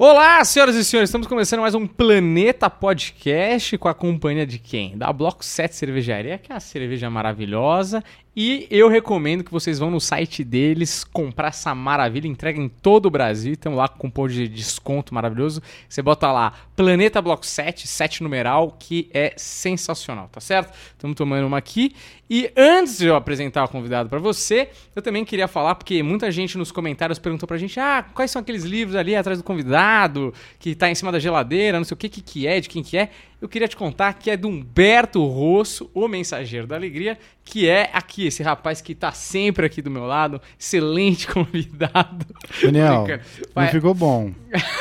Olá, senhoras e senhores, estamos começando mais um Planeta Podcast com a companhia de quem? Da Bloco 7 Cervejaria, que é uma cerveja maravilhosa, e eu recomendo que vocês vão no site deles comprar essa maravilha, entrega em todo o Brasil, estão lá com cupom de desconto maravilhoso, você bota lá Planeta Bloco 7, 7 numeral, que é sensacional, tá certo? Estamos tomando uma aqui, e antes de eu apresentar o convidado para você, eu também queria falar, porque muita gente nos comentários perguntou pra gente, quais são aqueles livros ali atrás do convidado, que tá em cima da geladeira, não sei o que é, de quem que é. Eu queria te contar que é do Humberto Rosso, o mensageiro da alegria, que é aqui, esse rapaz que tá sempre aqui do meu lado, excelente convidado. Daniel, não ficou bom.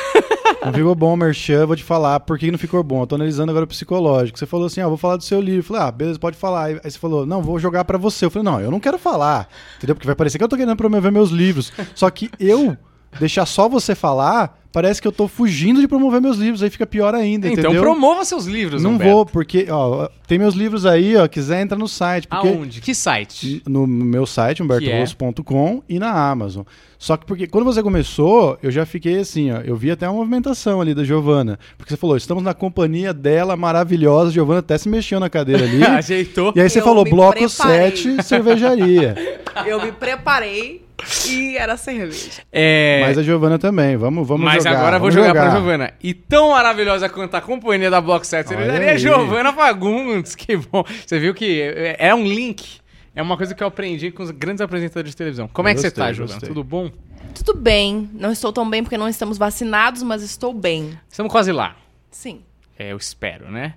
Não ficou bom, merchan, vou te falar por que não ficou bom. Eu tô analisando agora o psicológico. Você falou assim, vou falar do seu livro. Eu falei, beleza, pode falar. Aí você falou, não, vou jogar pra você. Eu falei, não, eu não quero falar, entendeu? Porque vai parecer que eu tô querendo promover meus livros. Só que eu deixar só você falar, parece que eu tô fugindo de promover meus livros, aí fica pior ainda, entendeu? Então promova seus livros, Não Humberto. vou, porque, tem meus livros aí, quiser entrar no site. Porque Aonde? Que site? No meu site, humbertorosso.com e na Amazon. Só que porque quando você começou, eu já fiquei assim, eu vi até uma movimentação ali da Giovana. Porque você falou, estamos na companhia dela, maravilhosa. A Giovana até se mexeu na cadeira ali. Ajeitou. E aí você falou, bloco 7, cervejaria. Eu me preparei e era cerveja. Mas a Giovana também, vamos Mas jogar. Agora eu vou jogar pra Giovana. E tão maravilhosa quanto a companhia da Bloco 7 cervejaria é Giovana Fagundes. Que bom. Você viu que é um link. É uma coisa que eu aprendi com os grandes apresentadores de televisão. Como é que você tá, Giovana? Tudo bom? Tudo bem. Não estou tão bem porque não estamos vacinados, mas estou bem. Estamos quase lá. Sim. Eu espero, né?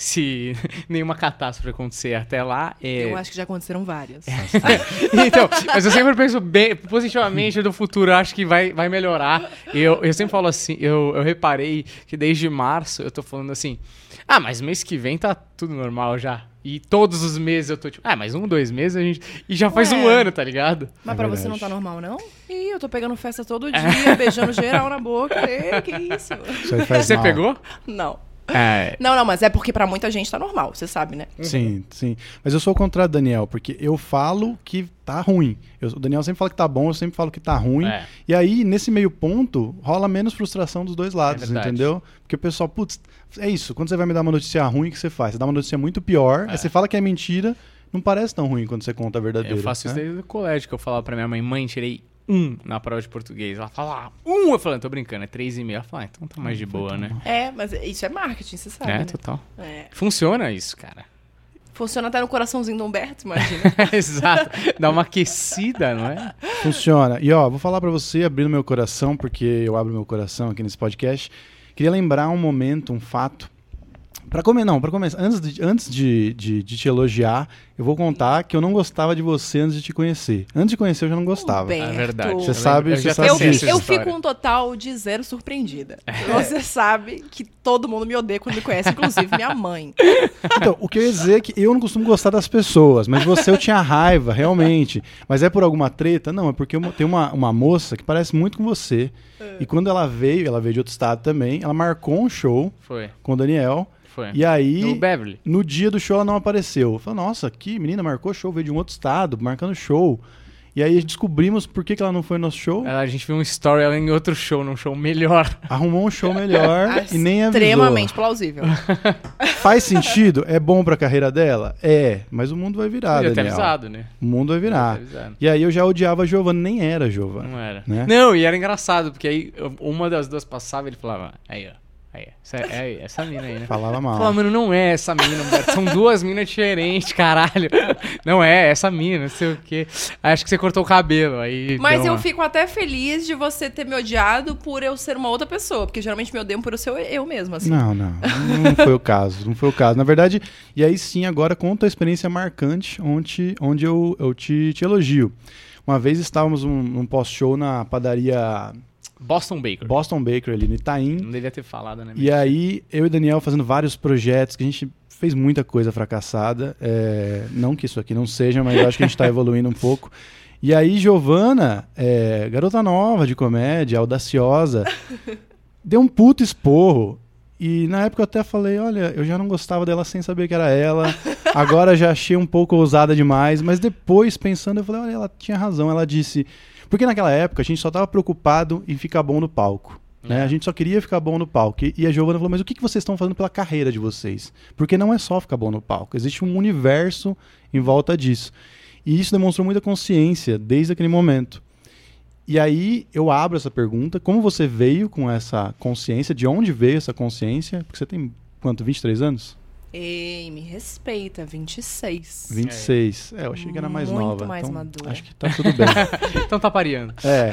Se nenhuma catástrofe acontecer até lá... Eu acho que já aconteceram várias. Então, mas eu sempre penso bem, positivamente do futuro. Eu acho que vai melhorar. Eu sempre falo assim, eu reparei que desde março eu tô falando assim... mas mês que vem tá tudo normal já. E todos os meses eu tô tipo... mais 2 meses a gente... E já faz um ano, tá ligado? Mas pra você não tá normal, não? Ih, eu tô pegando festa todo dia, beijando geral na boca. Que isso? Você pegou? Não. Não, mas é porque pra muita gente tá normal, você sabe, né? Sim. Mas eu sou o contrário do Daniel, porque eu falo que tá ruim. O Daniel sempre fala que tá bom, eu sempre falo que tá ruim. E aí, nesse meio ponto, rola menos frustração dos dois lados, entendeu? Porque o pessoal, é isso, quando você vai me dar uma notícia ruim, o que você faz? Você dá uma notícia muito pior, aí você fala que é mentira, não parece tão ruim quando você conta a verdadeira. Eu faço isso desde o colégio, que eu falava pra minha mãe, tirei 1 na prova de português. Ela fala, 1? Eu falei, tô brincando, é 3,5. Ela fala, então tá mais de boa, né? Mas isso é marketing, você sabe, né? Total. Funciona isso, cara. Funciona até no coraçãozinho do Humberto, imagina. Exato. Dá uma aquecida, não é? Funciona. E vou falar pra você, abrindo meu coração, porque eu abro meu coração aqui nesse podcast. Queria lembrar um momento, um fato. Pra começar, antes de te elogiar, eu vou contar que eu não gostava de você antes de te conhecer. Antes de conhecer, eu já não gostava. Humberto. É verdade. Você sabe disso. Eu fico um total de 0 surpreendida. Você sabe que todo mundo me odeia quando me conhece, inclusive minha mãe. Então, o que eu ia dizer é que eu não costumo gostar das pessoas, mas você eu tinha raiva, realmente. Mas é por alguma treta? Não, é porque tem uma moça que parece muito com você. E quando ela veio de outro estado também, ela marcou um show com o Daniel. Foi. E aí, no Beverly. No dia do show ela não apareceu. Eu falei, nossa, que menina marcou show, veio de um outro estado, marcando show. E aí descobrimos por que ela não foi no nosso show. A gente viu um story ela em outro show, num show melhor. Arrumou um show melhor e nem avisou. Extremamente plausível. Faz sentido? É bom pra carreira dela? mas o mundo vai virar, Daniel. Já ter avisado, né? O mundo vai virar. E aí eu já odiava a Giovana, nem era a Giovana. Não era. Né? Não, e era engraçado, porque aí uma das duas passava e ele falava, essa mina aí, né? Falava mal. Falava, mano, não é essa mina, Humberto. São 2 minas diferentes, caralho. Não é essa mina, não sei o quê. Acho que você cortou o cabelo. Aí mas eu fico até feliz de você ter me odiado por eu ser uma outra pessoa. Porque geralmente me odeiam por eu ser eu mesma, assim. Não foi o caso. Não foi o caso. Na verdade, e aí sim, agora conta a experiência marcante onde eu te elogio. Uma vez estávamos num pós-show na padaria... Boston Baker ali no Itaim. Não devia ter falado, né? E aí, eu e o Daniel fazendo vários projetos, que a gente fez muita coisa fracassada. Não que isso aqui não seja, mas eu acho que a gente está evoluindo um pouco. E aí, Giovana, garota nova de comédia, audaciosa, deu um puto esporro. E na época eu até falei, olha, eu já não gostava dela sem saber que era ela. Agora já achei um pouco ousada demais. Mas depois, pensando, eu falei, olha, ela tinha razão. Ela disse... Porque naquela época a gente só estava preocupado em ficar bom no palco. Né? A gente só queria ficar bom no palco. E a Giovana falou, mas o que vocês estão fazendo pela carreira de vocês? Porque não é só ficar bom no palco. Existe um universo em volta disso. E isso demonstrou muita consciência desde aquele momento. E aí eu abro essa pergunta. Como você veio com essa consciência? De onde veio essa consciência? Porque você tem, quanto, 23 anos? Ei, me respeita, 26. 26. Eu achei que era mais Muito nova. mais então, madura. acho que tá tudo bem. Então tá pareando.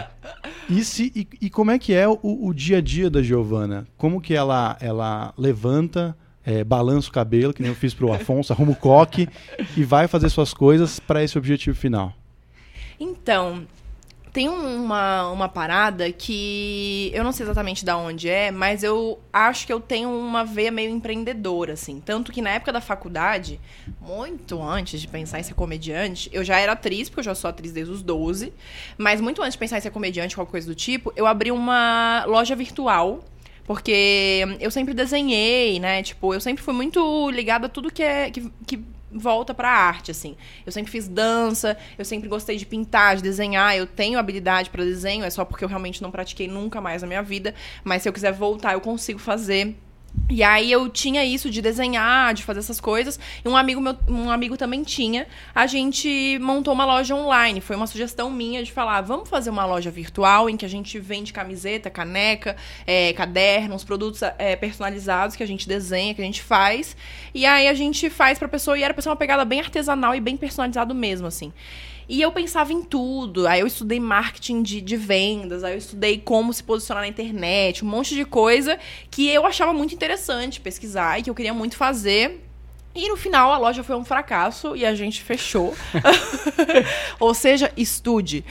E como é que é o dia a dia da Giovana? Como que ela levanta, balança o cabelo, que nem eu fiz pro Afonso, arruma o coque e vai fazer suas coisas para esse objetivo final? Então, tem uma parada que eu não sei exatamente de onde é, mas eu acho que eu tenho uma veia meio empreendedora, assim. Tanto que na época da faculdade, muito antes de pensar em ser comediante, eu já era atriz, porque eu já sou atriz desde os 12, mas muito antes de pensar em ser comediante, qualquer coisa do tipo, eu abri uma loja virtual, porque eu sempre desenhei, né? Tipo, eu sempre fui muito ligada a tudo que volta pra arte, assim. Eu sempre fiz dança, eu sempre gostei de pintar, de desenhar, eu tenho habilidade pra desenho, é só porque eu realmente não pratiquei nunca mais na minha vida, mas se eu quiser voltar, eu consigo fazer. E aí eu tinha isso de desenhar, de fazer essas coisas, e um amigo também tinha. A gente montou uma loja online, foi uma sugestão minha de falar, vamos fazer uma loja virtual em que a gente vende camiseta, caneca, cadernos, produtos personalizados que a gente desenha, que a gente faz, e aí a gente faz pra pessoa, e era pra ser uma pegada bem artesanal e bem personalizado mesmo, assim. E eu pensava em tudo. Aí eu estudei marketing de vendas, aí eu estudei como se posicionar na internet, um monte de coisa que eu achava muito interessante pesquisar e que eu queria muito fazer. E no final a loja foi um fracasso e a gente fechou. Ou seja, estude.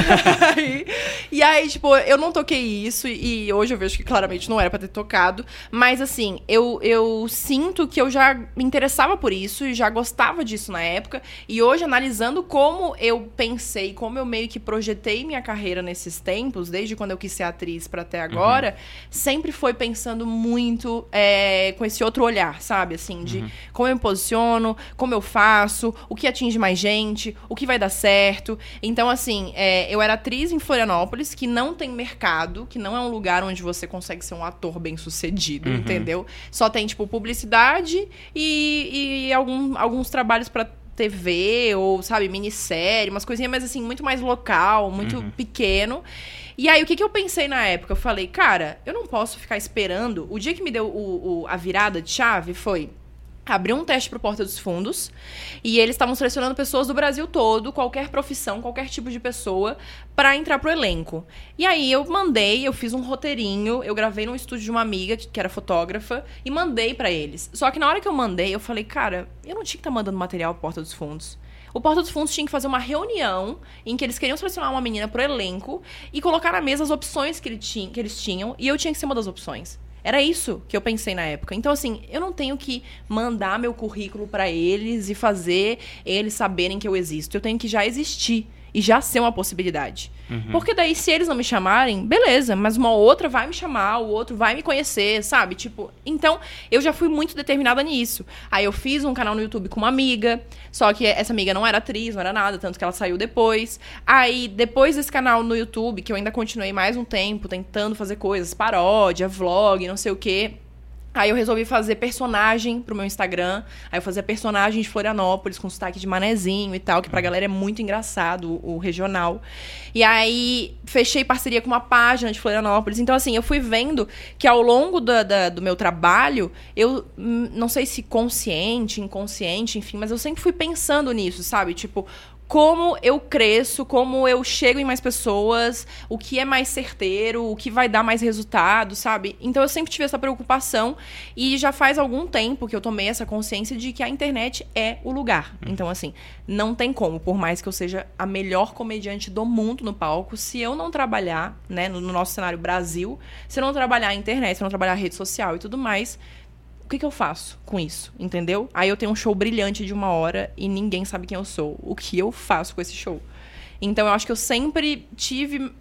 E aí, tipo, eu não toquei isso e hoje eu vejo que claramente não era pra ter tocado. Mas assim, eu sinto que eu já me interessava por isso e já gostava disso na época. E hoje, analisando como eu pensei, como eu meio que projetei minha carreira nesses tempos, desde quando eu quis ser atriz pra até agora, sempre foi pensando muito com esse outro olhar, sabe? Assim, de como eu me posiciono, como eu faço, o que atinge mais gente, o que vai dar certo. Então, assim, eu era atriz em Florianópolis, que não tem mercado, que não é um lugar onde você consegue ser um ator bem-sucedido, entendeu? Só tem, tipo, publicidade e alguns trabalhos pra TV, ou, sabe, minissérie, umas coisinhas, mas, assim, muito mais local, muito pequeno. E aí, o que eu pensei na época? Eu falei, cara, eu não posso ficar esperando. O dia que me deu a virada de chave foi... Abriu um teste pro Porta dos Fundos e eles estavam selecionando pessoas do Brasil todo, qualquer profissão, qualquer tipo de pessoa, pra entrar pro elenco. E aí eu fiz um roteirinho, eu gravei num estúdio de uma amiga que era fotógrafa e mandei pra eles. Só que na hora que eu mandei, eu falei, cara, eu não tinha que estar mandando material pro Porta dos Fundos. O Porta dos Fundos tinha que fazer uma reunião em que eles queriam selecionar uma menina pro elenco e colocar na mesa as opções que eles tinham e eu tinha que ser uma das opções. Era isso que eu pensei na época. Então, assim, eu não tenho que mandar meu currículo pra eles e fazer eles saberem que eu existo. Eu tenho que já existir e já ser uma possibilidade. Porque daí, se eles não me chamarem, beleza, mas uma outra vai me chamar, o outro vai me conhecer, sabe? Tipo, então, eu já fui muito determinada nisso. Aí eu fiz um canal no YouTube com uma amiga, só que essa amiga não era atriz, não era nada, tanto que ela saiu depois. Aí, depois desse canal no YouTube, que eu ainda continuei mais um tempo tentando fazer coisas, paródia, vlog, não sei o quê... Aí eu resolvi fazer personagem pro meu Instagram. Aí eu fazia personagem de Florianópolis com sotaque de manezinho e tal, que pra galera é muito engraçado, o regional. E aí fechei parceria com uma página de Florianópolis. Então, assim, eu fui vendo que ao longo do meu trabalho, eu não sei se consciente, inconsciente, enfim, mas eu sempre fui pensando nisso, sabe? Tipo, como eu cresço, como eu chego em mais pessoas, o que é mais certeiro, o que vai dar mais resultado, sabe? Então eu sempre tive essa preocupação e já faz algum tempo que eu tomei essa consciência de que a internet é o lugar. Então, assim, não tem como, por mais que eu seja a melhor comediante do mundo no palco, se eu não trabalhar, né, no nosso cenário Brasil, se eu não trabalhar a internet, se eu não trabalhar a rede social e tudo mais... O que eu faço com isso, entendeu? Aí eu tenho um show brilhante de 1 hora e ninguém sabe quem eu sou. O que eu faço com esse show? Então, eu acho que eu sempre tive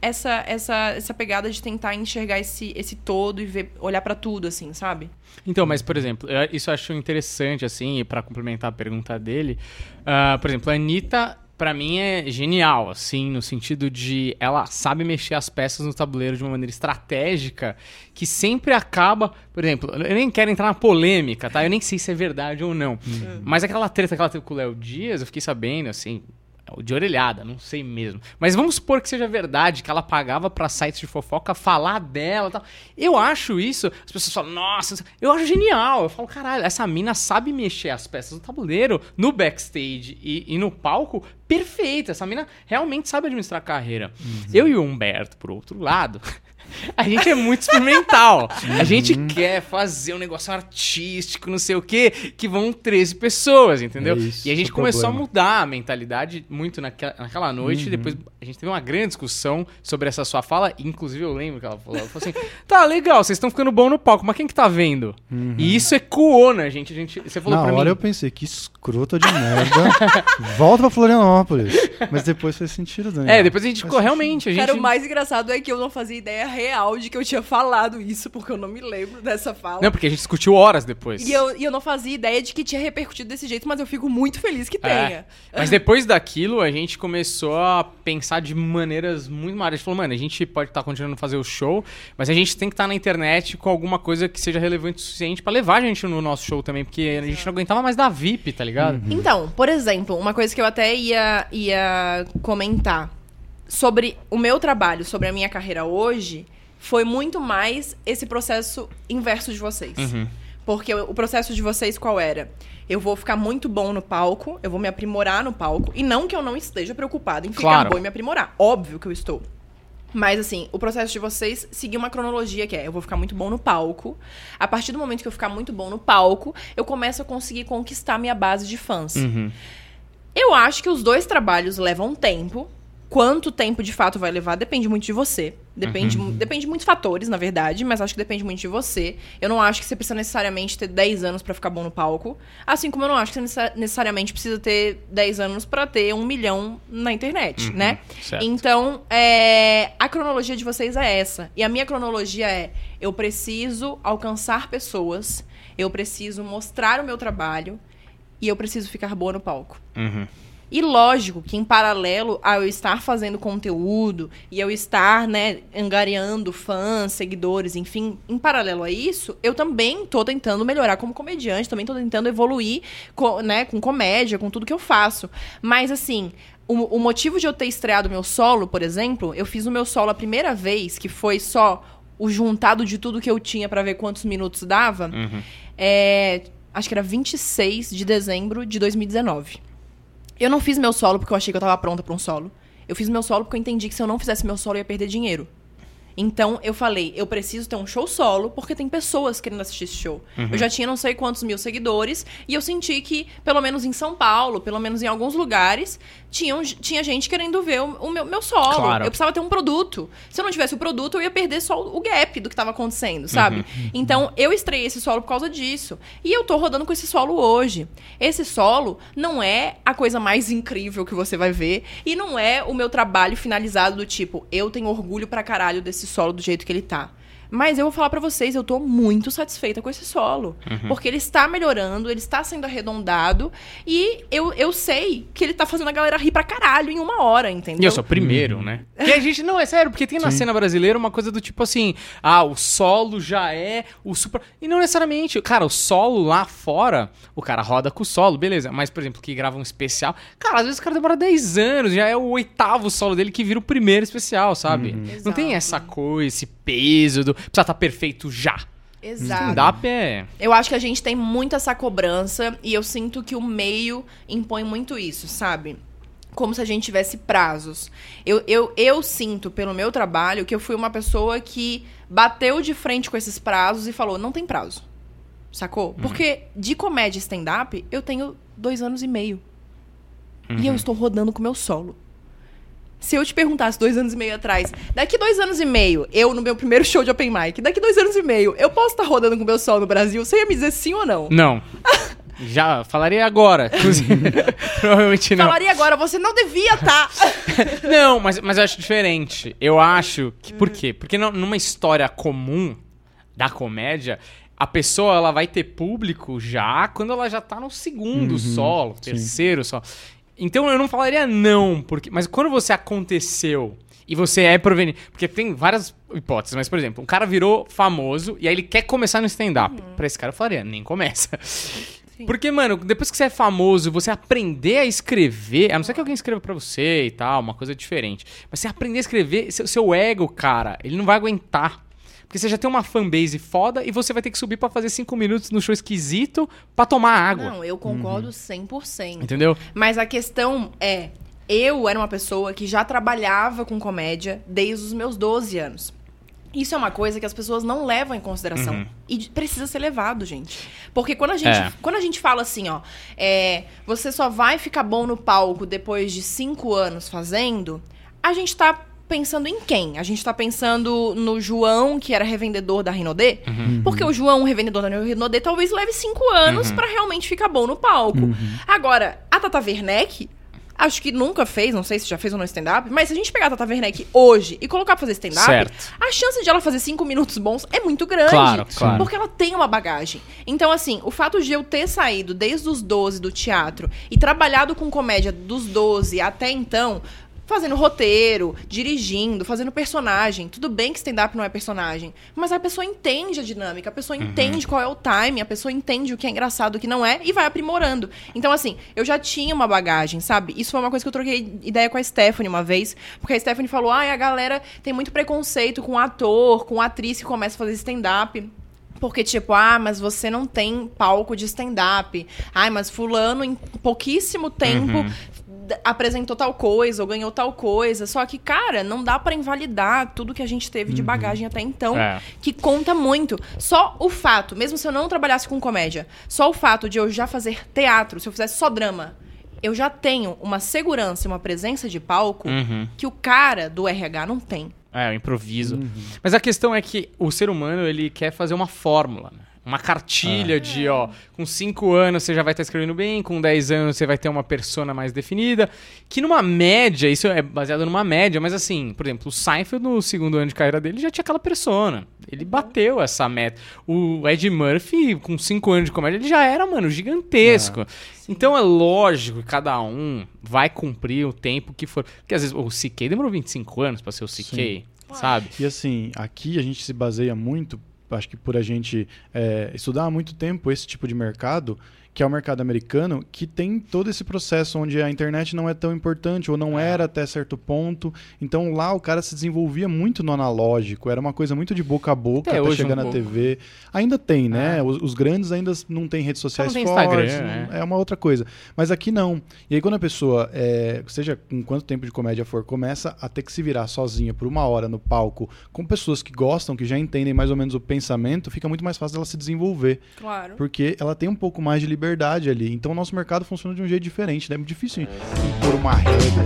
essa pegada de tentar enxergar esse todo e olhar pra tudo, assim, sabe? Então, mas, por exemplo, isso eu acho interessante, assim, pra complementar a pergunta dele. Por exemplo, a Anitta pra mim é genial, assim, no sentido de ela sabe mexer as peças no tabuleiro de uma maneira estratégica que sempre acaba... Por exemplo, eu nem quero entrar na polêmica, tá? Eu nem sei se é verdade ou não. Mas aquela treta que ela teve com o Léo Dias, eu fiquei sabendo, assim... De orelhada, não sei mesmo. Mas vamos supor que seja verdade, que ela pagava pra sites de fofoca falar dela e tal. Eu acho isso, as pessoas falam, nossa, eu acho genial. Eu falo, caralho, essa mina sabe mexer as peças do tabuleiro no backstage e no palco, perfeito. Essa mina realmente sabe administrar a carreira. Eu e o Humberto, por outro lado... A gente é muito experimental. A gente quer fazer um negócio artístico, não sei o quê, que vão 13 pessoas, entendeu? E a gente começou a mudar a mentalidade muito naquela noite. E depois a gente teve uma grande discussão sobre essa sua fala. Inclusive eu lembro que ela falou assim, tá, legal, vocês estão ficando bom no palco, mas quem que tá vendo? E isso ecoou na gente. Você falou pra mim... Na hora eu pensei, que escrota de merda. Volta pra Florianópolis. Mas depois fez sentido, Daniel. Depois a gente ficou, realmente... Cara, o mais engraçado é que eu não fazia ideia real de que eu tinha falado isso, porque eu não me lembro dessa fala. Não, porque a gente discutiu horas depois. E eu não fazia ideia de que tinha repercutido desse jeito, mas eu fico muito feliz que tenha. Mas depois daquilo, a gente começou a pensar de maneiras muito maiores. A gente falou, mano, a gente pode estar continuando a fazer o show, mas a gente tem que estar na internet com alguma coisa que seja relevante o suficiente pra levar a gente no nosso show também, porque a gente não aguentava mais dar VIP, tá ligado? Então, por exemplo, uma coisa que eu até ia comentar sobre o meu trabalho, sobre a minha carreira hoje... Foi muito mais esse processo inverso de vocês. Porque o processo de vocês qual era? Eu vou ficar muito bom no palco, eu vou me aprimorar no palco. E não que eu não esteja preocupada em ficar bom e me aprimorar. Óbvio que eu estou. Mas, assim, o processo de vocês seguir uma cronologia que é... Eu vou ficar muito bom no palco. A partir do momento que eu ficar muito bom no palco, eu começo a conseguir conquistar minha base de fãs. Eu acho que os dois trabalhos levam tempo... Quanto tempo de fato vai levar depende muito de você. Depende de muitos fatores, na verdade, mas acho que depende muito de você. Eu não acho que você precisa necessariamente ter 10 anos pra ficar bom no palco. Assim como eu não acho que você necessariamente precisa ter 10 anos pra ter 1 milhão na internet, né? Certo. Então, a cronologia de vocês é essa. E a minha cronologia é: eu preciso alcançar pessoas, eu preciso mostrar o meu trabalho e eu preciso ficar boa no palco. E lógico que em paralelo a eu estar fazendo conteúdo e eu estar, né, angariando fãs, seguidores, enfim, em paralelo a isso, eu também tô tentando melhorar como comediante, também tô tentando evoluir com comédia, com tudo que eu faço. Mas, assim, o motivo de eu ter estreado meu solo, por exemplo, eu fiz o meu solo a primeira vez, que foi só o juntado de tudo que eu tinha pra ver quantos minutos dava, acho que era 26 de dezembro de 2019. Eu não fiz meu solo porque eu achei que eu tava pronta pra um solo. Eu fiz meu solo porque eu entendi que se eu não fizesse meu solo, eu ia perder dinheiro. Então, eu falei, eu preciso ter um show solo, porque tem pessoas querendo assistir esse show. Eu já tinha não sei quantos mil seguidores, e eu senti que, pelo menos em São Paulo, pelo menos em alguns lugares, tinha gente querendo ver o meu solo. Claro. Eu precisava ter um produto. Se eu não tivesse o produto, eu ia perder só o gap do que tava acontecendo, sabe? Então, eu estreiei esse solo por causa disso. E eu tô rodando com esse solo hoje. Esse solo não é a coisa mais incrível que você vai ver, e não é o meu trabalho finalizado do tipo, eu tenho orgulho pra caralho desse solo do jeito que ele tá. Mas eu vou falar pra vocês, eu tô muito satisfeita com esse solo. Porque ele está melhorando, ele está sendo arredondado. E eu sei que ele tá fazendo a galera rir pra caralho em 1 hora, entendeu? E eu sou o primeiro, né? Que a gente, não, é sério, porque tem na cena brasileira uma coisa do tipo assim, o solo já é o super... E não necessariamente, cara, o solo lá fora, o cara roda com o solo, beleza. Mas, por exemplo, que grava um especial, cara, às vezes o cara demora 10 anos, já é o 8º solo dele que vira o primeiro especial, sabe? Não tem essa coisa, esse peso do... Precisa estar perfeito já. Exato. Stand-up é... Eu acho que a gente tem muito essa cobrança e eu sinto que o meio impõe muito isso, sabe? Como se a gente tivesse prazos. Eu sinto, pelo meu trabalho, que eu fui uma pessoa que bateu de frente com esses prazos e falou, não tem prazo. Sacou? Porque de comédia e stand-up, eu tenho 2 anos e meio. E eu estou rodando com o meu solo. Se eu te perguntasse 2 anos e meio atrás, daqui 2 anos e meio, eu no meu primeiro show de open mic, daqui 2 anos e meio, eu posso estar rodando com o meu solo no Brasil? Você ia me dizer sim ou não? Não. Já falaria agora. Provavelmente não. Falaria agora, você não devia estar. Não, mas eu acho diferente. Eu acho que... Por quê? Porque numa história comum da comédia, a pessoa ela vai ter público já quando ela já tá no segundo solo, terceiro solo. Então eu não falaria não, mas quando você aconteceu e você é proveniente... Porque tem várias hipóteses, mas, por exemplo, um cara virou famoso e aí ele quer começar no stand-up. Pra esse cara eu falaria, nem começa. Sim. Porque, mano, depois que você é famoso, você aprender a escrever, a não ser que alguém escreva pra você e tal, uma coisa diferente. Mas você aprender a escrever, seu ego, cara, ele não vai aguentar. Porque você já tem uma fanbase foda e você vai ter que subir pra fazer 5 minutos no show esquisito pra tomar água. Não, eu concordo 100%. Entendeu? Mas a questão é... Eu era uma pessoa que já trabalhava com comédia desde os meus 12 anos. Isso é uma coisa que as pessoas não levam em consideração. E precisa ser levado, gente. Porque quando a gente fala assim, ó... você só vai ficar bom no palco depois de 5 anos fazendo... A gente tá pensando em quem? A gente tá pensando no João, que era revendedor da Rinodê? Porque o João, revendedor da Rinodê, talvez leve 5 anos pra realmente ficar bom no palco. Agora, a Tata Werneck... Acho que nunca fez, não sei se já fez ou não stand-up, mas se a gente pegar a Tata Werneck hoje e colocar pra fazer stand-up, a chance de ela fazer 5 minutos bons é muito grande. Claro. Porque ela tem uma bagagem. Então, assim, o fato de eu ter saído desde os 12 do teatro e trabalhado com comédia dos 12 até então... Fazendo roteiro, dirigindo, fazendo personagem. Tudo bem que stand-up não é personagem. Mas a pessoa entende a dinâmica, a pessoa entende qual é o time, a pessoa entende o que é engraçado, o que não é, e vai aprimorando. Então, assim, eu já tinha uma bagagem, sabe? Isso foi uma coisa que eu troquei ideia com a Stephanie uma vez. Porque a Stephanie falou, a galera tem muito preconceito com ator, com atriz que começa a fazer stand-up. Porque, tipo, mas você não tem palco de stand-up. Mas fulano, em pouquíssimo tempo... apresentou tal coisa ou ganhou tal coisa. Só que, cara, não dá pra invalidar tudo que a gente teve de bagagem até então, que conta muito. Só o fato, mesmo se eu não trabalhasse com comédia, só o fato de eu já fazer teatro, se eu fizesse só drama, eu já tenho uma segurança e uma presença de palco que o cara do RH não tem. O improviso. Mas a questão é que o ser humano, ele quer fazer uma fórmula, né? Uma cartilha de, com 5 anos você já vai estar escrevendo bem, com 10 anos você vai ter uma persona mais definida, que numa média, isso é baseado numa média, mas assim, por exemplo, o Seinfeld no 2º ano de carreira dele já tinha aquela persona. Ele bateu essa meta. O Ed Murphy, com 5 anos de comédia, ele já era, mano, gigantesco. Então é lógico que cada um vai cumprir o tempo que for. Porque às vezes o CK demorou 25 anos pra ser o CK, sabe? E assim, aqui a gente se baseia muito, acho que por a gente estudar há muito tempo esse tipo de mercado, que é o mercado americano, que tem todo esse processo onde a internet não é tão importante, ou não era até certo ponto. Então lá o cara se desenvolvia muito no analógico, era uma coisa muito de boca a boca, até chegar na TV. Ainda tem, né? Os grandes ainda não têm redes sociais fortes, Instagram, é uma outra coisa. Mas aqui não. E aí quando a pessoa, seja com quanto tempo de comédia for, começa a ter que se virar sozinha por 1 hora no palco, com pessoas que gostam, que já entendem mais ou menos o pensamento, fica muito mais fácil dela se desenvolver. Claro. Porque ela tem um pouco mais de liberdade ali. Então o nosso mercado funciona de um jeito diferente, né? É muito difícil impor uma regra.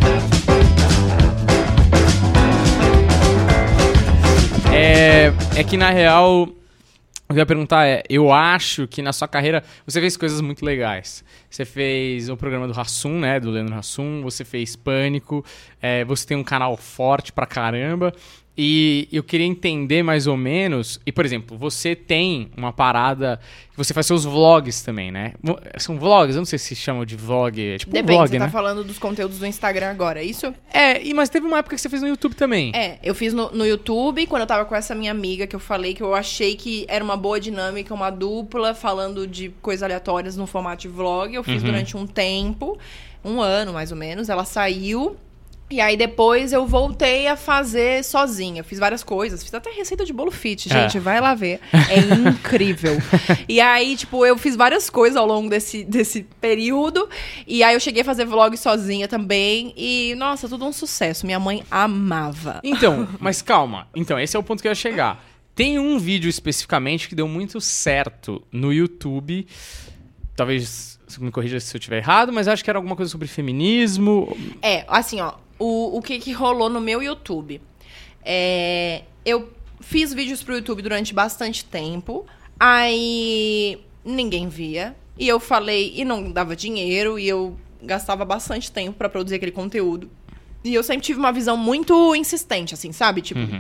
É que na real, eu ia perguntar eu acho que na sua carreira você fez coisas muito legais. Você fez o programa do Hassum, né? Do Leandro Hassum, você fez Pânico, você tem um canal forte pra caramba. E eu queria entender mais ou menos... E, por exemplo, você tem uma parada... Você faz seus vlogs também, né? São vlogs? Eu não sei se chamam de vlog. É tipo Depende, um vlog, você né? tá falando dos conteúdos do Instagram agora, é isso? Mas teve uma época que você fez no YouTube também. Eu fiz no YouTube, quando eu tava com essa minha amiga, que eu falei que eu achei que era uma boa dinâmica, uma dupla, falando de coisas aleatórias no formato de vlog. Eu fiz durante um tempo, 1 ano mais ou menos. Ela saiu... E aí depois eu voltei a fazer sozinha. Fiz várias coisas. Fiz até receita de bolo fit, gente. Vai lá ver. É incrível. E aí, tipo, eu fiz várias coisas ao longo desse período. E aí eu cheguei a fazer vlog sozinha também. E, nossa, tudo um sucesso. Minha mãe amava. Então, mas calma. Então, esse é o ponto que eu ia chegar. Tem um vídeo especificamente que deu muito certo no YouTube. Talvez me corrija se eu estiver errado, mas acho que era alguma coisa sobre feminismo. Assim, ó. O que rolou no meu YouTube? Eu fiz vídeos pro YouTube durante bastante tempo. Aí ninguém via. E eu falei, e não dava dinheiro. E eu gastava bastante tempo pra produzir aquele conteúdo. E eu sempre tive uma visão muito insistente, assim, sabe? Tipo,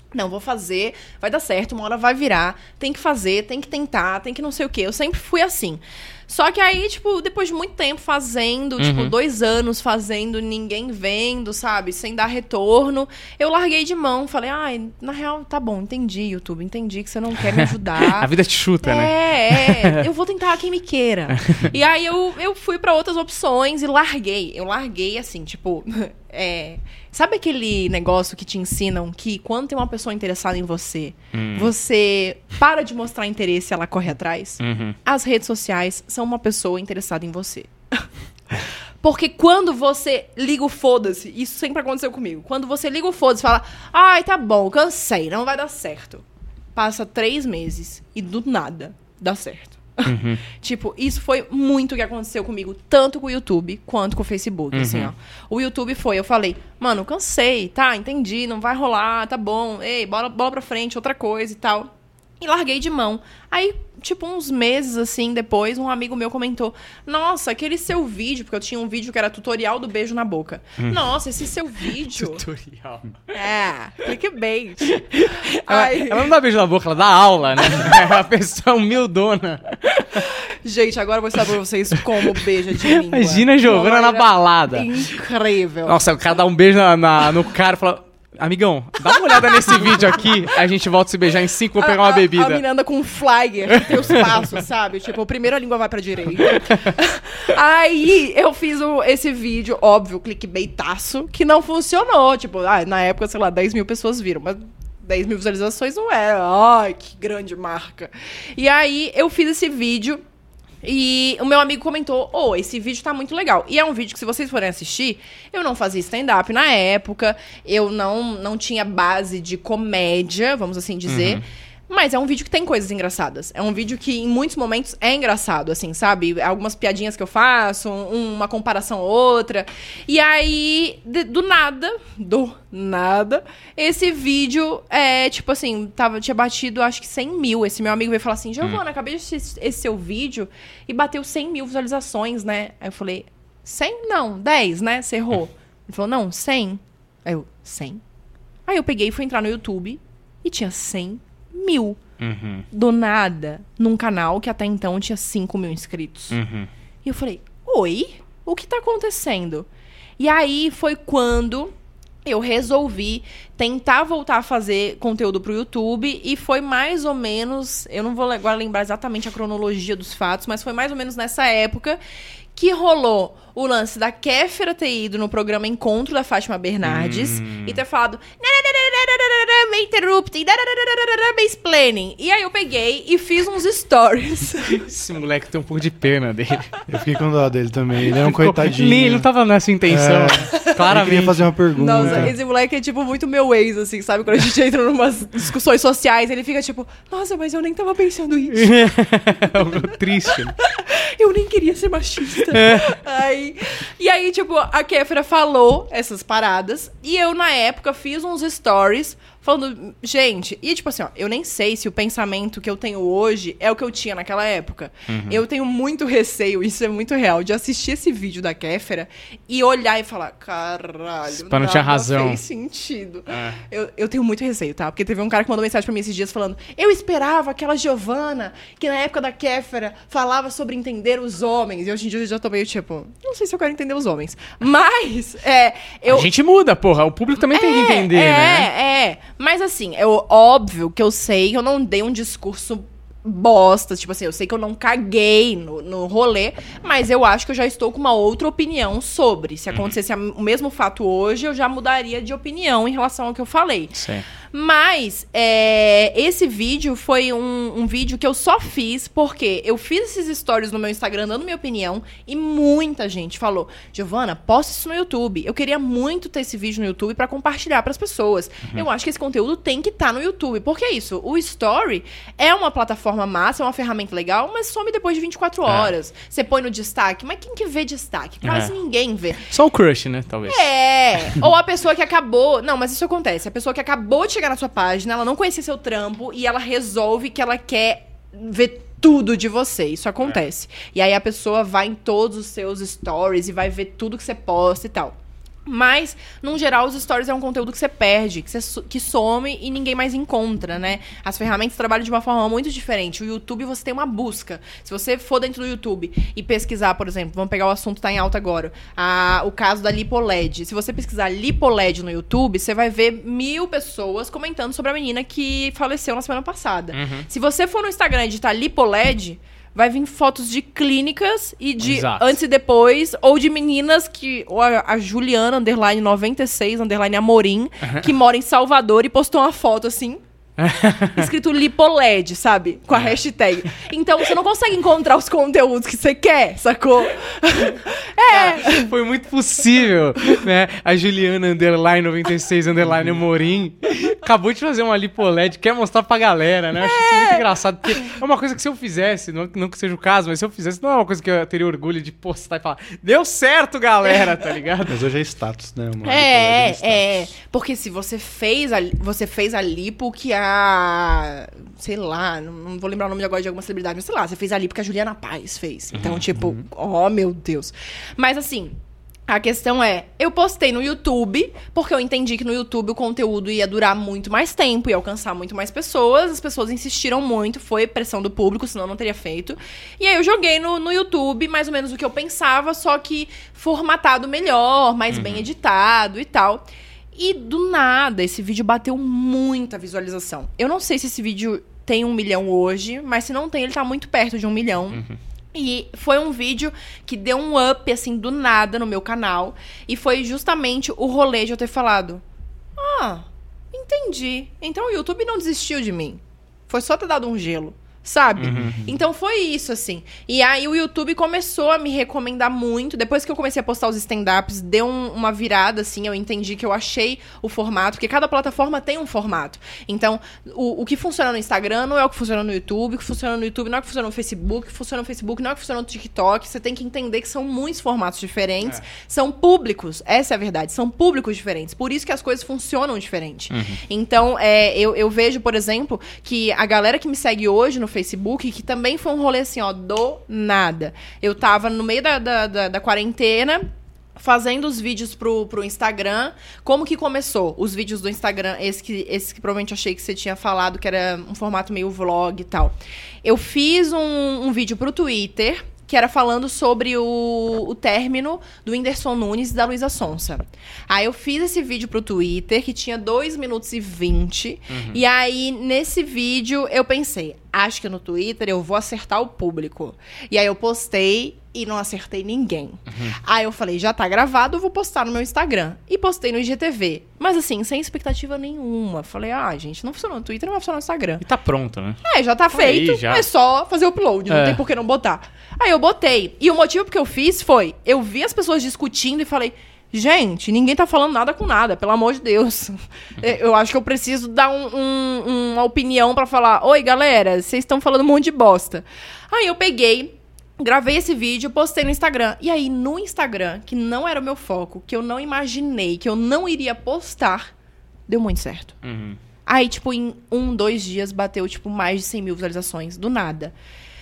Não, vou fazer, vai dar certo, uma hora vai virar, tem que fazer, tem que tentar, tem que não sei o quê. Eu sempre fui assim. Só que aí, tipo, depois de muito tempo fazendo, tipo, 2 anos fazendo, ninguém vendo, sabe? Sem dar retorno, eu larguei de mão. Falei, ai, na real, tá bom, entendi, YouTube, entendi que você não quer me ajudar. A vida te chuta, né? Eu vou tentar quem me queira. E aí eu fui pra outras opções e larguei. Eu larguei assim, tipo... Sabe aquele negócio que te ensinam que quando tem uma pessoa interessada em você, você para de mostrar interesse e ela corre atrás? As redes sociais são uma pessoa interessada em você. Porque quando você liga o foda-se, isso sempre aconteceu comigo. Quando você liga o foda-se e fala, ai, tá bom, cansei, não vai dar certo. Passa 3 meses e do nada dá certo. Tipo, isso foi muito o que aconteceu comigo, tanto com o YouTube quanto com o Facebook, assim, ó. O YouTube eu falei, mano, cansei, tá, entendi, não vai rolar, tá bom, ei, bola pra frente, outra coisa e tal. E larguei de mão. Aí, tipo, uns meses, assim, depois, um amigo meu comentou, nossa, aquele seu vídeo, porque eu tinha um vídeo que era tutorial do beijo na boca. Nossa, esse seu vídeo... Tutorial. Clickbait. Ela não dá beijo na boca, ela dá aula, né? É uma pessoa humildona. Gente, agora eu vou ensinar pra vocês como beija de língua. Imagina a Giovana na balada. Incrível. Nossa, o cara dá um beijo no cara e fala... Amigão, dá uma olhada nesse vídeo aqui, a gente volta a se beijar em 5, vou pegar uma bebida. A menina anda com um flyer, tem os passos, sabe? Tipo, primeiro a língua vai pra direita. Aí, eu fiz esse vídeo, óbvio, clickbaitaço, que não funcionou. Tipo, na época, sei lá, 10 mil pessoas viram, mas 10 mil visualizações não era. Ai, que grande marca. E aí, eu fiz esse vídeo... E o meu amigo comentou, esse vídeo tá muito legal. E é um vídeo que, se vocês forem assistir, eu não fazia stand-up na época, eu não tinha base de comédia, vamos assim dizer. Mas é um vídeo que tem coisas engraçadas. É um vídeo que, em muitos momentos, é engraçado, assim, sabe? Algumas piadinhas que eu faço, uma comparação ou outra. E aí, do nada, esse vídeo tipo assim, tinha batido, acho que 100 mil. Esse meu amigo veio falar assim, Giovana, acabei de assistir esse seu vídeo e bateu 100 mil visualizações, né? Aí eu falei, 100? Não, 10, né? Você errou. Ele falou, não, 100. Aí eu, 100? Aí eu peguei e fui entrar no YouTube e tinha 100 mil. Do nada, num canal que até então tinha 5 mil inscritos. E eu falei, oi? O que tá acontecendo? E aí foi quando eu resolvi tentar voltar a fazer conteúdo pro YouTube, e foi mais ou menos, eu não vou agora lembrar exatamente a cronologia dos fatos, mas foi mais ou menos nessa época que rolou o lance da Kéfera ter ido no programa Encontro da Fátima Bernardes e ter falado me interrupting, mansplaining. E aí eu peguei e fiz uns stories. Esse moleque tem um pouco de pena dele. Eu fiquei com dó dele também. Ele era um coitadinho. Ele não tava nessa intenção. Claramente. Eu queria fazer uma pergunta. Nossa, esse moleque é tipo muito meu ex, assim, sabe? Quando a gente entra em umas discussões sociais, ele fica tipo, nossa, mas eu nem tava pensando isso. Triste. Eu nem queria ser machista. E aí, tipo, a Kéfera falou essas paradas, e eu, na época, fiz uns stories falando, gente, e tipo assim, ó, eu nem sei se o pensamento que eu tenho hoje é o que eu tinha naquela época. Eu tenho muito receio, isso é muito real, de assistir esse vídeo da Kéfera e olhar e falar, caralho, não tinha razão. Fez sentido. Eu tenho muito receio, tá? Porque teve um cara que mandou mensagem pra mim esses dias falando, eu esperava aquela Giovana, que na época da Kéfera falava sobre entender os homens, e hoje em dia eu já tô meio tipo, não sei se eu quero entender os homens, mas a gente muda, porra, o público também tem que entender, né? Mas assim, óbvio que eu sei que eu não dei um discurso bosta, tipo assim, eu sei que eu não caguei no rolê, mas eu acho que eu já estou com uma outra opinião sobre. Se acontecesse o mesmo fato hoje, eu já mudaria de opinião em relação ao que eu falei. Sim. Mas esse vídeo foi um vídeo que eu só fiz porque eu fiz esses stories no meu Instagram dando minha opinião e muita gente falou, Giovana, posta isso no YouTube. Eu queria muito ter esse vídeo no YouTube pra compartilhar pras pessoas. Eu acho que esse conteúdo tem que estar no YouTube. Porque é isso, o Story é uma plataforma massa, é uma ferramenta legal, mas some depois de 24 horas. Você põe no destaque, mas quem que vê destaque? Quase ninguém vê. Só o crush, né, talvez. Ou a pessoa que acabou... Não, mas isso acontece. A pessoa que acabou de chegar na sua página, ela não conhecia seu trampo e ela resolve que ela quer ver tudo de você. Isso acontece. E aí a pessoa vai em todos os seus stories e vai ver tudo que você posta e tal. Mas, no geral, os stories é um conteúdo que você perde, que some e ninguém mais encontra, né? As ferramentas trabalham de uma forma muito diferente. O YouTube, você tem uma busca. Se você for dentro do YouTube e pesquisar, por exemplo, vamos pegar o assunto que tá em alta agora, o caso da LipoLed. Se você pesquisar LipoLed no YouTube, você vai ver 1000 pessoas comentando sobre a menina que faleceu na semana passada. Se você for no Instagram e digitar LipoLed, vai vir fotos de clínicas e de Exato. antes e depois, ou de meninas que... Ou a Juliana, _96, _Amorim, que mora em Salvador e postou uma foto, assim, escrito LipoLed, sabe? Com a hashtag. Então, você não consegue encontrar os conteúdos que você quer, sacou? Foi muito possível, né? A Juliana, _96, _Amorim, acabou de fazer uma LipoLed, quer mostrar pra galera, né? Eu acho isso muito engraçado, porque é uma coisa que se eu fizesse, não que seja o caso, mas se eu fizesse, não é uma coisa que eu teria orgulho de postar e falar, deu certo, galera, tá ligado? Mas hoje é status, né? Porque se você fez a lipo que sei lá, não vou lembrar o nome agora de alguma celebridade, mas sei lá, você fez a lipo que a Juliana Paz fez. Então, oh meu Deus. Mas assim, a questão é, eu postei no YouTube, porque eu entendi que no YouTube o conteúdo ia durar muito mais tempo, ia alcançar muito mais pessoas, as pessoas insistiram muito, foi pressão do público, senão eu não teria feito. E aí eu joguei no YouTube mais ou menos o que eu pensava, só que formatado melhor, mais bem editado e tal. E do nada, esse vídeo bateu muita visualização. Eu não sei se esse vídeo tem 1 milhão hoje, mas se não tem, ele tá muito perto de 1 milhão. E foi um vídeo que deu um up, assim, do nada no meu canal. E foi justamente o rolê de eu ter falado: entendi. Então o YouTube não desistiu de mim. Foi só ter dado um gelo. Sabe? Então foi isso, assim. E aí o YouTube começou a me recomendar muito. Depois que eu comecei a postar os stand-ups, deu uma virada, assim. Eu entendi que eu achei o formato, porque cada plataforma tem um formato. Então, o que funciona no Instagram não é o que funciona no YouTube. O que funciona no YouTube não é o que funciona no Facebook. O que funciona no Facebook não é o que funciona no TikTok. Você tem que entender que são muitos formatos diferentes. São públicos. Essa é a verdade. São públicos diferentes. Por isso que as coisas funcionam diferente. Então, eu vejo, por exemplo, que a galera que me segue hoje no Facebook, que também foi um rolê assim, ó, do nada. Eu tava no meio da quarentena, fazendo os vídeos pro Instagram. Como que começou? Os vídeos do Instagram, esse que provavelmente achei que você tinha falado, que era um formato meio vlog e tal. Eu fiz um vídeo pro Twitter, que era falando sobre o término do Whindersson Nunes e da Luísa Sonza. Aí eu fiz esse vídeo pro Twitter, que tinha 2 minutos e 20. E aí, nesse vídeo, eu pensei, acho que no Twitter eu vou acertar o público. E aí eu postei e não acertei ninguém. Aí eu falei, já tá gravado, eu vou postar no meu Instagram. E postei no IGTV. Mas assim, sem expectativa nenhuma. Falei, gente, não funcionou no Twitter, não vai funcionar no Instagram. E tá pronto, né? Já tá feito, já. é só fazer o upload, não tem por que não botar. Aí eu botei. E o motivo que eu fiz foi, eu vi as pessoas discutindo e falei, gente, ninguém tá falando nada com nada, pelo amor de Deus. Eu acho que eu preciso dar uma opinião pra falar, oi, galera, vocês estão falando um monte de bosta. Aí eu peguei, gravei esse vídeo, postei no Instagram. E aí, no Instagram, que não era o meu foco, que eu não imaginei, que eu não iria postar, deu muito certo. Aí, tipo, em 2 dias, bateu, tipo, mais de 100 mil visualizações, do nada.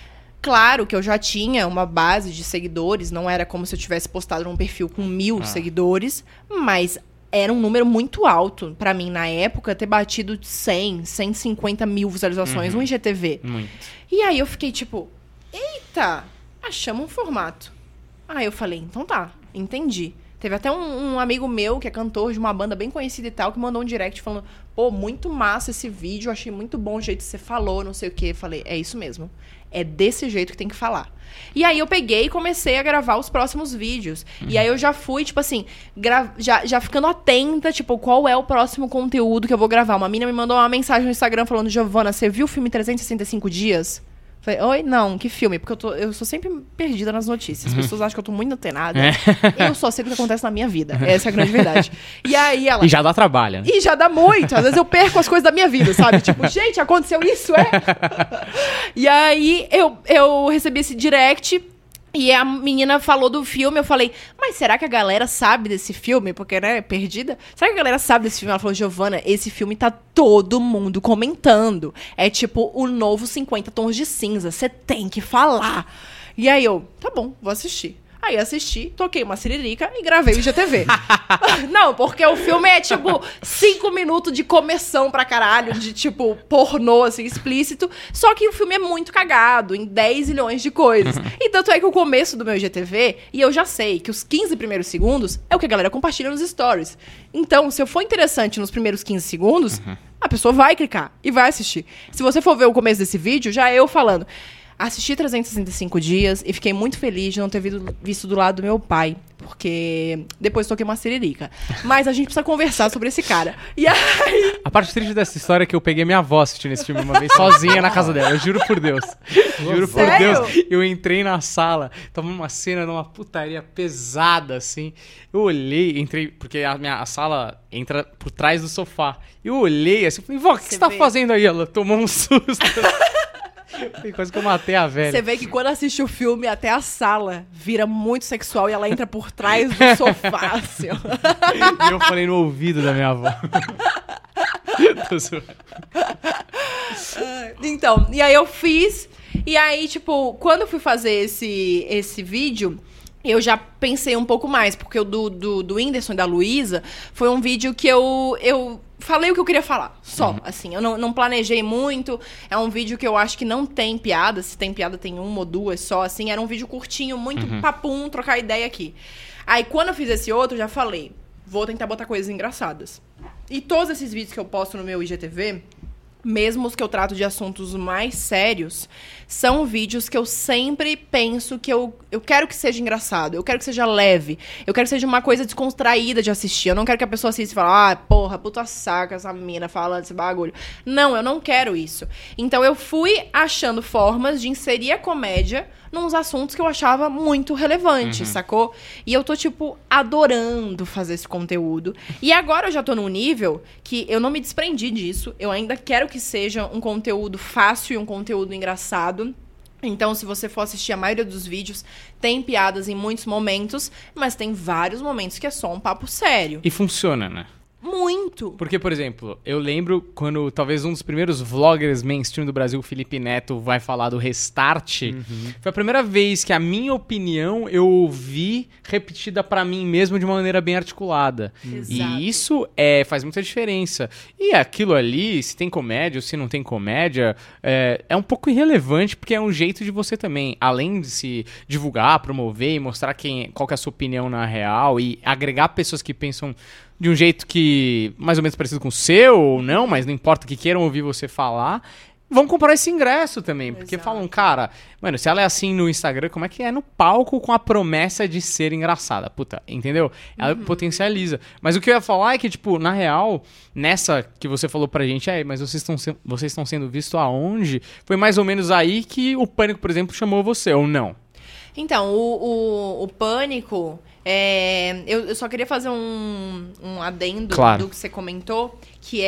Claro que eu já tinha uma base de seguidores, não era como se eu tivesse postado num perfil com 1000 seguidores, mas era um número muito alto pra mim, na época, ter batido 100, 150 mil visualizações no IGTV. Muito. E aí eu fiquei, tipo, eita, achamos um formato. Aí eu falei, então tá, entendi. Teve até um amigo meu, que é cantor de uma banda bem conhecida e tal, que mandou um direct falando, pô, muito massa esse vídeo, achei muito bom o jeito que você falou, não sei o quê. Falei, é isso mesmo. É desse jeito que tem que falar. E aí eu peguei e comecei a gravar os próximos vídeos. E aí eu já fui, tipo assim, já ficando atenta, tipo, qual é o próximo conteúdo que eu vou gravar. Uma menina me mandou uma mensagem no Instagram falando, Giovana, você viu o filme 365 Dias? Falei, oi, não, que filme? Porque eu sou sempre perdida nas notícias. As pessoas acham que eu tô muito antenada. Eu só sei o que acontece na minha vida. Essa é a grande verdade. E aí ela... E já dá trabalho, né? E já dá muito. Às vezes eu perco as coisas da minha vida, sabe? Tipo, gente, aconteceu isso, E aí eu recebi esse direct... E a menina falou do filme, eu falei, mas será que a galera sabe desse filme? Porque, né, perdida. Será que a galera sabe desse filme? Ela falou, Giovana, esse filme tá todo mundo comentando. É tipo o novo 50 Tons de Cinza, você tem que falar. E aí eu, tá bom, vou assistir. Aí Aí assisti, toquei uma siririca e gravei o IGTV. Não, porque o filme é, tipo, 5 minutos de começão pra caralho, de, tipo, pornô, assim, explícito. Só que o filme é muito cagado, em 10 milhões de coisas. E tanto é que o começo do meu IGTV, e eu já sei que os 15 primeiros segundos é o que a galera compartilha nos stories. Então, se eu for interessante nos primeiros 15 segundos, a pessoa vai clicar e vai assistir. Se você for ver o começo desse vídeo, já é eu falando... Assisti 365 dias e fiquei muito feliz de não ter visto do lado do meu pai. Porque depois toquei uma siririca. Mas a gente precisa conversar sobre esse cara. E aí... A parte triste dessa história é que eu peguei minha avó assistindo esse filme uma vez, sozinha na casa dela. Eu juro por Deus. Juro por Sério? Deus. Eu entrei na sala, tava uma cena de uma putaria pesada, assim. Eu olhei, entrei, porque a sala entra por trás do sofá. Eu olhei assim, falei, vó, o que você tá fazendo aí? Ela tomou um susto. Quase que eu matei a velha. Você vê que quando assiste o filme, até a sala vira muito sexual e ela entra por trás do sofá, assim. E eu falei no ouvido da minha avó. Tô zoando. Então, e aí eu fiz. E aí, tipo, quando eu fui fazer esse vídeo, eu já pensei um pouco mais. Porque o do Whindersson e da Luísa foi um vídeo que eu falei o que eu queria falar, só, assim. Eu não planejei muito. É um vídeo que eu acho que não tem piada. Se tem piada, tem uma ou duas só, assim. Era um vídeo curtinho, muito papum, trocar ideia aqui. Aí, quando eu fiz esse outro, eu já falei, vou tentar botar coisas engraçadas. E todos esses vídeos que eu posto no meu IGTV, mesmo os que eu trato de assuntos mais sérios, são vídeos que eu sempre penso que eu quero que seja engraçado, eu quero que seja leve, eu quero que seja uma coisa descontraída de assistir. Eu não quero que a pessoa assista e fale, porra, puta saca essa mina falando esse bagulho. Não, eu não quero isso. Então eu fui achando formas de inserir a comédia nos assuntos que eu achava muito relevantes, sacou? E eu tô, tipo, adorando fazer esse conteúdo. E agora eu já tô num nível que eu não me desprendi disso. Eu ainda quero que seja um conteúdo fácil e um conteúdo engraçado. Então, se você for assistir a maioria dos vídeos, tem piadas em muitos momentos, mas tem vários momentos que é só um papo sério. E funciona, né? Muito. Porque, por exemplo, eu lembro quando talvez um dos primeiros vloggers mainstream do Brasil, o Felipe Neto, vai falar do Restart. Foi a primeira vez que a minha opinião eu ouvi repetida pra mim mesmo de uma maneira bem articulada. Exato. E isso faz muita diferença. E aquilo ali, se tem comédia ou se não tem comédia, é um pouco irrelevante, porque é um jeito de você também, além de se divulgar, promover e mostrar qual que é a sua opinião na real e agregar pessoas que pensam de um jeito que mais ou menos parecido com o seu ou não, mas não importa, que queiram ouvir você falar, vão comprar esse ingresso também. Porque falam, cara, mano, se ela é assim no Instagram, como é que é no palco com a promessa de ser engraçada? Puta, entendeu? Ela potencializa. Mas o que eu ia falar é que, tipo, na real, nessa que você falou pra gente, mas vocês estão sendo vistos aonde? Foi mais ou menos aí que o Pânico, por exemplo, chamou você, ou não? Então, o Pânico... eu só queria fazer um adendo do que você comentou, que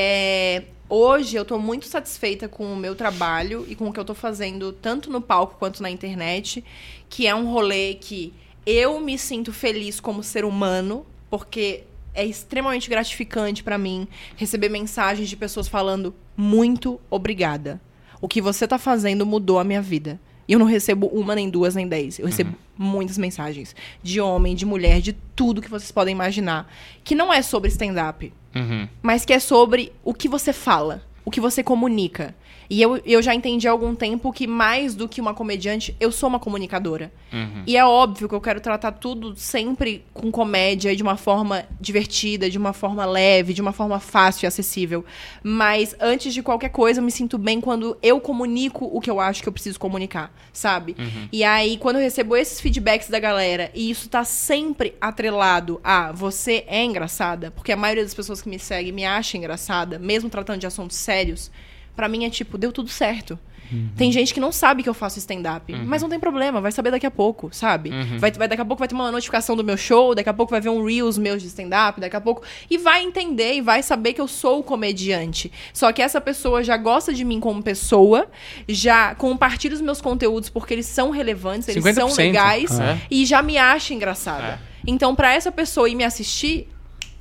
hoje eu tô muito satisfeita com o meu trabalho e com o que eu tô fazendo, tanto no palco quanto na internet, que é um rolê que eu me sinto feliz como ser humano, porque é extremamente gratificante pra mim receber mensagens de pessoas falando muito obrigada. O que você tá fazendo mudou a minha vida. E eu não recebo uma, nem duas, nem 10. Eu recebo muitas mensagens de homem, de mulher, de tudo que vocês podem imaginar. Que não é sobre stand-up, mas que é sobre o que você fala, o que você comunica. E eu já entendi há algum tempo que, mais do que uma comediante, eu sou uma comunicadora. E é óbvio que eu quero tratar tudo sempre com comédia, de uma forma divertida, de uma forma leve, de uma forma fácil e acessível. Mas, antes de qualquer coisa, eu me sinto bem quando eu comunico o que eu acho que eu preciso comunicar, sabe? E aí, quando eu recebo esses feedbacks da galera, e isso tá sempre atrelado a você é engraçada, porque a maioria das pessoas que me seguem me acha engraçada, mesmo tratando de assuntos sérios, pra mim é tipo, deu tudo certo. Tem gente que não sabe que eu faço stand-up, mas não tem problema, vai saber daqui a pouco, sabe? Daqui a pouco vai ter uma notificação do meu show, daqui a pouco vai ver um Reels meus de stand-up, daqui a pouco... E vai entender e vai saber que eu sou comediante. Só que essa pessoa já gosta de mim como pessoa, já compartilha os meus conteúdos porque eles são relevantes, eles 50%. são legais, e já me acha engraçada. Então, pra essa pessoa ir me assistir...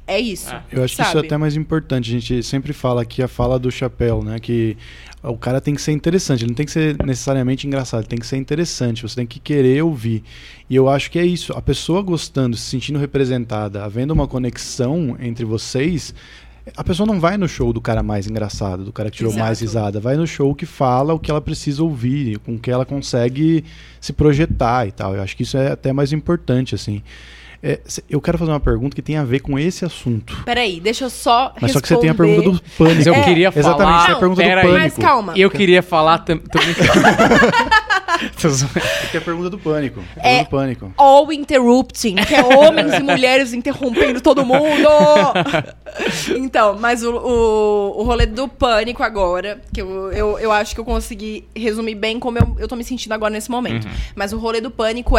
é isso. Eu acho que isso é até mais importante. A gente sempre fala aqui a fala do chapéu, né? Que o cara tem que ser interessante, ele não tem que ser necessariamente engraçado, ele tem que ser interessante, você tem que querer ouvir. E eu acho que é isso, a pessoa gostando, se sentindo representada, havendo uma conexão entre vocês, a pessoa não vai no show do cara mais engraçado, do cara que tirou mais risada, vai no show que fala o que ela precisa ouvir, com o que ela consegue se projetar e tal. Eu acho que isso é até mais importante, assim. Eu quero fazer uma pergunta que tem a ver com esse assunto. Peraí, deixa eu só Mas responder. só que você tem a pergunta do pânico. Mas eu queria falar... Exatamente, tem a pergunta do pânico. Mas calma. Eu queria falar também... Tem a pergunta do pânico. Do pânico. All interrupting, que é homens e mulheres interrompendo todo mundo. Então, mas o rolê do pânico agora, que eu acho que eu consegui resumir bem como eu tô me sentindo agora nesse momento. Mas o rolê do pânico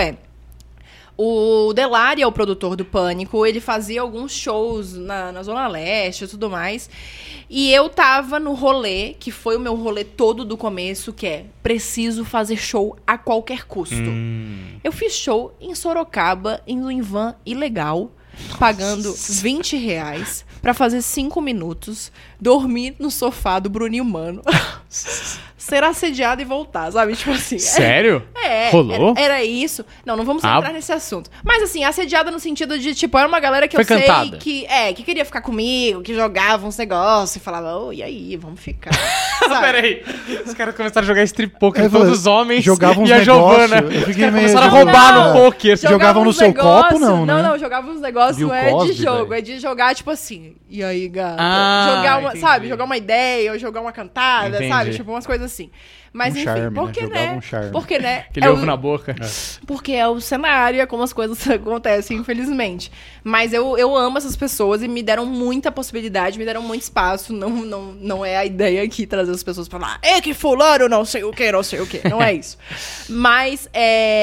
o Delari é o produtor do Pânico, ele fazia alguns shows na Zona Leste e tudo mais. E eu tava no rolê, que foi o meu rolê todo do começo, que é preciso fazer show a qualquer custo. Eu fiz show em Sorocaba, indo em van ilegal, pagando R$20 pra fazer 5 minutos, dormir no sofá do Bruninho Mano, ser assediado e voltar, sabe? Tipo assim. Sério? Rolou? Era isso. Não vamos entrar nesse assunto. Mas assim, assediada no sentido de, tipo, era uma galera que foi eu sei cantada. que queria ficar comigo, que jogava uns negócios e falava, e aí, vamos ficar. Peraí, os caras começaram a jogar strip poker, todos os homens jogavam e a Giovana. Eu fiquei meio... Começaram a roubar no poker. Jogavam no seu copo, não, né? Não, jogavam uns negócios, Bill de Cosby, jogo. véio. É de jogar, tipo assim, e aí, gata? Entendi. Sabe? Jogar uma ideia, ou jogar uma cantada, Entendi. sabe? Tipo, umas coisas assim. Mas enfim, charme, porque, né? Um charme. Porque, né? Aquele ovo na boca. Porque é o cenário, é como as coisas acontecem, infelizmente. Mas eu amo essas pessoas e me deram muita possibilidade, me deram muito espaço. Não é a ideia aqui trazer as pessoas pra falar, que fulano, não sei o que. Não é isso. Mas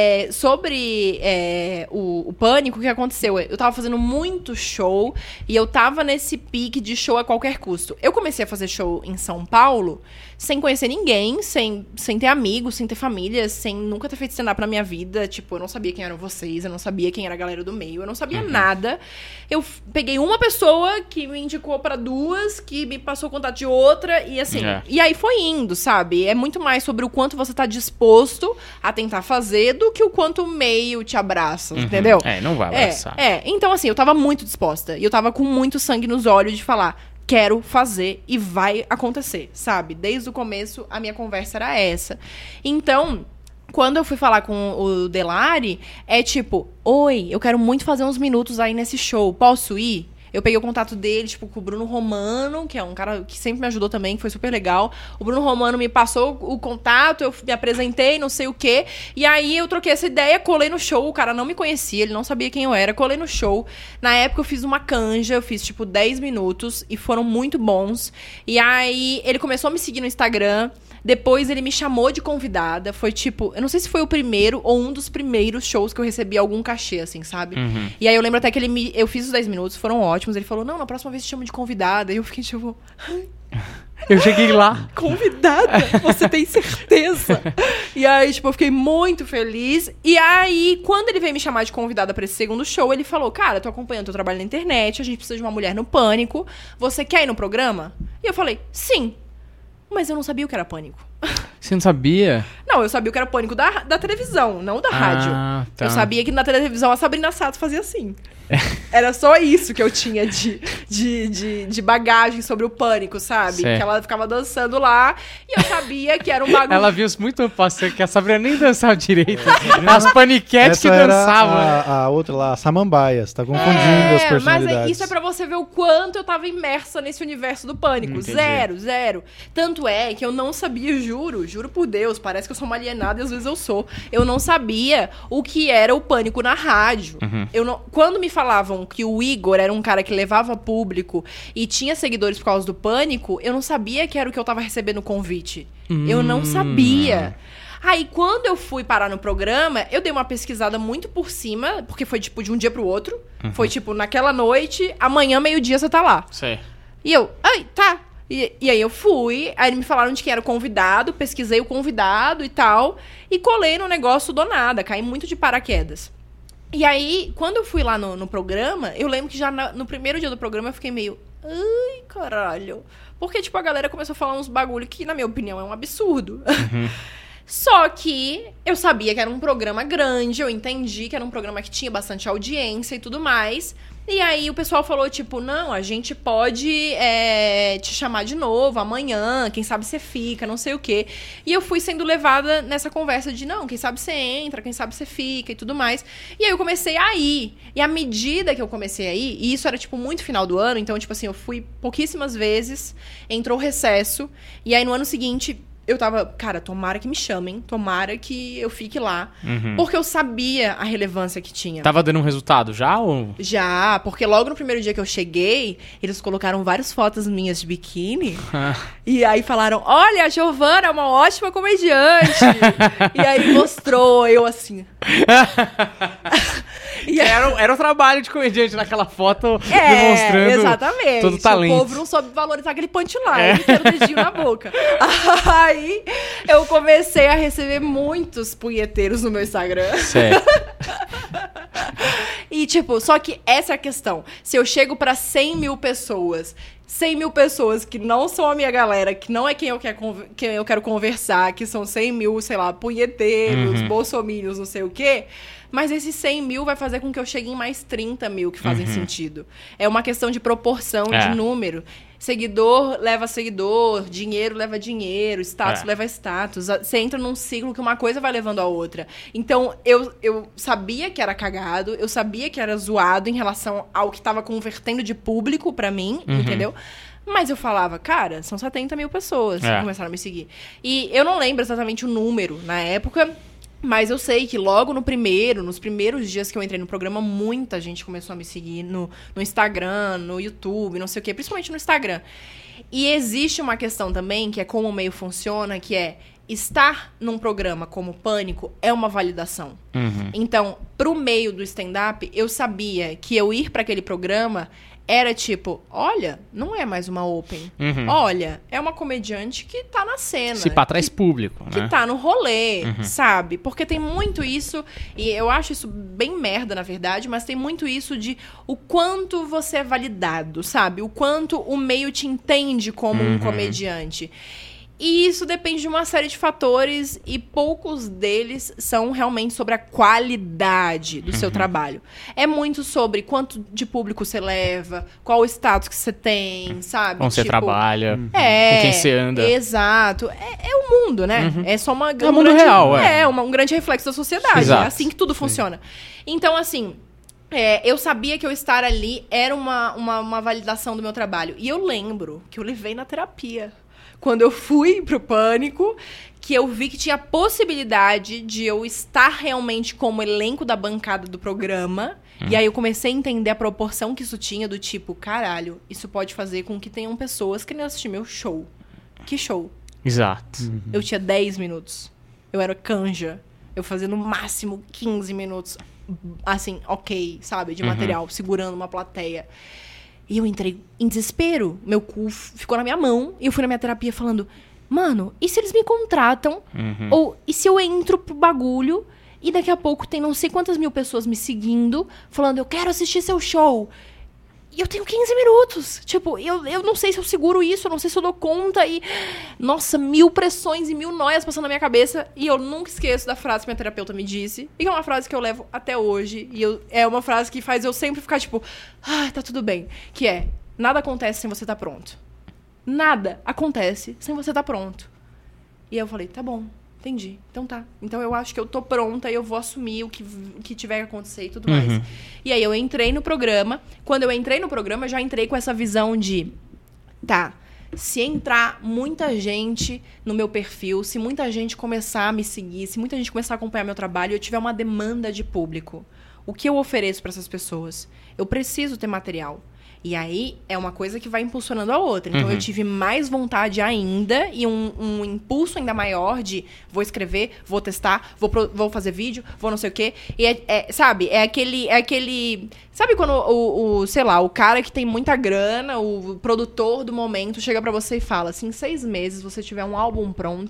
sobre o Pânico, o que aconteceu? Eu tava fazendo muito show e eu tava nesse pique de show a qualquer custo. Eu comecei a fazer show em São Paulo sem conhecer ninguém, sem ter amigos, sem ter família, sem nunca ter feito stand-up na minha vida. Tipo, eu não sabia quem eram vocês, eu não sabia quem era a galera do meio, eu não sabia nada. Eu peguei uma pessoa que me indicou pra duas, que me passou o contato de outra, e assim... E aí foi indo, sabe? É muito mais sobre o quanto você tá disposto a tentar fazer do que o quanto o meio te abraça, entendeu? Não vai abraçar. Então assim, eu tava muito disposta. E eu tava com muito sangue nos olhos de falar... Quero fazer e vai acontecer, sabe? Desde o começo, a minha conversa era essa. Então, quando eu fui falar com o Delari, é tipo... Oi, eu quero muito fazer uns minutos aí nesse show. Posso ir? Eu peguei o contato dele, tipo, com o Bruno Romano, que é um cara que sempre me ajudou também, que foi super legal. O Bruno Romano me passou o contato, eu me apresentei, não sei o quê. E aí eu troquei essa ideia, colei no show. O cara não me conhecia, ele não sabia quem eu era. Colei no show. Na época eu fiz uma canja, eu fiz, tipo, 10 minutos. E foram muito bons. E aí ele começou a me seguir no Instagram. Depois ele me chamou de convidada. Foi tipo, eu não sei se foi o primeiro ou um dos primeiros shows que eu recebi algum cachê, assim, sabe? E aí eu lembro até que eu fiz os 10 minutos, foram ótimos. Ele falou, não, na próxima vez te chamo de convidada. E eu fiquei tipo... Eu cheguei lá. Convidada? Você tem certeza? E aí, tipo, eu fiquei muito feliz. E aí, quando ele veio me chamar de convidada pra esse segundo show, ele falou, cara, tô acompanhando teu trabalho na internet, a gente precisa de uma mulher no Pânico. Você quer ir no programa? E eu falei, sim. Mas eu não sabia o que era Pânico. Você não sabia? Não, eu sabia o que era Pânico da televisão, não da rádio. Tá. Eu sabia que na televisão a Sabrina Sato fazia assim. Era só isso que eu tinha de bagagem sobre o Pânico, sabe? Certo. Que ela ficava dançando lá e eu sabia que era um bagulho. Ela viu muito fácil, que a Sabrina nem dançava direito. As paniquetes que Essa era dançavam. a outra lá, a Samambaia. Você tá confundindo as personalidades. Mas isso é pra você ver o quanto eu tava imersa nesse universo do Pânico. Entendi. Zero. Tanto é que eu não sabia, juro por Deus, parece que eu sou uma alienada e às vezes eu sou. Eu não sabia o que era o Pânico na rádio. Quando me falavam que o Igor era um cara que levava público e tinha seguidores por causa do Pânico, eu não sabia que era o que eu tava recebendo o convite. Eu não sabia. Aí, quando eu fui parar no programa, eu dei uma pesquisada muito por cima, porque foi, tipo, de um dia pro outro. Foi, tipo, naquela noite, amanhã, meio-dia, você tá lá. Sei. E eu, tá. E aí eu fui, aí me falaram de quem era o convidado, pesquisei o convidado e tal, e colei no negócio do nada, caí muito de paraquedas. E aí, quando eu fui lá no programa, eu lembro que já no primeiro dia do programa eu fiquei meio... Ai, caralho. Porque, tipo, a galera começou a falar uns bagulho que, na minha opinião, é um absurdo. Só que eu sabia que era um programa grande, eu entendi que era um programa que tinha bastante audiência e tudo mais. E aí o pessoal falou, tipo, não, a gente pode te chamar de novo amanhã, quem sabe você fica, não sei o quê. E eu fui sendo levada nessa conversa de, não, quem sabe você entra, quem sabe você fica e tudo mais. E aí eu comecei a ir. E à medida que eu comecei a ir, e isso era, tipo, muito final do ano, então, tipo assim, eu fui pouquíssimas vezes, entrou o recesso, e aí no ano seguinte... Eu tava, cara, tomara que me chamem, tomara que eu fique lá. Porque eu sabia a relevância que tinha. Tava dando um resultado já ou... Já, porque logo no primeiro dia que eu cheguei, eles colocaram várias fotos minhas de biquíni. E aí falaram, olha, a Giovana é uma ótima comediante. E aí mostrou eu assim... E era o trabalho de comediante naquela foto, demonstrando exatamente. todo o talento. O povo não soube valorizar aquele punchline, que era o dedinho na boca. Aí eu comecei a receber muitos punheteiros no meu Instagram. Certo. E tipo, só que essa é a questão. Se eu chego pra 100 mil pessoas... 100 mil pessoas que não são a minha galera, que não é quem eu quero conversar, que são 100 mil, sei lá, punheteiros, bolsominions, não sei o quê. Mas esses 100 mil vai fazer com que eu chegue em mais 30 mil que fazem sentido. É uma questão de proporção, de número. Seguidor leva seguidor, dinheiro leva dinheiro, status leva status. Você entra num ciclo que uma coisa vai levando a outra. Então, eu sabia que era cagado, eu sabia que era zoado em relação ao que tava convertendo de público pra mim, entendeu? Mas eu falava, cara, são 70 mil pessoas que começaram a me seguir. E eu não lembro exatamente o número na época... Mas eu sei que logo nos primeiros dias que eu entrei no programa, muita gente começou a me seguir no Instagram, no YouTube, não sei o quê, principalmente no Instagram. E existe uma questão também, que é como o meio funciona, que é estar num programa como Pânico é uma validação. Então, pro meio do stand-up, eu sabia que eu ir para aquele programa era tipo, olha, não é mais uma open. Olha, é uma comediante que tá na cena. Se pá, traz público, né? Que tá no rolê, sabe? Porque tem muito isso, e eu acho isso bem merda, na verdade, mas tem muito isso de o quanto você é validado, sabe? O quanto o meio te entende como um comediante. E isso depende de uma série de fatores e poucos deles são realmente sobre a qualidade do seu trabalho. É muito sobre quanto de público você leva, qual o status que você tem, sabe? Como você trabalha, com quem você anda. Exato. É o mundo, né? É só uma... É o mundo real, um grande reflexo da sociedade. Exato. É assim que tudo funciona. Então, assim... eu sabia que eu estar ali era uma validação do meu trabalho. E eu lembro que eu levei na terapia. Quando eu fui pro Pânico, que eu vi que tinha possibilidade de eu estar realmente como elenco da bancada do programa. E aí eu comecei a entender a proporção que isso tinha, do tipo, caralho, isso pode fazer com que tenham pessoas que nem assistir meu show. Que show? Exato. Eu tinha 10 minutos. Eu era canja. Eu fazia no máximo 15 minutos, assim, ok, sabe? De material, segurando uma plateia. E eu entrei em desespero. Meu cu ficou na minha mão. E eu fui na minha terapia falando... Mano, e se eles me contratam? Ou e se eu entro pro bagulho e daqui a pouco tem não sei quantas mil pessoas me seguindo, falando, eu quero assistir seu show. E eu tenho 15 minutos. Tipo, eu não sei se eu seguro isso, eu não sei se eu dou conta. E, nossa, 1000 pressões e 1000 noias passando na minha cabeça. E eu nunca esqueço da frase que minha terapeuta me disse. E que é uma frase que eu levo até hoje. E é uma frase que faz eu sempre ficar tipo, tá tudo bem. Que é, nada acontece sem você estar pronto. Nada acontece sem você estar pronto. E aí eu falei, tá bom. Entendi. Então tá. Então eu acho que eu tô pronta e eu vou assumir o que tiver que acontecer e tudo mais. E aí eu entrei no programa. Quando eu entrei no programa, eu já entrei com essa visão de... Tá, se entrar muita gente no meu perfil, se muita gente começar a me seguir, se muita gente começar a acompanhar meu trabalho e eu tiver uma demanda de público, o que eu ofereço para essas pessoas? Eu preciso ter material. E aí, é uma coisa que vai impulsionando a outra. Então, eu tive mais vontade ainda e um impulso ainda maior de vou escrever, vou testar, vou fazer vídeo, vou não sei o quê. E, sabe, é aquele... Sabe quando sei lá, o cara que tem muita grana, o produtor do momento, chega pra você e fala, se em 6 meses você tiver um álbum pronto,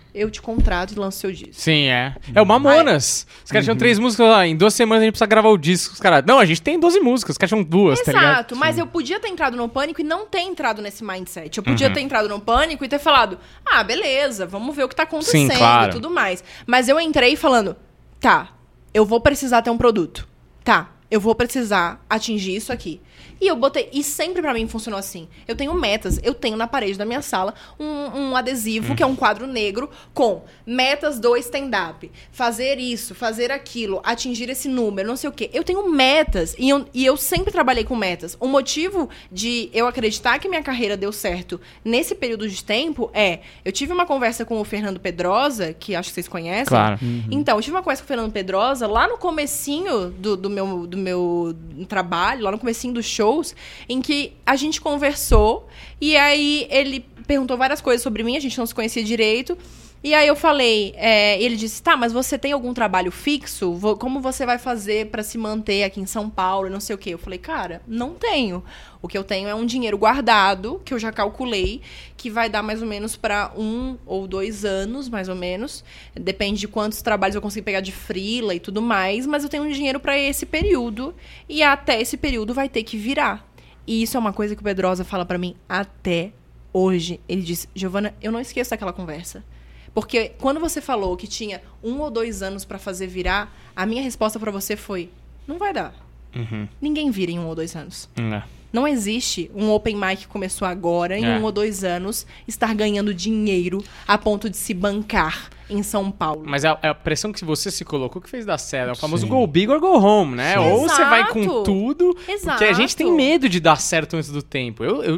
eu te contrato e lanço seu disco. Sim, é. É o Mamonas. Os caras tinham 3 músicas lá. Em 2 semanas a gente precisa gravar o disco. Os caras, não, a gente tem 12 músicas. Os caras tinham 2, tá ligado? Exato, mas eu podia ter entrado no Pânico e não ter entrado nesse mindset. Eu podia ter entrado no Pânico e ter falado, beleza, vamos ver o que tá acontecendo claro. e tudo mais. Mas eu entrei falando, tá, eu vou precisar ter um produto. Tá, eu vou precisar atingir isso aqui. E eu botei... E sempre pra mim funcionou assim. Eu tenho metas. Eu tenho na parede da minha sala um adesivo, que é um quadro negro, com metas do stand-up. Fazer isso, fazer aquilo, atingir esse número, não sei o quê. Eu tenho metas. E eu sempre trabalhei com metas. O motivo de eu acreditar que minha carreira deu certo nesse período de tempo é... Eu tive uma conversa com o Fernando Pedrosa, que acho que vocês conhecem. Claro. Então, eu tive uma conversa com o Fernando Pedrosa lá no comecinho do meu trabalho, lá no comecinho do show, em que a gente conversou e aí ele perguntou várias coisas sobre mim, a gente não se conhecia direito. E aí eu falei, ele disse, tá, mas você tem algum trabalho fixo? Como você vai fazer pra se manter aqui em São Paulo e não sei o quê? Eu falei, cara, não tenho. O que eu tenho é um dinheiro guardado, que eu já calculei, que vai dar mais ou menos pra 1 ou 2 anos, mais ou menos. Depende de quantos trabalhos eu consigo pegar de freela e tudo mais, mas eu tenho um dinheiro pra esse período, e até esse período vai ter que virar. E isso é uma coisa que o Pedrosa fala pra mim até hoje. Ele disse, Giovana, eu não esqueço daquela conversa. Porque quando você falou que tinha 1 ou 2 anos pra fazer virar, a minha resposta pra você foi, não vai dar. Ninguém vira em 1 ou 2 anos. Não existe um open mic que começou agora, em 1 ou 2 anos, estar ganhando dinheiro a ponto de se bancar em São Paulo. Mas é a pressão que você se colocou que fez dar certo. É o famoso go big or go home, né? Sim. Ou você vai Exato. com tudo, porque a gente tem medo de dar certo antes do tempo. Eu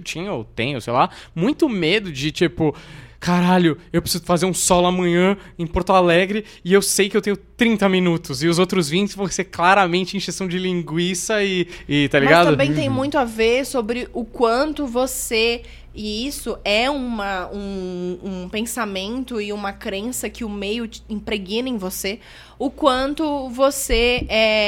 tenho, sei lá, muito medo de, tipo... Caralho, eu preciso fazer um solo amanhã em Porto Alegre e eu sei que eu tenho 30 minutos. E os outros 20 vão ser claramente encheção de linguiça e tá ligado? Mas também tem muito a ver sobre o quanto você... E isso é um pensamento e uma crença que o meio impregna em você. O quanto você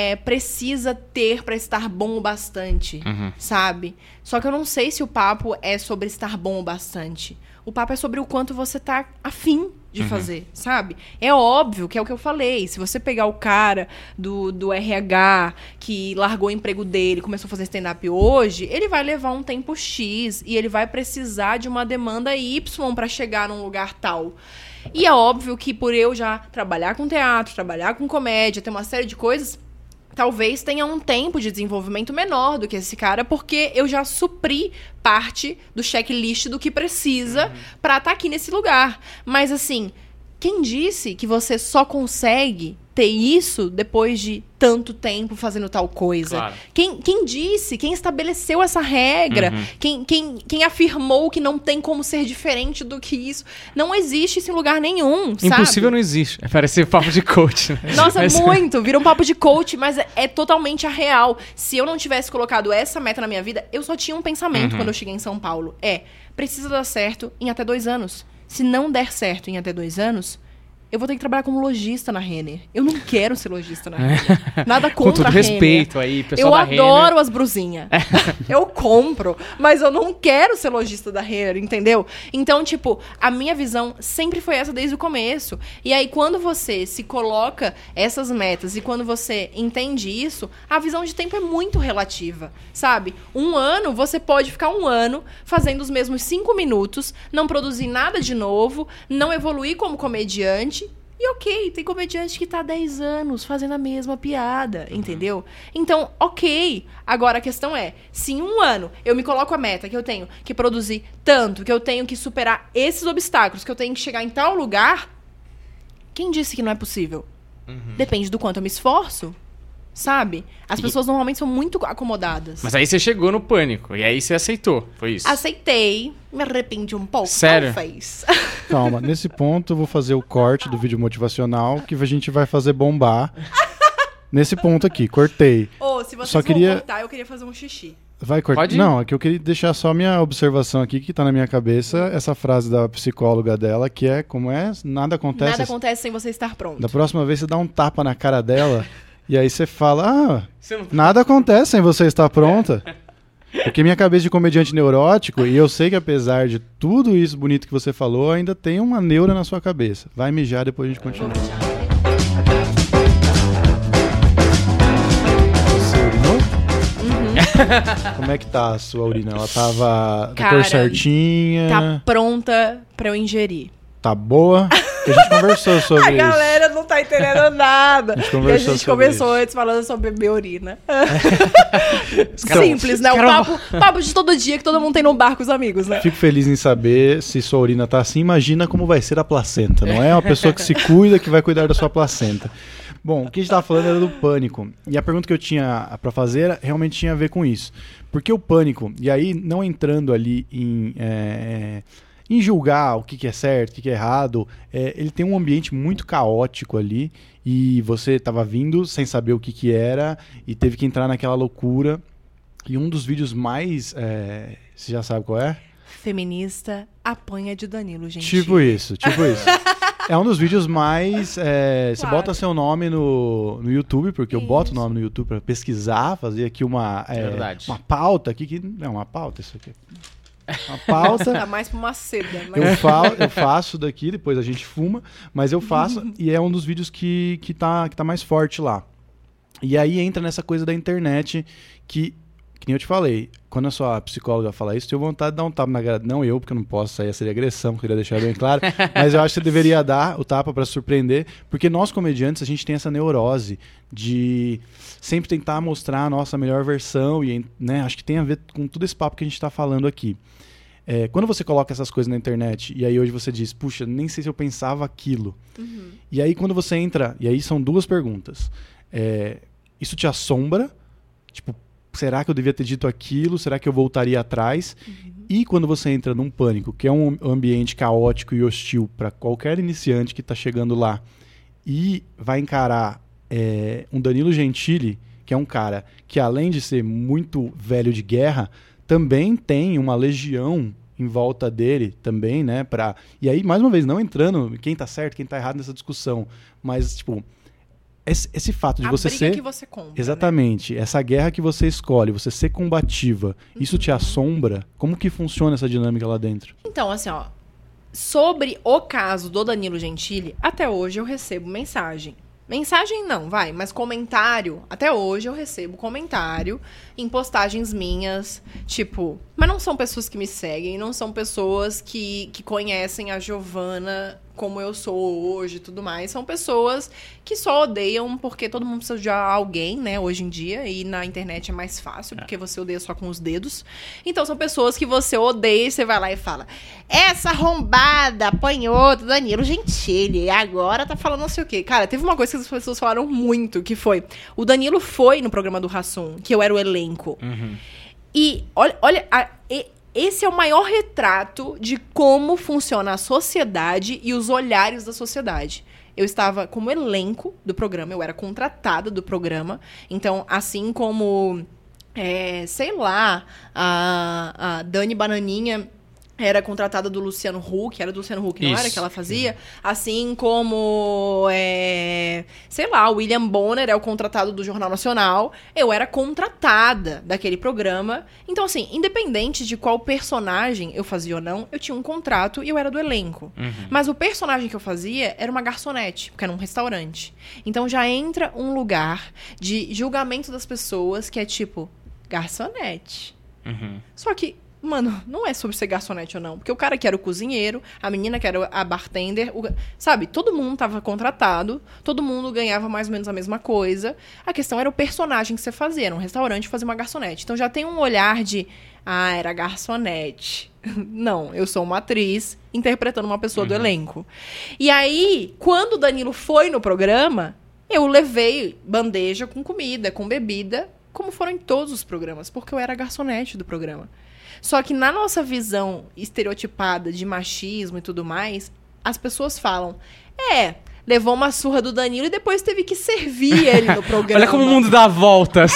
precisa ter pra estar bom o bastante, sabe? Só que eu não sei se o papo é sobre estar bom o bastante. O papo é sobre o quanto você tá afim de fazer, sabe? É óbvio que é o que eu falei. Se você pegar o cara do RH que largou o emprego dele e começou a fazer stand-up hoje, ele vai levar um tempo X e ele vai precisar de uma demanda Y pra chegar num lugar tal. E é óbvio que por eu já trabalhar com teatro, trabalhar com comédia, ter uma série de coisas... Talvez tenha um tempo de desenvolvimento menor do que esse cara, porque eu já supri parte do checklist do que precisa pra estar aqui nesse lugar. Mas, assim, quem disse que você só consegue ter isso depois de tanto tempo fazendo tal coisa? Claro. Quem disse? Quem estabeleceu essa regra? Quem afirmou que não tem como ser diferente do que isso? Não existe isso em lugar nenhum, sabe? Impossível não existe. Parece papo de coach, né? Nossa, muito. Vira um papo de coach, mas é totalmente a real. Se eu não tivesse colocado essa meta na minha vida, eu só tinha um pensamento quando eu cheguei em São Paulo. Precisa dar certo em até 2 anos. Se não der certo em até 2 anos... Eu vou ter que trabalhar como lojista na Renner. Eu não quero ser lojista na Renner. Nada contra Com todo a Renner. respeito aí, pessoal eu da Renner. adoro as brusinhas. Eu compro, mas eu não quero ser lojista da Renner, entendeu? Então, tipo, a minha visão sempre foi essa desde o começo. E aí, quando você se coloca essas metas e quando você entende isso, a visão de tempo é muito relativa, sabe? 1 ano, você pode ficar 1 ano fazendo os mesmos 5 minutos, não produzir nada de novo, não evoluir como comediante. E ok, tem comediante que tá há 10 anos fazendo a mesma piada, entendeu? Então, ok. Agora a questão é, se em 1 ano eu me coloco a meta que eu tenho que produzir tanto, que eu tenho que superar esses obstáculos, que eu tenho que chegar em tal lugar, quem disse que não é possível? Depende do quanto eu me esforço, sabe? As pessoas normalmente são muito acomodadas. Mas aí você chegou no Pânico, e aí você aceitou, foi isso? Aceitei, me arrependi um pouco. Sério? Talvez. Calma, nesse ponto eu vou fazer o corte do vídeo motivacional que a gente vai fazer bombar. Nesse ponto aqui, cortei. Se vocês Só vão queria- cortar, eu queria fazer um xixi. Vai cortar? Pode ir. Não, é que eu queria deixar só minha observação aqui que tá na minha cabeça, essa frase da psicóloga dela, que é, como é? Nada acontece. Nada acontece sem você estar pronto. Da próxima vez você dá um tapa na cara dela e aí você fala, Você não... nada acontece sem você estar pronta. Porque minha cabeça de comediante neurótico, e eu sei que apesar de tudo isso bonito que você falou, ainda tem uma neura na sua cabeça. Vai mijar, depois a gente continua. Você urinou? Como é que tá a sua urina? Ela tava da cor certinha? Tá pronta pra eu ingerir. Tá boa? A gente conversou sobre A galera não tá entendendo nada. A gente conversou a gente sobre começou isso. antes falando sobre beber urina. caras- Simples, né? O papo de todo dia que todo mundo tem no bar com os amigos, né? Fico feliz em saber se sua urina tá assim. Imagina como vai ser a placenta, não é? Uma pessoa que se cuida que vai cuidar da sua placenta. Bom, o que a gente tava falando era do pânico. E a pergunta que eu tinha pra fazer realmente tinha a ver com isso. Porque o pânico, e aí não entrando ali em julgar o que é certo, o que é errado, ele tem um ambiente muito caótico ali e você estava vindo sem saber o que era e teve que entrar naquela loucura. E um dos vídeos mais... você já sabe qual é? Feminista apanha de Danilo, gente. Tipo isso. É um dos vídeos mais... Você Claro. bota seu nome no YouTube, porque eu boto o Isso. nome no YouTube para pesquisar, fazer aqui uma pauta aqui, que não é uma pauta isso aqui. Uma pauta. Tá mais pra uma seda. Mas... Eu faço daqui, depois a gente fuma, mas eu faço e é um dos vídeos que tá mais forte lá. E aí entra nessa coisa da internet que nem eu te falei, quando a sua psicóloga fala isso, eu tenho vontade de dar um tapa na cara. Não eu, porque eu não posso, aí seria agressão, queria deixar bem claro, mas eu acho que você deveria dar o tapa pra surpreender, porque nós comediantes, a gente tem essa neurose de sempre tentar mostrar a nossa melhor versão e, né, acho que tem a ver com todo esse papo que a gente tá falando aqui. Quando você coloca essas coisas na internet e aí hoje você diz, puxa, nem sei se eu pensava aquilo. E aí quando você entra, e aí são duas perguntas. Isso te assombra? Tipo, será que eu devia ter dito aquilo? Será que eu voltaria atrás? E quando você entra num pânico, que é um ambiente caótico e hostil para qualquer iniciante que está chegando lá e vai encarar um Danilo Gentili, que é um cara que além de ser muito velho de guerra, também tem uma legião em volta dele também, né? E aí, mais uma vez, não entrando quem tá certo, quem tá errado nessa discussão, mas, tipo, esse fato de você briga ser... que você compra, Exatamente. Né? Essa guerra que você escolhe, você ser combativa, isso te assombra? Como que funciona essa dinâmica lá dentro? Então, assim, ó, sobre o caso do Danilo Gentili, até hoje eu recebo mensagem. Mensagem não, mas comentário. Até hoje eu recebo comentário em postagens minhas, tipo... Mas não são pessoas que me seguem, não são pessoas que conhecem a Giovana como eu sou hoje e tudo mais. São pessoas que só odeiam porque todo mundo precisa de alguém, né, hoje em dia. E na internet é mais fácil, porque você odeia só com os dedos. Então são pessoas que você odeia e você vai lá e fala... Essa arrombada apanhou do Danilo Gentili e agora tá falando não sei o quê. Cara, teve uma coisa que as pessoas falaram muito, que foi... O Danilo foi no programa do Hassum, que eu era o elenco. E olha esse é o maior retrato de como funciona a sociedade e os olhares da sociedade. Eu estava como elenco do programa, eu era contratada do programa. Então, assim como, sei lá, a Dani Bananinha era contratada do Luciano Huck, era do Luciano Huck, não era que ela fazia? Assim como, sei lá, o William Bonner é o contratado do Jornal Nacional. Eu era contratada daquele programa. Então, assim, independente de qual personagem eu fazia ou não, eu tinha um contrato e eu era do elenco. Mas o personagem que eu fazia era uma garçonete, porque era um restaurante. Então já entra um lugar de julgamento das pessoas que é tipo, garçonete. Só que mano, não é sobre ser garçonete ou não. Porque o cara que era o cozinheiro, a menina que era a bartender, sabe? Todo mundo tava contratado, todo mundo ganhava mais ou menos a mesma coisa. A questão era o personagem que você fazia. Era um restaurante fazer uma garçonete. Então já tem um olhar de, era garçonete. Não, eu sou uma atriz interpretando uma pessoa do elenco. E aí, quando o Danilo foi no programa, eu levei bandeja com comida, com bebida, como foram em todos os programas, porque eu era a garçonete do programa. Só que na nossa visão estereotipada de machismo e tudo mais, as pessoas falam, levou uma surra do Danilo e depois teve que servir ele no programa. Olha como o mundo dá voltas.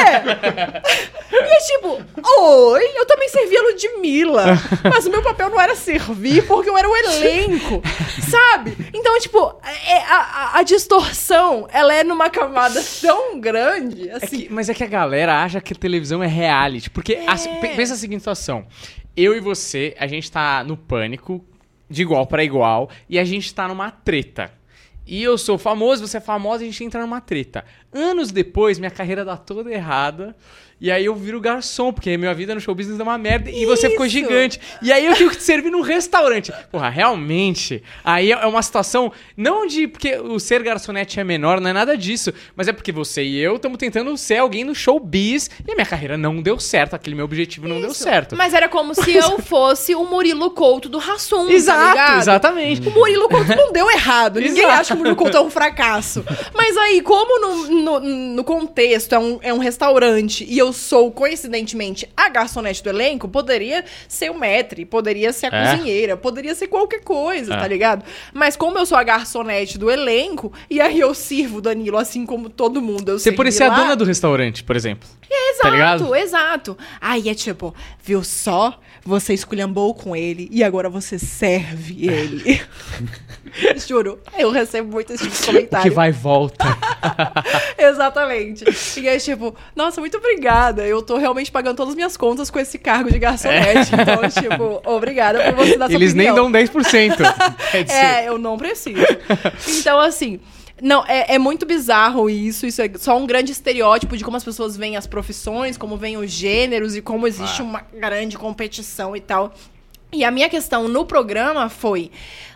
E é tipo, oi, eu também servi a Ludmilla, mas o meu papel não era servir porque eu era o elenco, sabe? Então, tipo, a distorção, ela é numa camada tão grande, assim. Mas é que a galera acha que a televisão é reality, porque pensa a seguinte situação, eu e você, a gente tá no Pânico, de igual pra igual, e a gente tá numa treta. E eu sou famoso, você é famosa, a gente entra numa treta. Anos depois, minha carreira dá toda errada. E aí eu viro garçom, porque minha vida no show business é uma merda. E você ficou gigante. E aí eu tive que te servir num restaurante. Porra, realmente, aí é uma situação, não de porque o ser garçonete é menor, não é nada disso. Mas é porque você e eu estamos tentando ser alguém no show biz. E a minha carreira não deu certo, aquele meu objetivo não deu certo. Mas era como se eu fosse o Murilo Couto do Hassum, Exato, tá ligado? Exatamente. O Murilo Couto não deu errado. Ninguém acha que o Murilo Couto é um fracasso. Mas aí, como no contexto é um restaurante e eu sou, coincidentemente, a garçonete do elenco, poderia ser o maître, poderia ser a cozinheira, poderia ser qualquer coisa, tá ligado? Mas como eu sou a garçonete do elenco, e aí eu sirvo o Danilo assim como todo mundo. Você poderia ser a dona do restaurante, por exemplo. Exato, tá ligado? Exato. Aí é tipo, viu só? Você esculhambou com ele e agora você serve ele. Juro, eu recebo muito esse tipo de comentário. Que vai e volta. Exatamente. E é tipo, nossa, muito obrigada. Eu tô realmente pagando todas as minhas contas com esse cargo de garçonete. Então, tipo, obrigada por você dar sua Eles opinião. nem dão 10%. Quer dizer. Eu não preciso. Então, assim... Não, é muito bizarro isso é só um grande estereótipo de como as pessoas veem as profissões, como veem os gêneros e como existe uma grande competição e tal. E a minha questão no programa foi...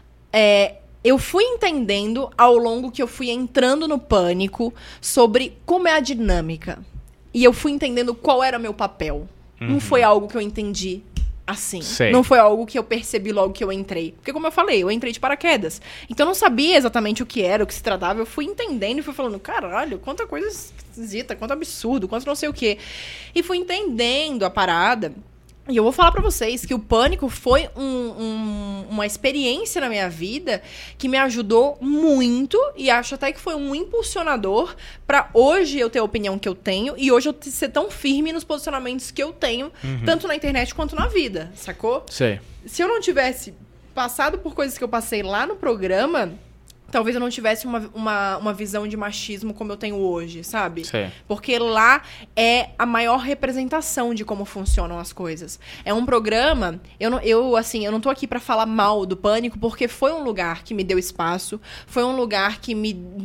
eu fui entendendo ao longo que eu fui entrando no Pânico sobre como é a dinâmica. E eu fui entendendo qual era meu papel. Não foi algo que eu entendi assim. Sei. Não foi algo que eu percebi logo que eu entrei. Porque, como eu falei, eu entrei de paraquedas. Então, eu não sabia exatamente o que era, o que se tratava. Eu fui entendendo e fui falando, caralho, quanta coisa esquisita, quanto absurdo, quanto não sei o quê. E fui entendendo a parada. E eu vou falar pra vocês que o Pânico foi uma experiência na minha vida que me ajudou muito e acho até que foi um impulsionador pra hoje eu ter a opinião que eu tenho e hoje eu ser tão firme nos posicionamentos que eu tenho, tanto na internet quanto na vida, sacou? Sei. Se eu não tivesse passado por coisas que eu passei lá no programa... Talvez eu não tivesse uma visão de machismo como eu tenho hoje, sabe? Sim. Porque lá é a maior representação de como funcionam as coisas. É um programa... Eu não tô aqui pra falar mal do Pânico, porque foi um lugar que me deu espaço, foi um lugar que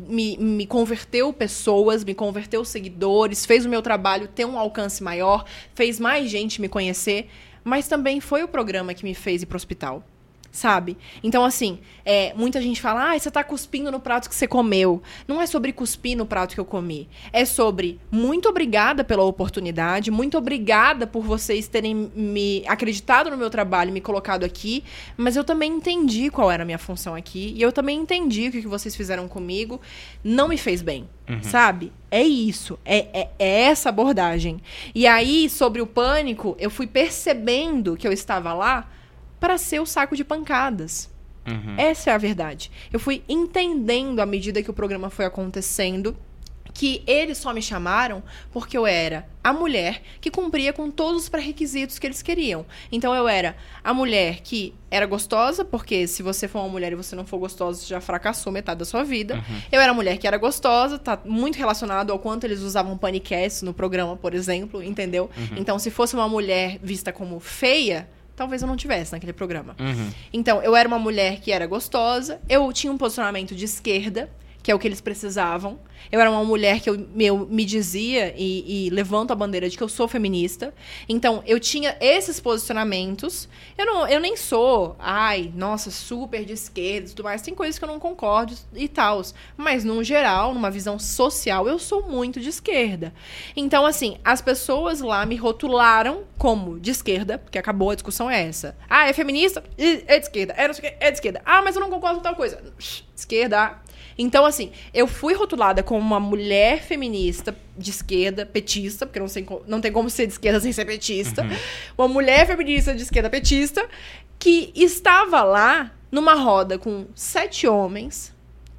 me converteu pessoas, me converteu seguidores, fez o meu trabalho ter um alcance maior, fez mais gente me conhecer, mas também foi o programa que me fez ir pro hospital. Sabe? Então, assim, muita gente fala, você tá cuspindo no prato que você comeu. Não é sobre cuspir no prato que eu comi. É sobre, muito obrigada pela oportunidade, muito obrigada por vocês terem me acreditado no meu trabalho, me colocado aqui, mas eu também entendi qual era a minha função aqui, e eu também entendi o que vocês fizeram comigo não me fez bem, sabe? É isso, é essa abordagem. E aí, sobre o Pânico, eu fui percebendo que eu estava lá para ser o saco de pancadas. Essa é a verdade. Eu fui entendendo à medida que o programa foi acontecendo que eles só me chamaram porque eu era a mulher que cumpria com todos os pré-requisitos que eles queriam. Então eu era a mulher que era gostosa, porque se você for uma mulher e você não for gostosa, você já fracassou metade da sua vida. Eu era a mulher que era gostosa, tá muito relacionado ao quanto eles usavam panicast no programa, por exemplo, entendeu? Então se fosse uma mulher vista como feia, talvez eu não tivesse naquele programa. Então, eu era uma mulher que era gostosa, eu tinha um posicionamento de esquerda, que é o que eles precisavam. Eu era uma mulher que eu me dizia e levanto a bandeira de que eu sou feminista. Então, eu tinha esses posicionamentos. Eu nem sou, nossa, super de esquerda e tudo mais. Tem coisas que eu não concordo e tal. Mas, no geral, numa visão social, eu sou muito de esquerda. Então, assim, as pessoas lá me rotularam como de esquerda, porque acabou a discussão é essa. É feminista? É de esquerda. Não sei o que, é de esquerda. Mas eu não concordo com tal coisa. Esquerda. Então, assim, eu fui rotulada como uma mulher feminista de esquerda, petista, porque não tem como ser de esquerda sem ser petista. Uma mulher feminista de esquerda petista que estava lá numa roda com 7 homens,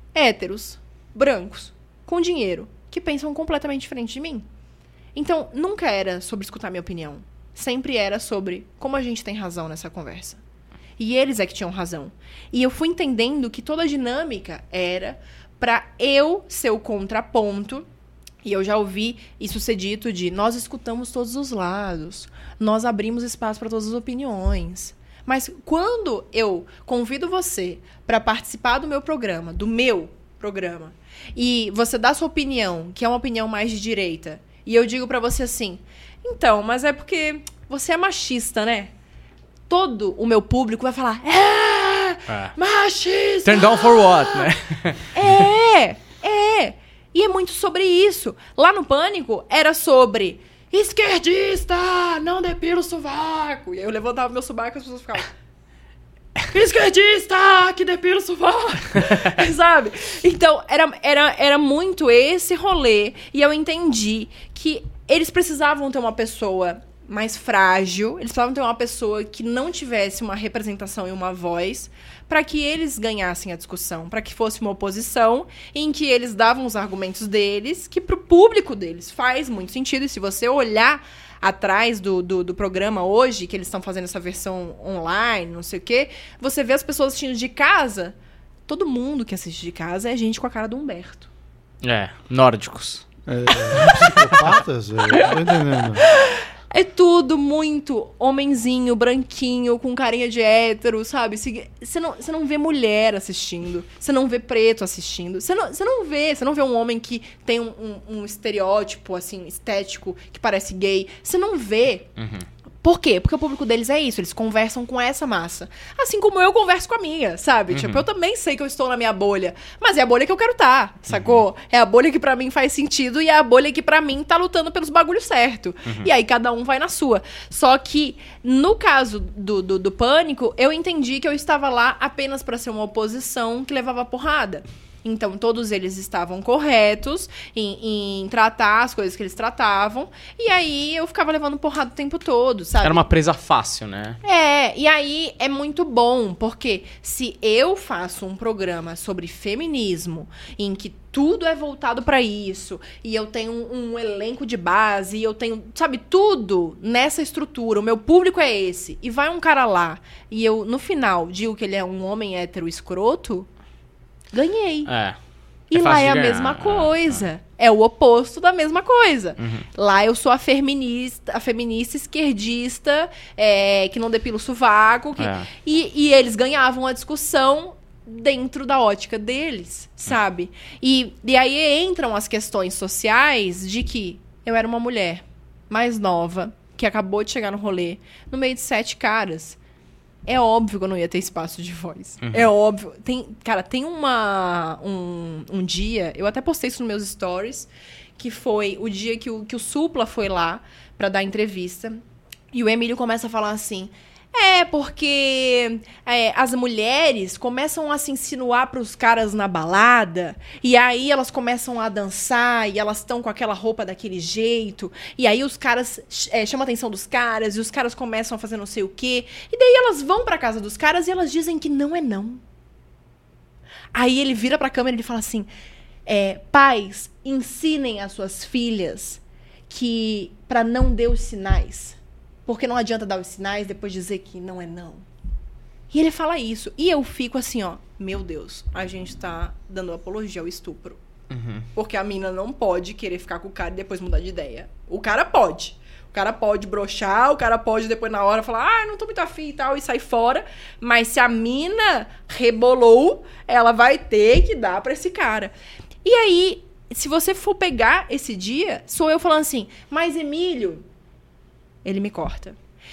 héteros, brancos, com dinheiro, que pensam completamente diferente de mim. Então, nunca era sobre escutar minha opinião. Sempre era sobre como a gente tem razão nessa conversa. E eles é que tinham razão. E eu fui entendendo que toda a dinâmica era pra eu ser o contraponto. E eu já ouvi isso ser dito de nós escutamos todos os lados, nós abrimos espaço para todas as opiniões. Mas quando eu convido você para participar do meu programa, e você dá sua opinião, que é uma opinião mais de direita, e eu digo para você assim, então, mas é porque você é machista, né? Todo o meu público vai falar, machista! Turn down for what, né? E é muito sobre isso. Lá no Pânico, era sobre esquerdista, não depila o sovaco. E aí eu levantava meu sovaco e as pessoas ficavam... esquerdista, que depila o sovaco. Sabe? Então, era muito esse rolê. E eu entendi que eles precisavam ter uma pessoa mais frágil. Eles precisavam ter uma pessoa que não tivesse uma representação e uma voz para que eles ganhassem a discussão, para que fosse uma oposição em que eles davam os argumentos deles, que pro público deles faz muito sentido. E se você olhar atrás do programa hoje, que eles estão fazendo essa versão online, não sei o quê, você vê as pessoas assistindo de casa. Todo mundo que assiste de casa é gente com a cara do Humberto. Nórdicos. Psicopatas? Eu não tô entendendo. É tudo muito homenzinho, branquinho, com carinha de hétero, sabe? Você não vê mulher assistindo. Você não vê preto assistindo. Você não vê um homem que tem um estereótipo, assim, estético, que parece gay. Você não vê. Uhum. Por quê? Porque o público deles é isso. Eles conversam com essa massa. Assim como eu converso com a minha, sabe? Tipo, eu também sei que eu estou na minha bolha. Mas é a bolha que eu quero estar, sacou? É a bolha que pra mim faz sentido e é a bolha que pra mim tá lutando pelos bagulhos certo. E aí cada um vai na sua. Só que, no caso do Pânico, eu entendi que eu estava lá apenas pra ser uma oposição que levava porrada. Então, todos eles estavam corretos em tratar as coisas que eles tratavam. E aí, eu ficava levando porrada o tempo todo, sabe? Era uma presa fácil, né? E aí é muito bom, porque se eu faço um programa sobre feminismo, em que tudo é voltado pra isso, e eu tenho um elenco de base, e eu tenho, sabe, tudo nessa estrutura, o meu público é esse, e vai um cara lá, e eu, no final, digo que ele é um homem hétero escroto... Ganhei. E lá é a mesma coisa. É o oposto da mesma coisa. Lá eu sou a feminista esquerdista, que não depila o sovaco. E eles ganhavam a discussão dentro da ótica deles, sabe? E aí entram as questões sociais de que eu era uma mulher mais nova, que acabou de chegar no rolê, no meio de 7 caras. É óbvio que eu não ia ter espaço de voz. É óbvio. Tem um dia, eu até postei isso nos meus stories, que foi o dia que o Supla foi lá pra dar entrevista. E o Emílio começa a falar assim... porque as mulheres começam a se insinuar pros caras na balada, e aí elas começam a dançar, e elas estão com aquela roupa daquele jeito, e aí os caras chamam a atenção dos caras, e os caras começam a fazer não sei o quê, e daí elas vão pra casa dos caras e elas dizem que não é não. Aí ele vira pra câmera e ele fala assim, pais, ensinem as suas filhas que pra não dar os sinais. Porque não adianta dar os sinais depois dizer que não é não. E ele fala isso. E eu fico assim, ó. Meu Deus, a gente tá dando apologia ao estupro. Porque a mina não pode querer ficar com o cara e depois mudar de ideia. O cara pode. O cara pode broxar, o cara pode depois na hora falar, não tô muito afim e tal, e sair fora. Mas se a mina rebolou, ela vai ter que dar pra esse cara. E aí, se você for pegar esse dia, sou eu falando assim, mas Emílio... Ele me corta.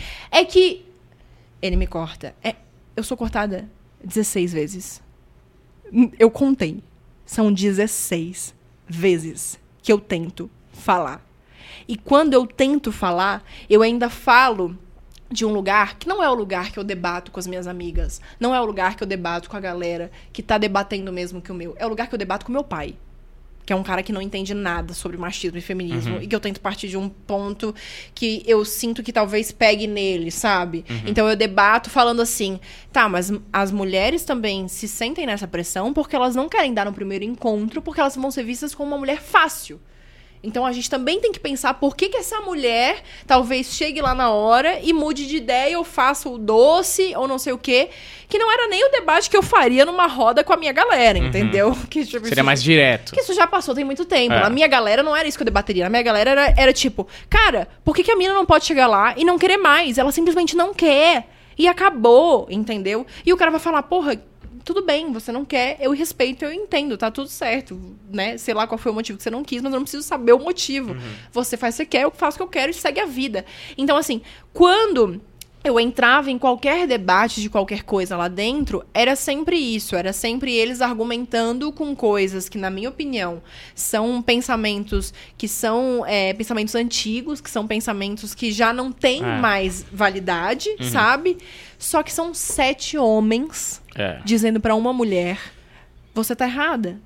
Ele me corta. Eu sou cortada 16 vezes. Eu contei. São 16 vezes que eu tento falar. E quando eu tento falar, eu ainda falo de um lugar que não é o lugar que eu debato com as minhas amigas. Não é o lugar que eu debato com a galera que tá debatendo mesmo que o meu. É o lugar que eu debato com meu pai. que é um cara que não entende nada sobre machismo e feminismo, e que eu tento partir de um ponto que eu sinto que talvez pegue nele, sabe? Então eu debato falando assim, tá, mas as mulheres também se sentem nessa pressão porque elas não querem dar no primeiro encontro, porque elas vão ser vistas como uma mulher fácil. Então a gente também tem que pensar por que essa mulher talvez chegue lá na hora e mude de ideia ou faça o doce ou não sei o quê. Que não era nem o debate que eu faria numa roda com a minha galera, entendeu? Que, tipo, Seria mais direto. Que isso já passou tem muito tempo. É. Na minha galera não era isso que eu debateria. Na minha galera era tipo, cara, por que a mina não pode chegar lá e não querer mais? Ela simplesmente não quer. E acabou, entendeu? E o cara vai falar, porra, tudo bem, você não quer, eu respeito, eu entendo, tá tudo certo, né? Sei lá qual foi o motivo que você não quis, mas eu não preciso saber o motivo. Você faz o que você quer, eu faço o que eu quero e segue a vida. Então, assim, quando eu entrava em qualquer debate de qualquer coisa lá dentro, era sempre isso, era sempre eles argumentando com coisas que, na minha opinião, são pensamentos que são pensamentos antigos, que são pensamentos que já não têm mais validade, sabe? Só que são 7 homens dizendo pra uma mulher, você tá errada.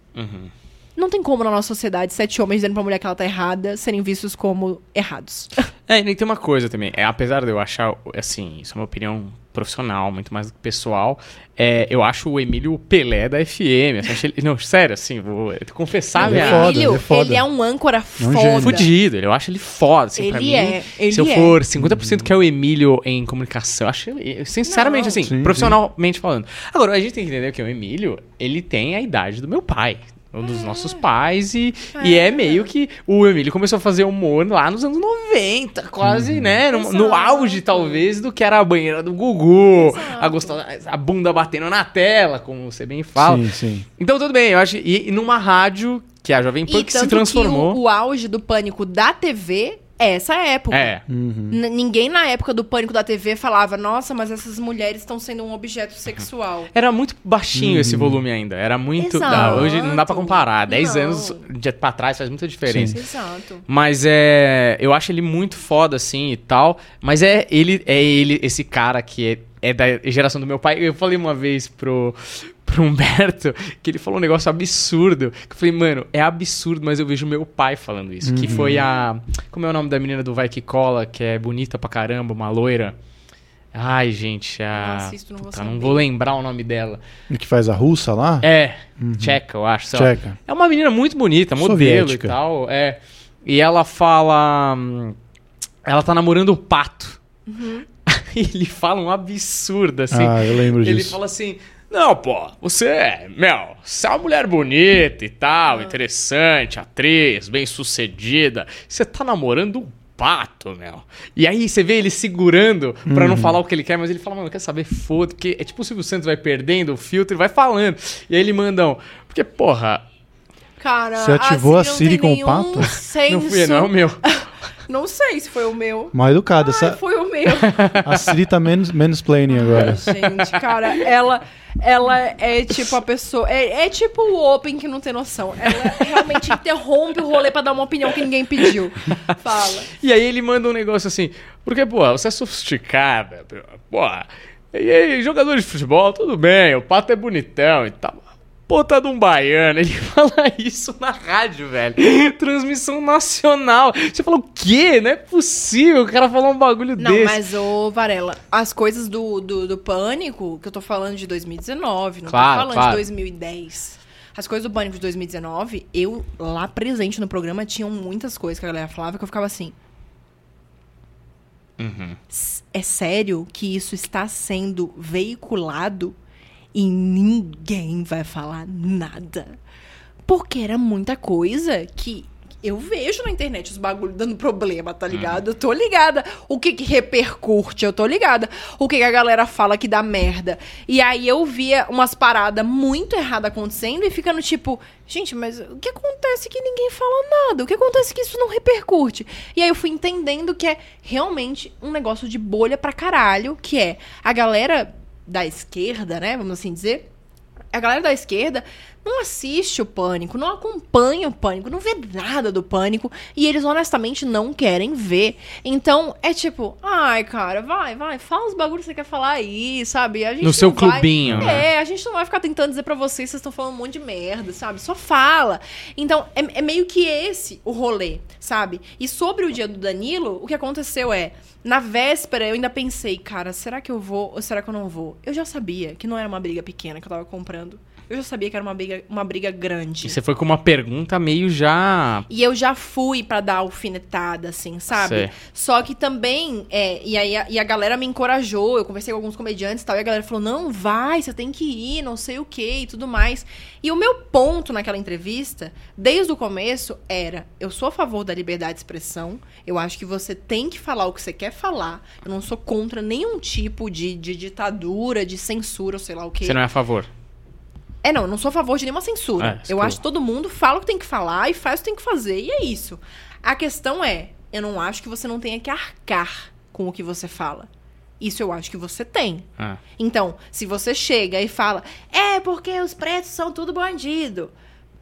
Não tem como na nossa sociedade 7 homens dizendo pra mulher que ela tá errada serem vistos como errados. E nem tem uma coisa também. Apesar de eu achar, assim, isso é uma opinião profissional, muito mais do que pessoal, eu acho o Emílio o Pelé da FM. Assim, não, sério, assim, vou confessar, Ele é minha... foda, Emílio, ele é foda. ele é um âncora um foda. gênio. Fudido, eu acho ele foda, assim, pra mim. Se eu for 50% que é o Emílio em comunicação, eu acho, sinceramente, Não. assim, Sim, profissionalmente falando. Agora, a gente tem que entender que o Emílio, ele tem a idade do meu pai. Um dos nossos pais, e é meio que o Emílio começou a fazer humor lá nos anos 90, quase, né? No auge, talvez, do que era a banheira do Gugu, a bunda batendo na tela, como você bem fala. Sim, sim. Então, tudo bem, eu acho. E numa rádio, que é a Jovem Pan, E que se tanto transformou. que o auge do pânico da TV é essa época. Ninguém na época do pânico da TV falava, nossa, mas essas mulheres estão sendo um objeto sexual. Era muito baixinho esse volume ainda. Era muito. Exato. Hoje não dá pra comparar. 10 Não. anos pra trás faz muita diferença. Exato. Mas eu acho ele muito foda, assim, e tal. Mas ele, esse cara que é da geração do meu pai. Eu falei uma vez pro Humberto, que ele falou um negócio absurdo. Que eu falei, mano, é absurdo, mas eu vejo meu pai falando isso. Que foi como é o nome da menina do Vai Que Cola, que é bonita pra caramba, uma loira? Ai, gente, Não assisto, não vou saber. não vou lembrar o nome dela. O que faz a russa lá? Tcheca, eu acho. sei lá. Tcheca. É uma menina muito bonita, modelo Soviética. e tal. E ela fala... Ela tá namorando o Pato. E ele fala um absurdo, assim. Eu lembro Ele disso. fala assim... Não, pô, você é uma mulher bonita e tal, interessante, atriz, bem-sucedida. Você tá namorando um Pato, meu. E aí você vê ele segurando pra não falar o que ele quer, mas ele fala, mano, quer saber? Foda, porque é tipo o Silvio Santos vai perdendo o filtro e vai falando. E aí ele manda porque, porra... Cara, Você ativou a Siri com o nenhum pato? Senso. Não fui, não é o meu. Não sei se foi o meu. Mal educada. Foi o meu. A Siri tá mansplaining agora. Gente, cara, ela é tipo a pessoa... É tipo o Open que não tem noção. Ela realmente interrompe o rolê pra dar uma opinião que ninguém pediu. Fala. E aí ele manda um negócio assim, porque, pô, você é sofisticada, pô, e aí, jogador de futebol, tudo bem, o Pato é bonitão e tal. Puta de um baiano, ele fala isso na rádio, velho. Transmissão nacional. Você fala, o quê? Não é possível o cara falar um bagulho Não, desse. mas, ô, Varela, as coisas do Pânico, que eu tô falando de 2019, não Claro, tô falando claro. de 2010. As coisas do Pânico de 2019, eu, lá presente no programa, tinham muitas coisas que a galera falava que eu ficava assim... É sério que isso está sendo veiculado e ninguém vai falar nada? Porque era muita coisa que eu vejo na internet os bagulhos dando problema, tá ligado? Eu tô ligada. O que repercute, eu tô ligada. O que a galera fala que dá merda. E aí eu via umas paradas muito erradas acontecendo e ficando tipo... Gente, mas o que acontece que ninguém fala nada? O que acontece que isso não repercute? E aí eu fui entendendo que é realmente um negócio de bolha pra caralho, que é a galera da esquerda, né? Vamos assim dizer... A galera da esquerda não assiste o Pânico, não acompanha o Pânico, não vê nada do Pânico e eles honestamente não querem ver. Então, é tipo, ai, cara, vai, fala os bagulhos que você quer falar aí, sabe? A gente no seu vai, clubinho, né? a gente não vai ficar tentando dizer pra vocês estão falando um monte de merda, sabe? Só fala. Então, é meio que esse o rolê, sabe? E sobre o dia do Danilo, o que aconteceu na véspera eu ainda pensei, cara, será que eu vou ou será que eu não vou? Eu já sabia que não era uma briga pequena que eu tava comprando. Eu já sabia que era uma briga grande. E você foi com uma pergunta meio já... E eu já fui pra dar alfinetada, assim, sabe? Sei. Só que também, e a galera me encorajou, eu conversei com alguns comediantes e tal, e a galera falou, não, vai, você tem que ir, não sei o quê, e tudo mais. E o meu ponto naquela entrevista, desde o começo, era, eu sou a favor da liberdade de expressão, eu acho que você tem que falar o que você quer falar, eu não sou contra nenhum tipo de ditadura, de censura, ou sei lá o quê. Você não é a favor? Não, eu não sou a favor de nenhuma censura. Eu acho que todo mundo fala o que tem que falar e faz o que tem que fazer. E é isso. A questão eu não acho que você não tenha que arcar com o que você fala. Isso eu acho que você tem. Então, se você chega e fala, porque os pretos são tudo bandido.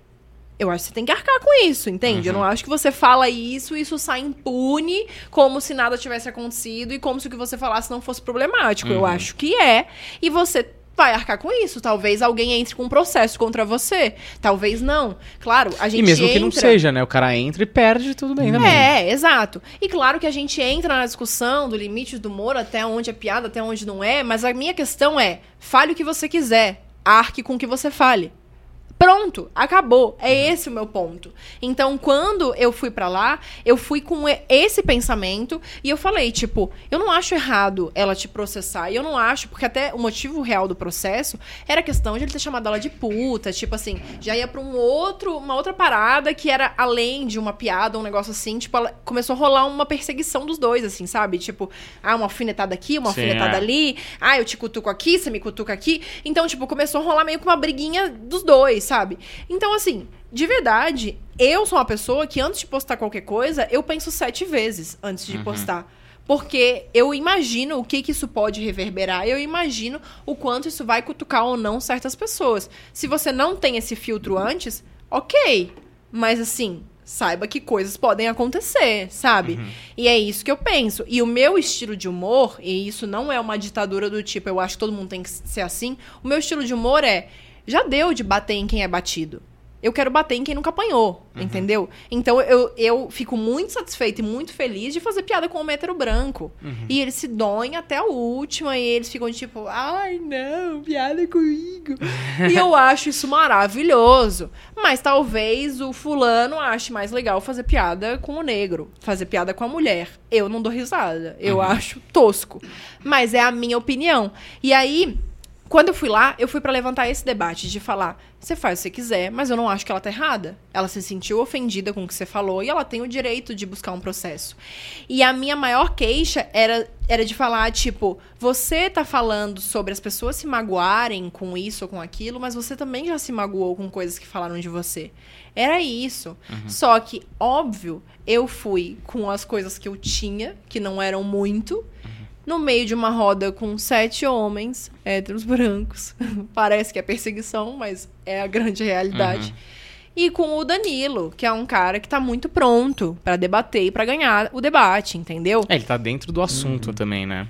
Eu acho que você tem que arcar com isso, entende? Eu não acho que você fala isso e isso sai impune, como se nada tivesse acontecido e como se o que você falasse não fosse problemático. Eu acho que e você vai arcar com isso. Talvez alguém entre com um processo contra você. Talvez não. Claro, a gente E mesmo que não seja, né? O cara entra e perde, tudo bem também. Exato. E claro que a gente entra na discussão do limite do humor, até onde é piada, até onde não é, mas a minha questão fale o que você quiser. Arque com o que você fale. Pronto, acabou. É esse o meu ponto. Então, quando eu fui pra lá, eu fui com esse pensamento e eu falei, tipo, eu não acho errado ela te processar. E eu não acho, porque até o motivo real do processo era a questão de ele ter chamado ela de puta. Tipo assim, já ia pra uma outra parada que era além de uma piada, um negócio assim. Tipo, ela começou a rolar uma perseguição dos dois, assim, sabe? Tipo, uma alfinetada aqui, uma alfinetada ali. Eu te cutuco aqui, você me cutuca aqui. Então, tipo, começou a rolar meio que uma briguinha dos dois, sabe? Então, assim, de verdade, eu sou uma pessoa que antes de postar qualquer coisa, eu penso 7 vezes antes de postar. Porque eu imagino o que isso pode reverberar, eu imagino o quanto isso vai cutucar ou não certas pessoas. Se você não tem esse filtro antes, ok. Mas, assim, saiba que coisas podem acontecer, sabe? E é isso que eu penso. E o meu estilo de humor, e isso não é uma ditadura do tipo, eu acho que todo mundo tem que ser assim, o meu estilo de humor já deu de bater em quem é batido. Eu quero bater em quem nunca apanhou, entendeu? Então, eu fico muito satisfeita e muito feliz de fazer piada com o hétero branco. E eles se doem até a última, e eles ficam tipo, ai, não, piada comigo. E eu acho isso maravilhoso. Mas talvez o fulano ache mais legal fazer piada com o negro, fazer piada com a mulher. Eu não dou risada. Eu acho tosco. Mas é a minha opinião. E aí, quando eu fui lá, eu fui pra levantar esse debate de falar, você faz o que você quiser, mas eu não acho que ela tá errada. Ela se sentiu ofendida com o que você falou e ela tem o direito de buscar um processo. E a minha maior queixa era de falar, tipo, você tá falando sobre as pessoas se magoarem com isso ou com aquilo, mas você também já se magoou com coisas que falaram de você. Era isso. Só que, óbvio, eu fui com as coisas que eu tinha, que não eram muito, no meio de uma roda com 7 homens, héteros brancos. Parece que é perseguição, mas é a grande realidade. E com o Danilo, que é um cara que tá muito pronto pra debater e pra ganhar o debate, entendeu? Ele tá dentro do assunto também, né?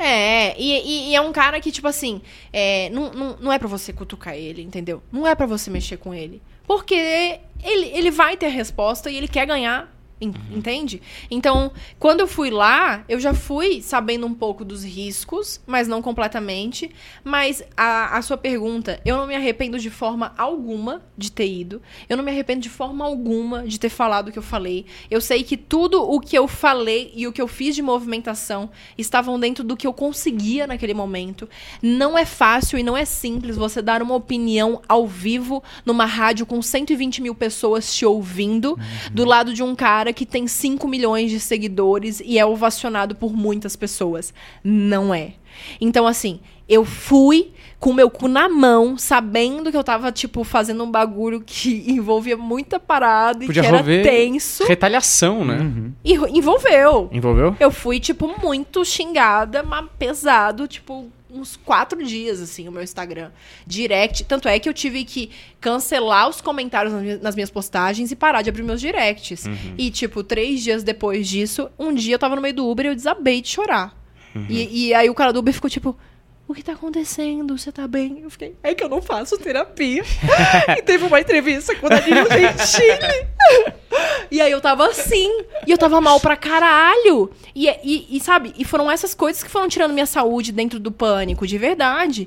E é um cara que, tipo assim, não é pra você cutucar ele, entendeu? Não é pra você mexer com ele. Porque ele vai ter a resposta e ele quer ganhar. Entende? Então, quando eu fui lá, eu já fui sabendo um pouco dos riscos, mas não completamente. Mas a sua pergunta, eu não me arrependo de forma alguma de ter ido. Eu não me arrependo de forma alguma de ter falado o que eu falei. Eu sei que tudo o que eu falei e o que eu fiz de movimentação estavam dentro do que eu conseguia naquele momento. Não é fácil e não é simples você dar uma opinião ao vivo numa rádio com 120 mil pessoas te ouvindo, do lado de um cara que tem 5 milhões de seguidores e é ovacionado por muitas pessoas. Não é. Então, assim, eu fui com o meu cu na mão, sabendo que eu tava, tipo, fazendo um bagulho que envolvia muita parada e que era tenso. Retaliação, né? E envolveu. Envolveu? Eu fui, tipo, muito xingada, mas pesado, tipo, uns 4 dias, assim, o meu Instagram. Direct. Tanto é que eu tive que cancelar os comentários nas minhas postagens e parar de abrir meus directs. E, tipo, 3 dias depois disso, um dia eu tava no meio do Uber e eu desabei de chorar. E aí o cara do Uber ficou tipo... O que tá acontecendo? Você tá bem? Eu fiquei, é que eu não faço terapia. E teve uma entrevista com o Danilo Gentili. E aí eu tava assim. E eu tava mal pra caralho. E sabe? E foram essas coisas que foram tirando minha saúde dentro do pânico, de verdade.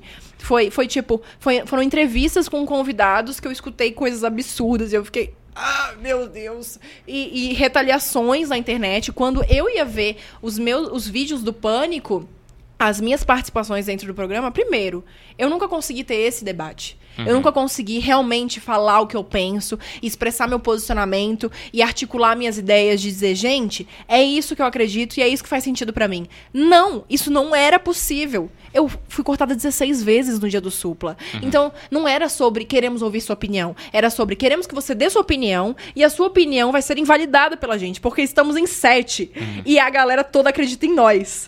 Foram entrevistas com convidados que eu escutei coisas absurdas. E eu fiquei... Ah, meu Deus. E retaliações na internet. Quando eu ia ver os vídeos do pânico... As minhas participações dentro do programa, primeiro, eu nunca consegui ter esse debate. Eu nunca consegui realmente falar o que eu penso, expressar meu posicionamento e articular minhas ideias de dizer, gente, é isso que eu acredito e é isso que faz sentido pra mim. Não, isso não era possível. Eu fui cortada 16 vezes no dia do Supla. Então, não era sobre queremos ouvir sua opinião. Era sobre queremos que você dê sua opinião e a sua opinião vai ser invalidada pela gente, porque estamos em 7 e a galera toda acredita em nós.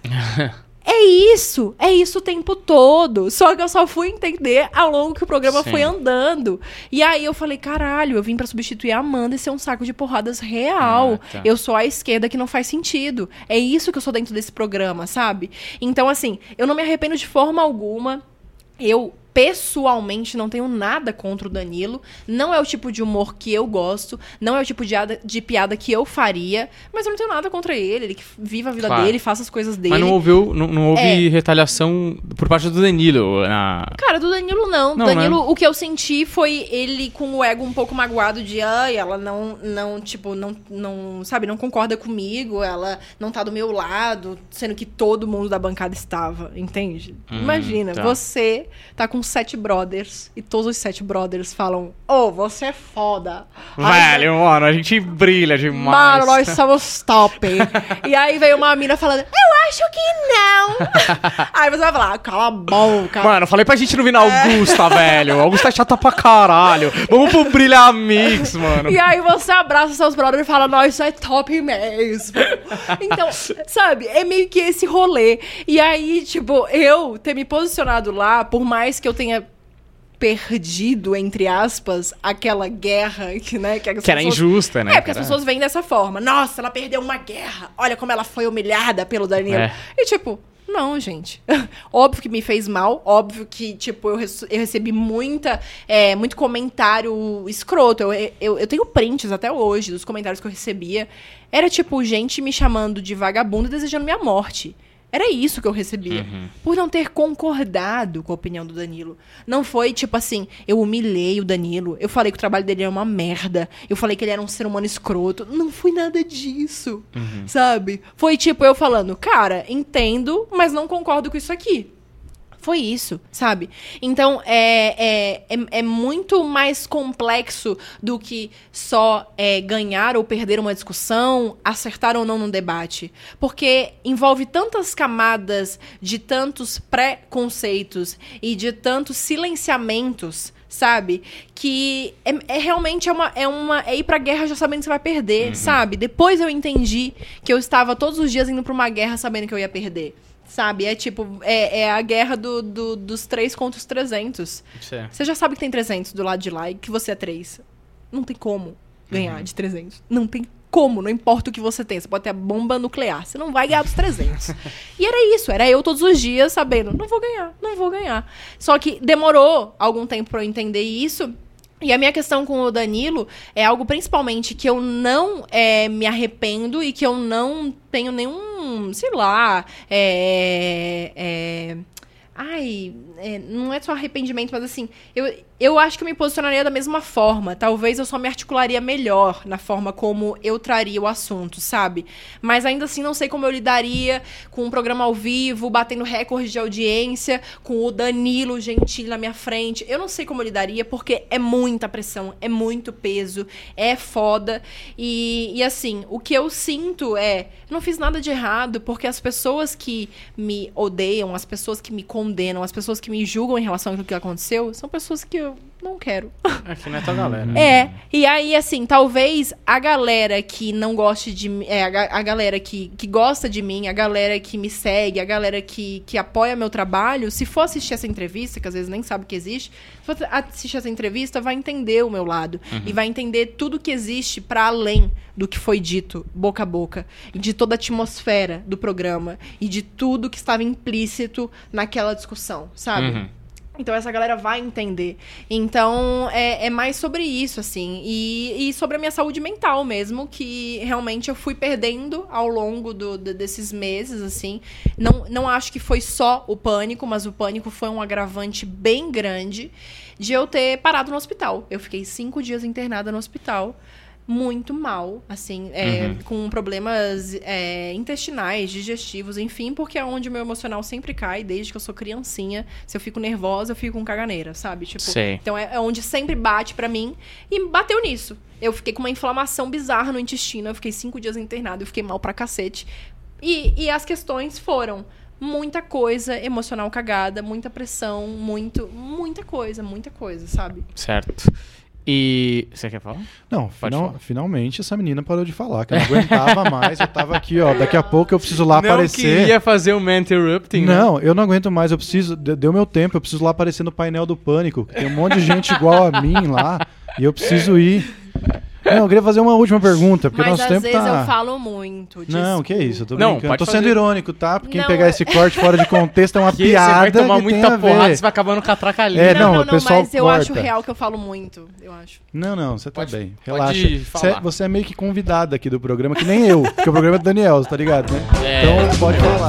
É isso o tempo todo. Só que eu só fui entender ao longo que o programa foi andando. E aí eu falei, caralho, eu vim pra substituir a Amanda e ser um saco de porradas real. Tá. Eu sou a esquerda que não faz sentido. É isso que eu sou dentro desse programa, sabe? Então, assim, eu não me arrependo de forma alguma. Eu... pessoalmente, não tenho nada contra o Danilo. Não é o tipo de humor que eu gosto. Não é o tipo de piada que eu faria. Mas eu não tenho nada contra ele. Ele que viva a vida dele, faça as coisas dele. Mas não houve retaliação por parte do Danilo? Cara, do Danilo não. Danilo, né? O que eu senti foi ele com o ego um pouco magoado de... Ai, ela não sabe, não concorda comigo. Ela não tá do meu lado. Sendo que todo mundo da bancada estava. Entende? Imagina, você tá com 7 brothers e todos os 7 brothers falam, você é foda. Velho, mano, a gente brilha demais. Mano, nós somos top. E aí veio uma mina falando, eu acho que não. Aí você vai falar, cala a boca. Mano, falei pra gente não vir na Augusta, velho. Augusta é chata pra caralho. Vamos pro Brilha Mix, mano. E aí você abraça seus brothers e fala, nós é top mesmo. Então, sabe, é meio que esse rolê. E aí, tipo, eu ter me posicionado lá, por mais que eu tenha perdido, entre aspas, aquela guerra que, né? Que era injusta, né? Porque as pessoas veem dessa forma. Nossa, ela perdeu uma guerra. Olha como ela foi humilhada pelo Danilo. E tipo, não, gente. Óbvio que me fez mal. Óbvio que, tipo, eu recebi muito comentário escroto. Eu tenho prints até hoje dos comentários que eu recebia. Era, tipo, gente me chamando de vagabunda desejando minha morte. Era isso que eu recebia. Por não ter concordado com a opinião do Danilo. Não foi, tipo assim, eu humilhei o Danilo. Eu falei que o trabalho dele era uma merda. Eu falei que ele era um ser humano escroto. Não foi nada disso. Sabe? Foi tipo eu falando, cara, entendo, mas não concordo com isso aqui. Foi isso, sabe? Então, é muito mais complexo do que só ganhar ou perder uma discussão, acertar ou não num debate. Porque envolve tantas camadas de tantos preconceitos e de tantos silenciamentos, sabe? Que realmente é ir pra guerra já sabendo que você vai perder, sabe? Depois eu entendi que eu estava todos os dias indo pra uma guerra sabendo que eu ia perder. Sabe? É tipo, é a guerra dos 3 contra os 300. Você já sabe que tem 300 do lado de lá e que você é 3. Não tem como ganhar de 300. Não tem como, não importa o que você tem. Você pode ter a bomba nuclear, você não vai ganhar dos 300. E era isso, era eu todos os dias sabendo, não vou ganhar. Só que demorou algum tempo pra eu entender isso. E a minha questão com o Danilo é algo principalmente que eu não me arrependo e que eu não tenho nenhum, sei lá, não é só arrependimento, mas assim, eu acho que eu me posicionaria da mesma forma. Talvez eu só me articularia melhor na forma como eu traria o assunto, sabe? Mas ainda assim não sei como eu lidaria com um programa ao vivo, batendo recorde de audiência, com o Danilo Gentili na minha frente. Eu não sei como eu lidaria, porque é muita pressão, é muito peso, é foda. E assim, o que eu sinto eu não fiz nada de errado, porque as pessoas que me odeiam, as pessoas que me condenam, as pessoas que me julgam em relação àquilo que aconteceu, são pessoas que eu não quero. Aqui não é tua galera. E aí, assim, talvez a galera que não goste de mim, a galera que gosta de mim, a galera que me segue, a galera que apoia meu trabalho, se for assistir essa entrevista, que às vezes nem sabe que existe, se for assistir essa entrevista, vai entender o meu lado. E vai entender tudo que existe para além do que foi dito, boca a boca. E de toda a atmosfera do programa. E de tudo que estava implícito naquela discussão, sabe? Então, essa galera vai entender. Então, é mais sobre isso, assim. E sobre a minha saúde mental mesmo, que realmente eu fui perdendo ao longo desses meses, assim. Não acho que foi só o pânico, mas o pânico foi um agravante bem grande de eu ter parado no hospital. Eu fiquei 5 dias internada no hospital. Muito mal, assim, com problemas intestinais, digestivos, enfim, porque é onde o meu emocional sempre cai, desde que eu sou criancinha. Se eu fico nervosa, eu fico com caganeira, sabe? Tipo, então é onde sempre bate pra mim, e bateu nisso. Eu fiquei com uma inflamação bizarra no intestino, eu fiquei 5 dias internada, eu fiquei mal pra cacete. E as questões foram muita coisa emocional cagada, muita pressão, muita coisa, sabe? Certo. E... Você quer falar? Não, finalmente essa menina parou de falar, que eu não aguentava mais. Eu tava aqui, ó, daqui a pouco eu preciso lá aparecer. Não queria fazer o Man Interrupting, Não, eu não aguento mais, eu preciso... Deu meu tempo, eu preciso lá aparecer no painel do Pânico. Tem um monte de gente igual a mim lá, e eu preciso ir. Não, eu queria fazer uma última pergunta, porque mas nosso tempo tá... Mas às vezes eu falo muito. Não, que isso, eu tô brincando. Não, tô sendo irônico, tá? Porque quem não, pegar esse corte fora de contexto é uma piada. Você vai tomar que muita tem a porrada, ver. você vai acabar no catracalinho. Não, o pessoal mas eu corta. acho real que eu falo muito, eu acho. Não, você tá bem. Pode Relaxa. falar. Você é meio que convidada aqui do programa, que nem eu, porque o programa é do Daniel, você tá ligado, né? Então pode falar.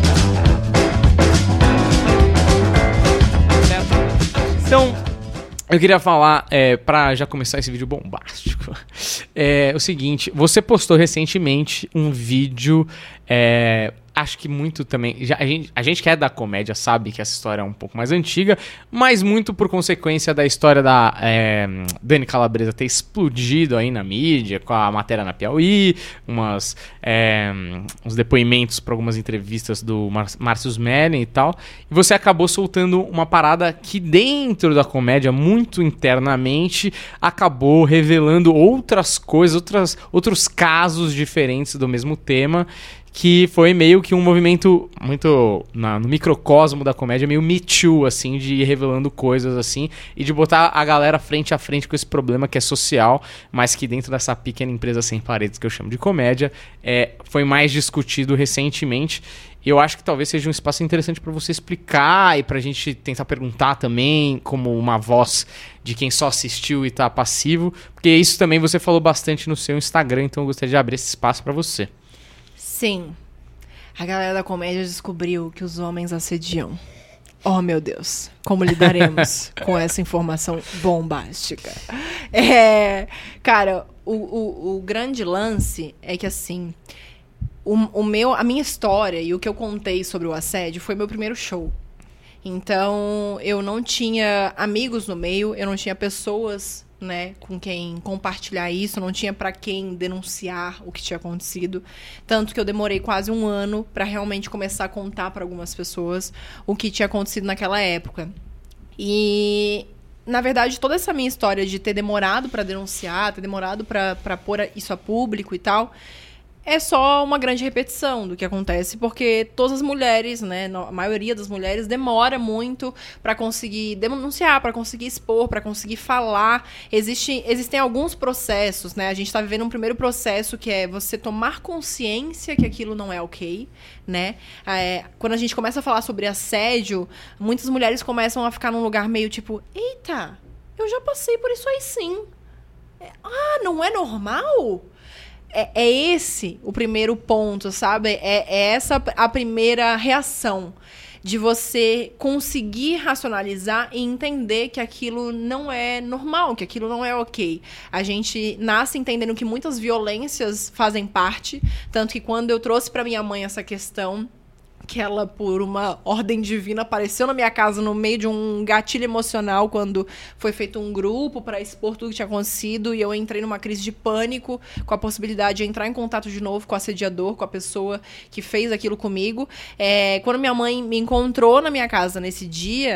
Certo. Então, eu queria falar, pra já começar esse vídeo bombástico, o seguinte, você postou recentemente um vídeo, acho que muito também, a gente que é da comédia sabe que essa história é um pouco mais antiga, mas muito por consequência da história da Dani Calabresa ter explodido aí na mídia, com a matéria na Piauí, uns depoimentos para algumas entrevistas do Márcio Smelling e tal, e você acabou soltando uma parada que dentro da comédia, muito internamente, acabou revelando outras coisas, outros casos diferentes do mesmo tema, que foi meio que um movimento muito no microcosmo da comédia, meio Me Too, assim, de ir revelando coisas assim, e de botar a galera frente a frente com esse problema que é social, mas que dentro dessa pequena empresa sem paredes que eu chamo de comédia, foi mais discutido recentemente. E eu acho que talvez seja um espaço interessante para você explicar e pra gente tentar perguntar também, como uma voz de quem só assistiu e tá passivo, porque isso também você falou bastante no seu Instagram, então eu gostaria de abrir esse espaço para você. Sim, a galera da comédia descobriu que os homens assediam. Oh, meu Deus, como lidaremos com essa informação bombástica? Cara, o grande lance é que, assim, a minha história e o que eu contei sobre o assédio foi meu primeiro show. Então, eu não tinha amigos no meio, eu não tinha pessoas, né, com quem compartilhar isso, não tinha pra quem denunciar o que tinha acontecido, tanto que eu demorei quase 1 ano pra realmente começar a contar pra algumas pessoas o que tinha acontecido naquela época. E, na verdade, toda essa minha história de ter demorado pra denunciar, ter demorado pra pôr isso a público e tal, é só uma grande repetição do que acontece, porque todas as mulheres, né, a maioria das mulheres demora muito para conseguir denunciar, para conseguir expor, para conseguir falar. Existem alguns processos, né? A gente está vivendo um primeiro processo que é você tomar consciência que aquilo não é ok, né? Quando a gente começa a falar sobre assédio, muitas mulheres começam a ficar num lugar meio tipo, eita, eu já passei por isso aí sim. Não é normal? É esse o primeiro ponto, sabe? É essa a primeira reação de você conseguir racionalizar e entender que aquilo não é normal, que aquilo não é ok. A gente nasce entendendo que muitas violências fazem parte, tanto que quando eu trouxe para minha mãe essa questão, que ela, por uma ordem divina, apareceu na minha casa no meio de um gatilho emocional quando foi feito um grupo para expor tudo que tinha acontecido, e eu entrei numa crise de pânico com a possibilidade de entrar em contato de novo com o assediador, com a pessoa que fez aquilo comigo. Quando minha mãe me encontrou na minha casa nesse dia,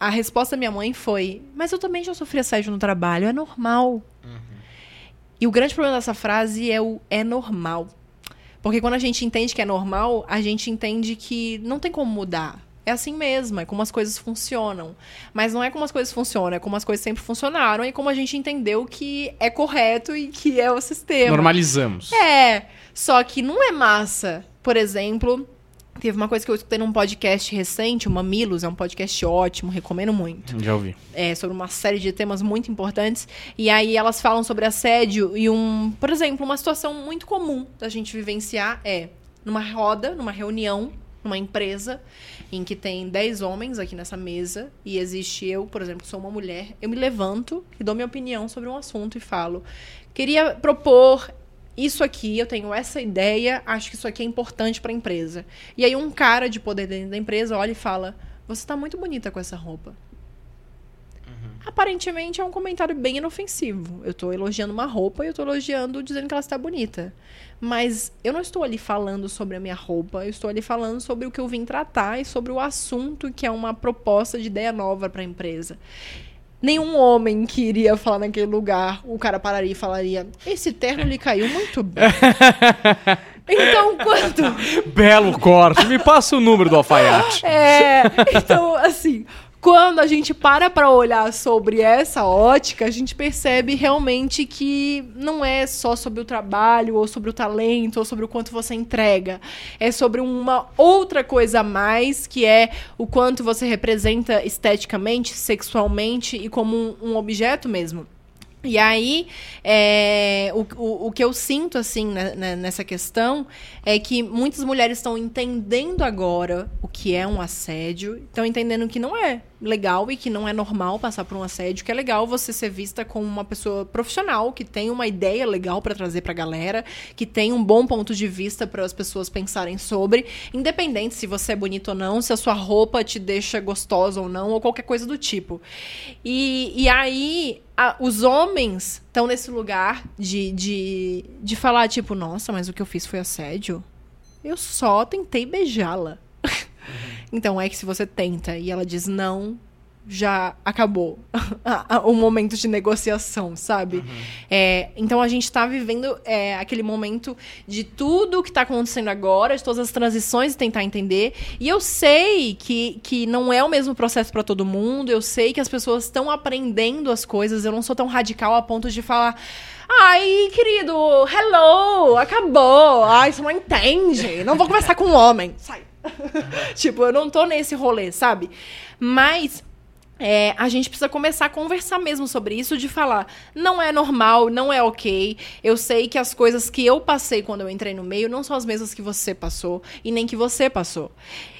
a resposta da minha mãe foi: mas eu também já sofri assédio no trabalho, é normal. E o grande problema dessa frase é o é normal. Porque quando a gente entende que é normal, a gente entende que não tem como mudar. É assim mesmo, é como as coisas funcionam. Mas não é como as coisas funcionam, é como as coisas sempre funcionaram e como a gente entendeu que é correto e que é o sistema. Normalizamos. Só que não é massa. Por exemplo, teve uma coisa que eu escutei num podcast recente, o Mamilos, é um podcast ótimo, recomendo muito. Já ouvi. Sobre uma série de temas muito importantes. E aí elas falam sobre assédio e por exemplo, uma situação muito comum da gente vivenciar é numa roda, numa reunião, numa empresa, em que tem 10 homens aqui nessa mesa, e existe eu, por exemplo, que sou uma mulher, eu me levanto e dou minha opinião sobre um assunto e falo: queria propor isso aqui, eu tenho essa ideia, acho que isso aqui é importante para a empresa. E aí um cara de poder dentro da empresa olha e fala: você tá muito bonita com essa roupa. Aparentemente é um comentário bem inofensivo. Eu tô elogiando uma roupa e eu tô elogiando dizendo que ela está bonita. Mas eu não estou ali falando sobre a minha roupa, eu estou ali falando sobre o que eu vim tratar e sobre o assunto que é uma proposta de ideia nova para a empresa. Nenhum homem que iria falar naquele lugar, o cara pararia e falaria: esse terno lhe caiu muito bem. Então, quanto... Belo corte, me passa o número do alfaiate. Então, assim... Quando a gente para olhar sobre essa ótica, a gente percebe realmente que não é só sobre o trabalho, ou sobre o talento, ou sobre o quanto você entrega. É sobre uma outra coisa a mais, que é o quanto você representa esteticamente, sexualmente e como um objeto mesmo. E aí, o que eu sinto, assim, nessa questão é que muitas mulheres estão entendendo agora o que é um assédio, estão entendendo que não é legal e que não é normal passar por um assédio, que é legal você ser vista como uma pessoa profissional, que tem uma ideia legal para trazer pra galera, que tem um bom ponto de vista para as pessoas pensarem sobre, independente se você é bonito ou não, se a sua roupa te deixa gostosa ou não, ou qualquer coisa do tipo. E aí... os homens estão nesse lugar de falar, tipo, nossa, mas o que eu fiz foi assédio? Eu só tentei beijá-la. Então, é que se você tenta e ela diz não, já acabou o momento de negociação, sabe? Então, a gente tá vivendo aquele momento de tudo que tá acontecendo agora, de todas as transições, e tentar entender. E eu sei que não é o mesmo processo para todo mundo, eu sei que as pessoas estão aprendendo as coisas, eu não sou tão radical a ponto de falar: ai, querido, hello, acabou, ai, você não entende, não vou conversar com um homem, sai. Tipo, eu não tô nesse rolê, sabe? Mas... a gente precisa começar a conversar mesmo sobre isso, de falar, não é normal, não é ok. Eu sei que as coisas que eu passei quando eu entrei no meio não são as mesmas que você passou e nem que você passou.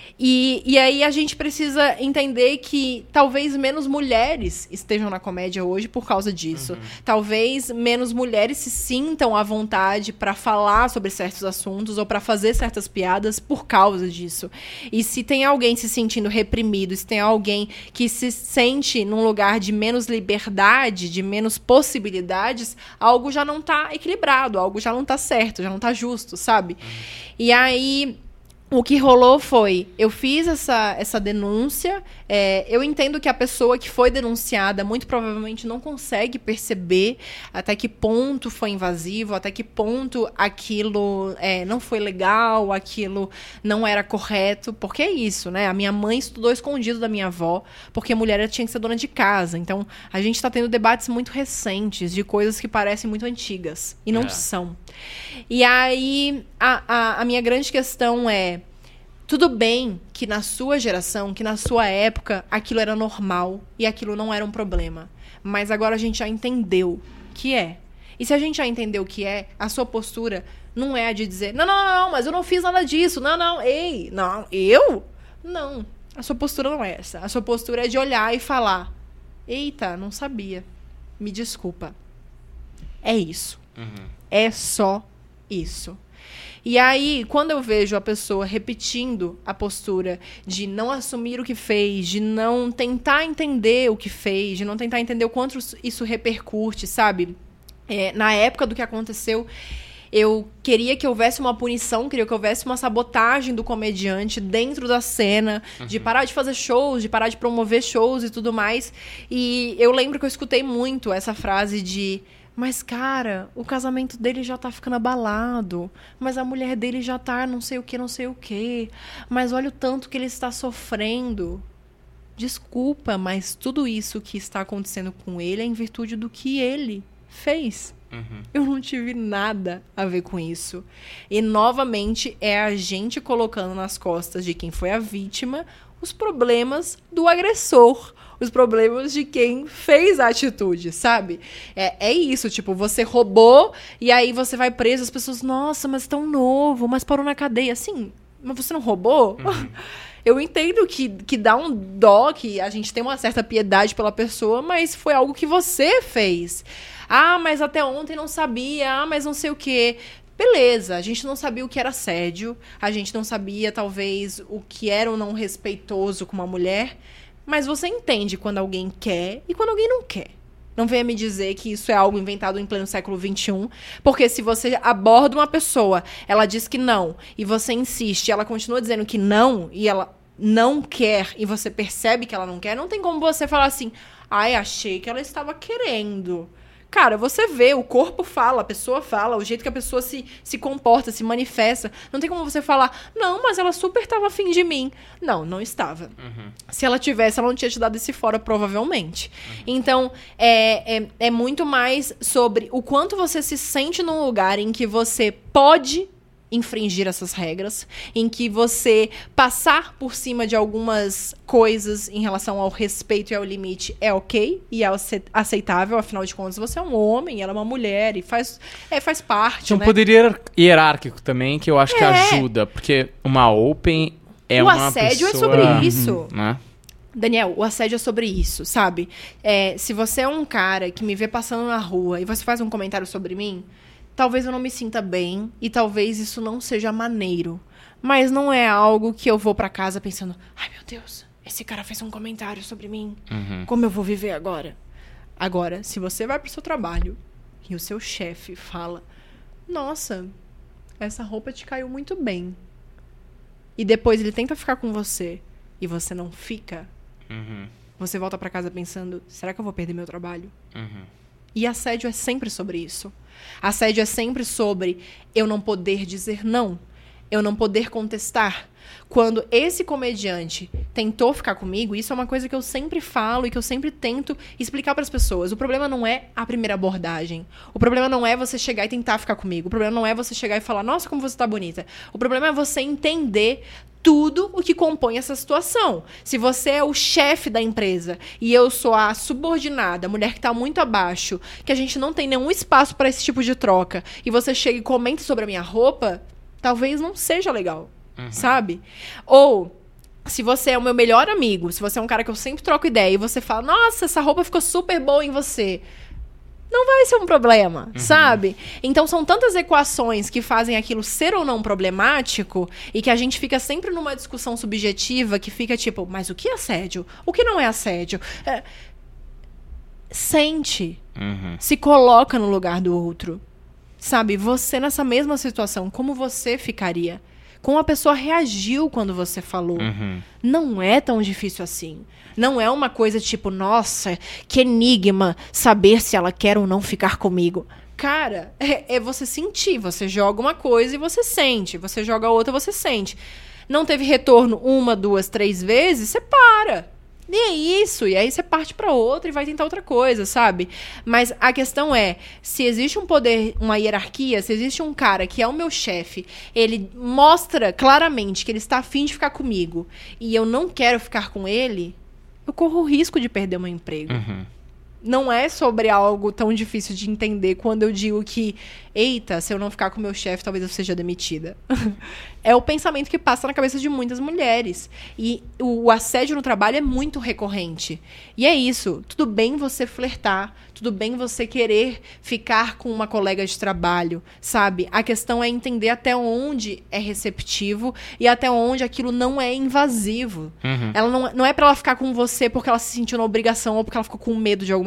E aí a gente precisa entender que talvez menos mulheres estejam na comédia hoje por causa disso. Talvez menos mulheres se sintam à vontade para falar sobre certos assuntos ou para fazer certas piadas por causa disso. E se tem alguém se sentindo reprimido, se tem alguém que se sente num lugar de menos liberdade, de menos possibilidades, algo já não tá equilibrado, algo já não tá certo, já não tá justo, sabe? E aí... o que rolou foi, eu fiz essa denúncia, eu entendo que a pessoa que foi denunciada muito provavelmente não consegue perceber até que ponto foi invasivo, até que ponto aquilo não foi legal, aquilo não era correto, porque é isso, né? A minha mãe estudou escondido da minha avó, porque a mulher tinha que ser dona de casa. Então, a gente está tendo debates muito recentes de coisas que parecem muito antigas, e não são. E aí, a minha grande questão é, tudo bem que na sua geração, que na sua época, aquilo era normal e aquilo não era um problema. Mas agora a gente já entendeu que é. E se a gente já entendeu o que é, a sua postura não é a de dizer, não, mas eu não fiz nada disso. Não, eu? Não, a sua postura não é essa. A sua postura é de olhar e falar, eita, não sabia, me desculpa. É isso. É só isso. E aí, quando eu vejo a pessoa repetindo a postura de não assumir o que fez, de não tentar entender o que fez, de não tentar entender o quanto isso repercute, sabe? Na época do que aconteceu, Eu queria que houvesse uma punição, queria que houvesse uma sabotagem do comediante dentro da cena, de parar de fazer shows, de parar de promover shows e tudo mais. E eu lembro que eu escutei muito essa frase de... Mas, cara, o casamento dele já tá ficando abalado. Mas a mulher dele já tá não sei o que, não sei o que. Mas olha o tanto que ele está sofrendo. Desculpa, mas tudo isso que está acontecendo com ele é em virtude do que ele fez. Eu não tive nada a ver com isso. E, novamente, é a gente colocando nas costas de quem foi a vítima os problemas do agressor. Os problemas de quem fez a atitude, sabe? É isso, tipo, você roubou e aí você vai preso, as pessoas, nossa, mas tão novo, mas parou na cadeia. Assim, mas você não roubou? Eu entendo que dá um dó, que a gente tem uma certa piedade pela pessoa, mas foi algo que você fez. Ah, mas até ontem não sabia, mas não sei o quê. Beleza, a gente não sabia o que era assédio, a gente não sabia, talvez, o que era ou não respeitoso com uma mulher, mas você entende quando alguém quer e quando alguém não quer. Não venha me dizer que isso é algo inventado em pleno século XXI, porque se você aborda uma pessoa, ela diz que não, e você insiste, ela continua dizendo que não, e ela não quer, e você percebe que ela não quer, não tem como você falar assim, ai, achei que ela estava querendo. Cara, você vê, o corpo fala, a pessoa fala, o jeito que a pessoa se comporta, se manifesta. Não tem como você falar, não, mas ela super estava afim de mim. Não, não estava. Se ela tivesse, ela não tinha te dado esse fora, provavelmente. Então, é muito mais sobre o quanto você se sente num lugar em que você pode infringir essas regras, em que você passar por cima de algumas coisas em relação ao respeito e ao limite é ok e é aceitável, afinal de contas você é um homem, ela é uma mulher e faz parte, Tinha um né? poder hierárquico também que eu acho que ajuda, porque uma open é uma pessoa... O assédio é sobre isso. Né? Daniel, o assédio é sobre isso, sabe? Se você é um cara que me vê passando na rua e você faz um comentário sobre mim, talvez eu não me sinta bem e talvez isso não seja maneiro. Mas não é algo que eu vou pra casa pensando, ai meu Deus, esse cara fez um comentário sobre mim. Como eu vou viver agora? Agora, se você vai pro seu trabalho e o seu chefe fala, nossa, essa roupa te caiu muito bem. E depois ele tenta ficar com você e você não fica, você volta pra casa pensando, será que eu vou perder meu trabalho? E assédio é sempre sobre isso. Assédio é sempre sobre eu não poder dizer não, eu não poder contestar. Quando esse comediante tentou ficar comigo, isso é uma coisa que eu sempre falo e que eu sempre tento explicar para as pessoas. O problema não é a primeira abordagem. O problema não é você chegar e tentar ficar comigo. O problema não é você chegar e falar, nossa, como você tá bonita. O problema é você entender tudo o que compõe essa situação. Se você é o chefe da empresa e eu sou a subordinada, a mulher que está muito abaixo, que a gente não tem nenhum espaço para esse tipo de troca, e você chega e comenta sobre a minha roupa, talvez não seja legal, sabe? Ou se você é o meu melhor amigo, se você é um cara que eu sempre troco ideia e você fala, nossa, essa roupa ficou super boa em você, não vai ser um problema, sabe? Então, são tantas equações que fazem aquilo ser ou não problemático e que a gente fica sempre numa discussão subjetiva que fica tipo, mas o que é assédio? O que não é assédio? Sente. Se coloca no lugar do outro. Sabe? Você nessa mesma situação, como você ficaria? Como a pessoa reagiu quando você falou? Não é tão difícil assim. Não é uma coisa tipo, nossa, que enigma saber se ela quer ou não ficar comigo. Cara, é você sentir. Você joga uma coisa e você sente. Você joga outra, você sente. Não teve retorno 1, 2, 3 vezes, você para. E é isso. E aí você parte pra outra e vai tentar outra coisa, sabe? Mas a questão é, se existe um poder, uma hierarquia, se existe um cara que é o meu chefe, ele mostra claramente que ele está afim de ficar comigo e eu não quero ficar com ele, eu corro o risco de perder o meu emprego. Não é sobre algo tão difícil de entender quando eu digo que, eita, se eu não ficar com o meu chefe, talvez eu seja demitida. É o pensamento que passa na cabeça de muitas mulheres. E o assédio no trabalho é muito recorrente. E é isso. Tudo bem você flertar. Tudo bem você querer ficar com uma colega de trabalho, sabe? A questão é entender até onde é receptivo e até onde aquilo não é invasivo. Ela não é pra ela ficar com você porque ela se sentiu na obrigação ou porque ela ficou com medo de alguma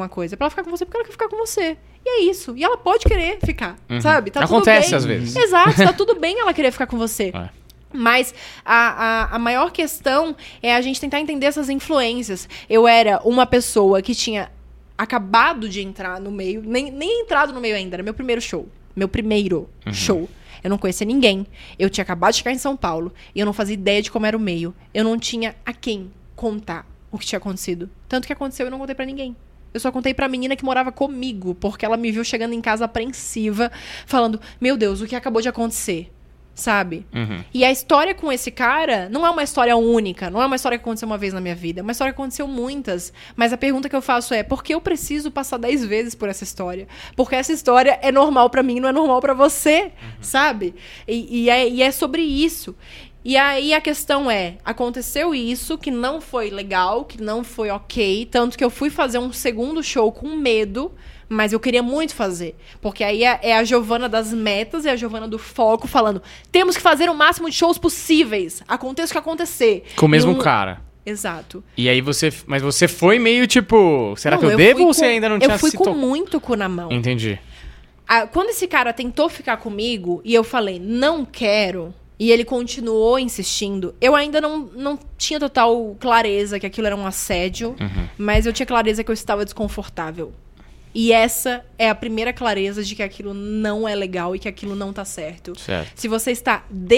alguma coisa. É pra ela ficar com você porque ela quer ficar com você. E é isso. E ela pode querer ficar, sabe? Tá Acontece tudo bem. às vezes. Exato, tá tudo bem ela querer ficar com você. É. Mas a maior questão é a gente tentar entender essas influências. Eu era uma pessoa que tinha acabado de entrar no meio, nem entrado no meio ainda, era meu primeiro show. Meu primeiro show. Eu não conhecia ninguém. Eu tinha acabado de chegar em São Paulo e eu não fazia ideia de como era o meio. Eu não tinha a quem contar o que tinha acontecido. Tanto que aconteceu, eu não contei pra ninguém. Eu só contei pra menina que morava comigo, porque ela me viu chegando em casa apreensiva, falando, meu Deus, o que acabou de acontecer? Sabe? E a história com esse cara não é uma história única, não é uma história que aconteceu uma vez na minha vida, é uma história que aconteceu muitas. Mas a pergunta que eu faço é, por que eu preciso passar 10 vezes por essa história? Porque essa história é normal pra mim, não é normal pra você, sabe? E é sobre isso. E aí a questão é, aconteceu isso, que não foi legal, que não foi ok, tanto que eu fui fazer um segundo show com medo, mas eu queria muito fazer. Porque aí é a Giovana das metas, é a Giovana do foco, falando, temos que fazer o máximo de shows possíveis, aconteça o que acontecer. Com o mesmo cara. Exato. E aí mas você foi meio tipo, será que eu devo ou você ainda não tinha Eu fui com muito cu na mão. Entendi. Quando esse cara tentou ficar comigo, e eu falei, não quero... E ele continuou insistindo. Eu ainda não tinha total clareza que aquilo era um assédio, mas eu tinha clareza que eu estava desconfortável. E essa é a primeira clareza de que aquilo não é legal e que aquilo não tá certo. Se você está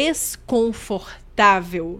desconfortável,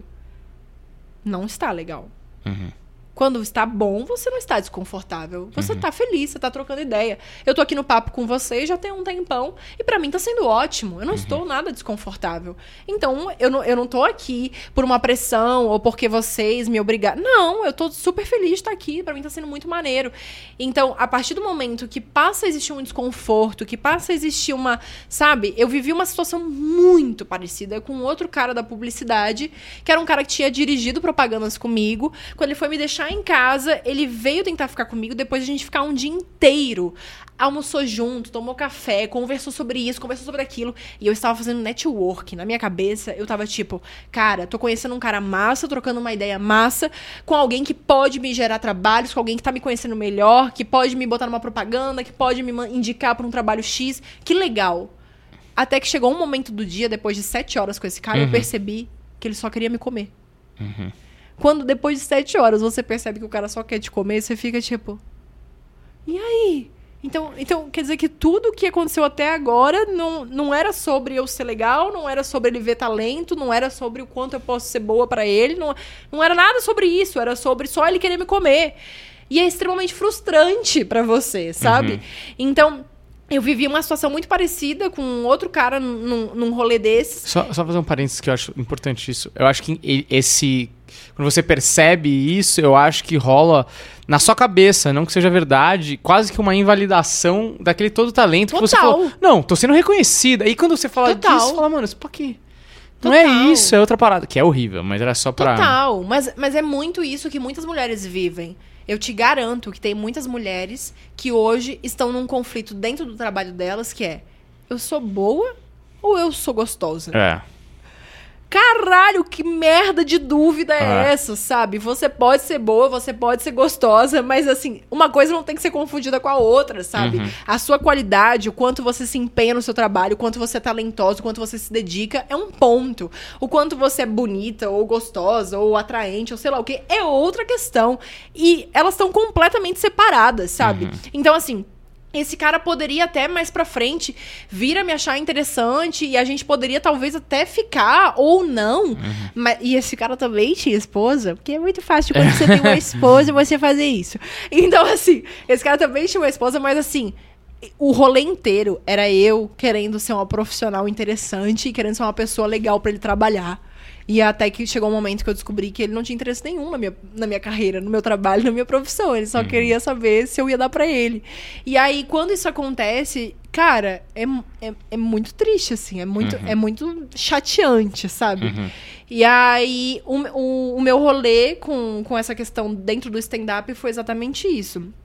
não está legal. Quando está bom, você não está desconfortável. Você tá feliz, você tá trocando ideia. Eu tô aqui no papo com você já tem um tempão. E pra mim tá sendo ótimo. Eu não estou nada desconfortável. Então, eu não tô aqui por uma pressão ou porque vocês me obrigaram. Não, eu tô super feliz de estar aqui. Pra mim tá sendo muito maneiro. Então, a partir do momento que passa a existir um desconforto, que passa a existir uma... Sabe? Eu vivi uma situação muito parecida com outro cara da publicidade, que era um cara que tinha dirigido propagandas comigo. Quando ele foi me deixar em casa, ele veio tentar ficar comigo depois de a gente ficar um dia inteiro. Almoçou junto, tomou café, conversou sobre isso, conversou sobre aquilo. E eu estava fazendo network. Na minha cabeça, eu tava tipo, cara, tô conhecendo um cara massa, trocando uma ideia massa, com alguém que pode me gerar trabalhos, com alguém que tá me conhecendo melhor, que pode me botar numa propaganda, que pode me indicar pra um trabalho X. Que legal. Até que chegou um momento do dia, depois de 7 horas com esse cara, eu percebi que ele só queria me comer. Quando depois de 7 horas você percebe que o cara só quer te comer, você fica tipo... E aí? Então quer dizer que tudo que aconteceu até agora não era sobre eu ser legal, não era sobre ele ver talento, não era sobre o quanto eu posso ser boa pra ele, não era nada sobre isso, era sobre só ele querer me comer. E é extremamente frustrante pra você, sabe? Então... Eu vivi uma situação muito parecida com outro cara num rolê desses. Só fazer um parênteses que eu acho importante isso. Eu acho que quando você percebe isso, eu acho que rola na sua cabeça, não que seja verdade, quase que uma invalidação daquele todo talento que você falou. Não, tô sendo reconhecida. E quando você fala disso, você fala, mano, isso pra quê? Não é isso, é outra parada. Que é horrível, mas era só pra... Total, mas é muito isso que muitas mulheres vivem. Eu te garanto que tem muitas mulheres que hoje estão num conflito dentro do trabalho delas, que é, eu sou boa ou eu sou gostosa? Caralho, que merda de dúvida é essa, sabe? Você pode ser boa, você pode ser gostosa, mas assim, uma coisa não tem que ser confundida com a outra, sabe? A sua qualidade, o quanto você se empenha no seu trabalho, o quanto você é talentoso, o quanto você se dedica, é um ponto. O quanto você é bonita, ou gostosa, ou atraente, ou sei lá o que, é outra questão. E elas estão completamente separadas, sabe? Então, assim... Esse cara poderia até mais pra frente vir a me achar interessante e a gente poderia talvez até ficar ou não. Mas, e esse cara também tinha esposa, porque é muito fácil quando você tem uma esposa você fazer isso. Então, assim, esse cara também tinha uma esposa, mas assim, o rolê inteiro era eu querendo ser uma profissional interessante e querendo ser uma pessoa legal pra ele trabalhar. E até que chegou um momento que eu descobri que ele não tinha interesse nenhum na minha carreira, no meu trabalho, na minha profissão. Ele só queria saber se eu ia dar pra ele. E aí, quando isso acontece, cara, é muito triste, assim. É muito chateante, sabe? E aí, o meu rolê com essa questão dentro do stand-up foi exatamente isso.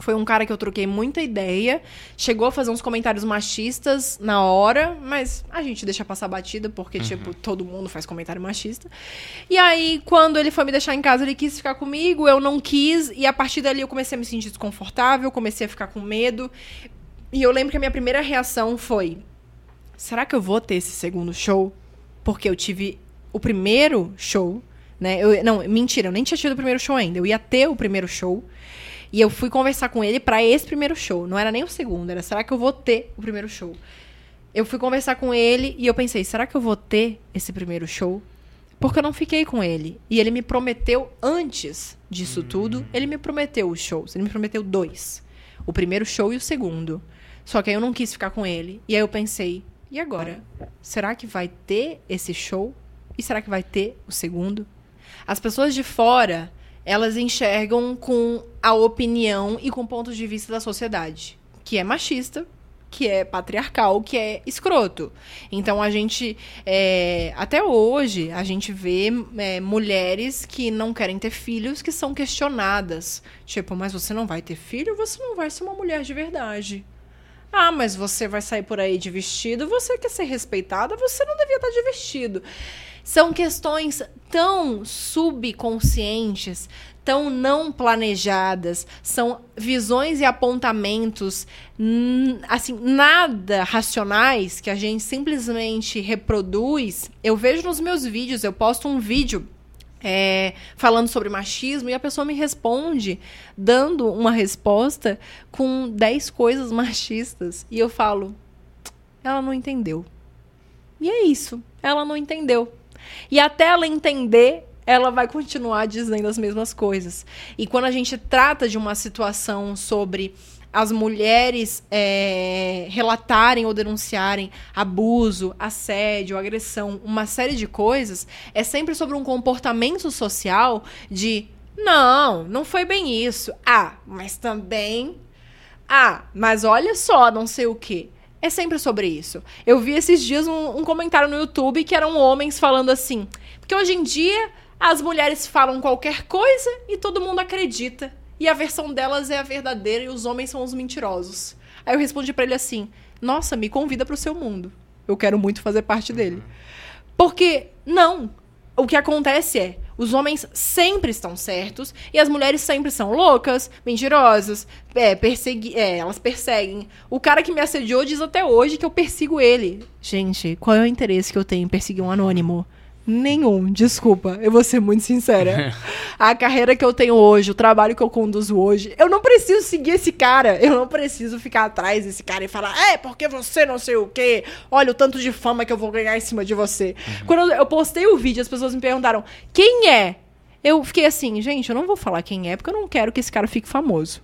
Foi um cara que eu troquei muita ideia, chegou a fazer uns comentários machistas na hora, mas a gente deixa passar batida, porque, tipo, todo mundo faz comentário machista. E aí, quando ele foi me deixar em casa, ele quis ficar comigo, eu não quis, e a partir dali eu comecei a me sentir desconfortável, comecei a ficar com medo. E eu lembro que a minha primeira reação foi, será que eu vou ter esse segundo show? Porque eu tive o primeiro show, né? Não, mentira, eu nem tinha tido o primeiro show ainda, eu ia ter o primeiro show. E eu fui conversar com ele pra esse primeiro show. Não era nem o segundo, era será que eu vou ter o primeiro show? Eu fui conversar com ele e eu pensei, será que eu vou ter esse primeiro show? Porque eu não fiquei com ele. E ele me prometeu, antes disso tudo, ele me prometeu os shows. Ele me prometeu 2. O primeiro show e o segundo. Só que aí eu não quis ficar com ele. E aí eu pensei, e agora? Será que vai ter esse show? E será que vai ter o segundo? As pessoas de fora, elas enxergam com a opinião e com pontos de vista da sociedade, que é machista, que é patriarcal, que é escroto. Então, a gente, até hoje, a gente vê mulheres que não querem ter filhos que são questionadas. Tipo, mas você não vai ter filho? Você não vai ser uma mulher de verdade. Ah, mas você vai sair por aí de vestido? Você quer ser respeitada? Você não devia estar de vestido. São questões tão subconscientes, tão não planejadas, são visões e apontamentos, assim, nada racionais que a gente simplesmente reproduz. Eu vejo nos meus vídeos, eu posto um vídeo falando sobre machismo e a pessoa me responde dando uma resposta com 10 coisas machistas. E eu falo, ela não entendeu. E é isso, ela não entendeu. E até ela entender, ela vai continuar dizendo as mesmas coisas. E quando a gente trata de uma situação sobre as mulheres relatarem ou denunciarem abuso, assédio, agressão, uma série de coisas, é sempre sobre um comportamento social de não foi bem isso. Ah, mas também... Ah, mas olha só, não sei o quê. É sempre sobre isso. Eu vi esses dias um comentário no YouTube que eram homens falando assim, porque hoje em dia as mulheres falam qualquer coisa e todo mundo acredita. E a versão delas é a verdadeira e os homens são os mentirosos. Aí eu respondi pra ele assim, nossa, me convida pro seu mundo. Eu quero muito fazer parte dele. Porque, não. O que acontece é, os homens sempre estão certos e as mulheres sempre são loucas, mentirosas, elas perseguem. O cara que me assediou diz até hoje que eu persigo ele. Gente, qual é o interesse que eu tenho em perseguir um anônimo? Nenhum, desculpa, eu vou ser muito sincera. A carreira que eu tenho hoje, o trabalho que eu conduzo hoje, eu não preciso seguir esse cara, eu não preciso ficar atrás desse cara e falar, porque você não sei o quê, olha o tanto de fama que eu vou ganhar em cima de você. Quando eu postei o vídeo, as pessoas me perguntaram, quem é? Eu fiquei assim, gente, eu não vou falar quem é, porque eu não quero que esse cara fique famoso.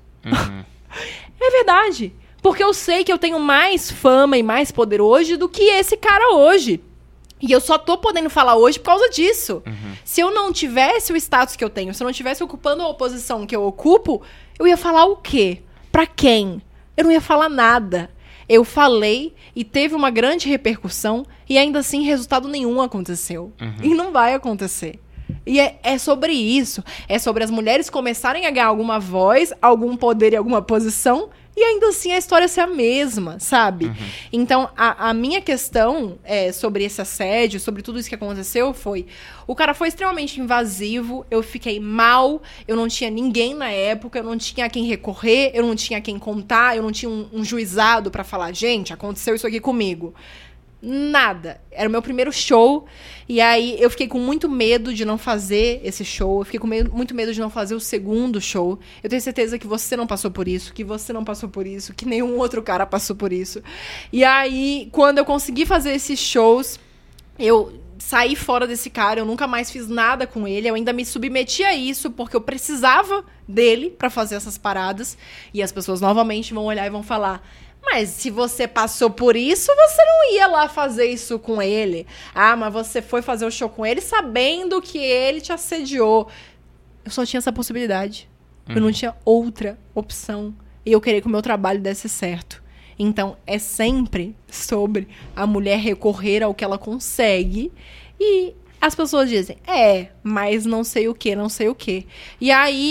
É verdade, porque eu sei que eu tenho mais fama e mais poder hoje do que esse cara hoje. E eu só tô podendo falar hoje por causa disso. Se eu não tivesse o status que eu tenho, se eu não tivesse ocupando a oposição que eu ocupo, eu ia falar o quê? Pra quem? Eu não ia falar nada. Eu falei e teve uma grande repercussão e ainda assim resultado nenhum aconteceu. E não vai acontecer. E é sobre isso. É sobre as mulheres começarem a ganhar alguma voz, algum poder e alguma posição e ainda assim a história ser a mesma, sabe? Então, a minha questão sobre esse assédio, sobre tudo isso que aconteceu foi... O cara foi extremamente invasivo, eu fiquei mal, eu não tinha ninguém na época, eu não tinha a quem recorrer, eu não tinha a quem contar, eu não tinha um juizado pra falar, gente, aconteceu isso aqui comigo. Nada. Era o meu primeiro show. E aí eu fiquei com muito medo de não fazer esse show. Eu fiquei com muito medo de não fazer o segundo show. Eu tenho certeza que você não passou por isso, que você não passou por isso, que nenhum outro cara passou por isso. E aí, quando eu consegui fazer esses shows, eu saí fora desse cara, eu nunca mais fiz nada com ele. Eu ainda me submeti a isso porque eu precisava dele pra fazer essas paradas. E as pessoas novamente vão olhar e vão falar... Mas se você passou por isso, você não ia lá fazer isso com ele. Ah, mas você foi fazer o show com ele sabendo que ele te assediou. Eu só tinha essa possibilidade. Eu não tinha outra opção. E eu queria que o meu trabalho desse certo. Então, é sempre sobre a mulher recorrer ao que ela consegue. E as pessoas dizem, mas não sei o que, não sei o que. E aí...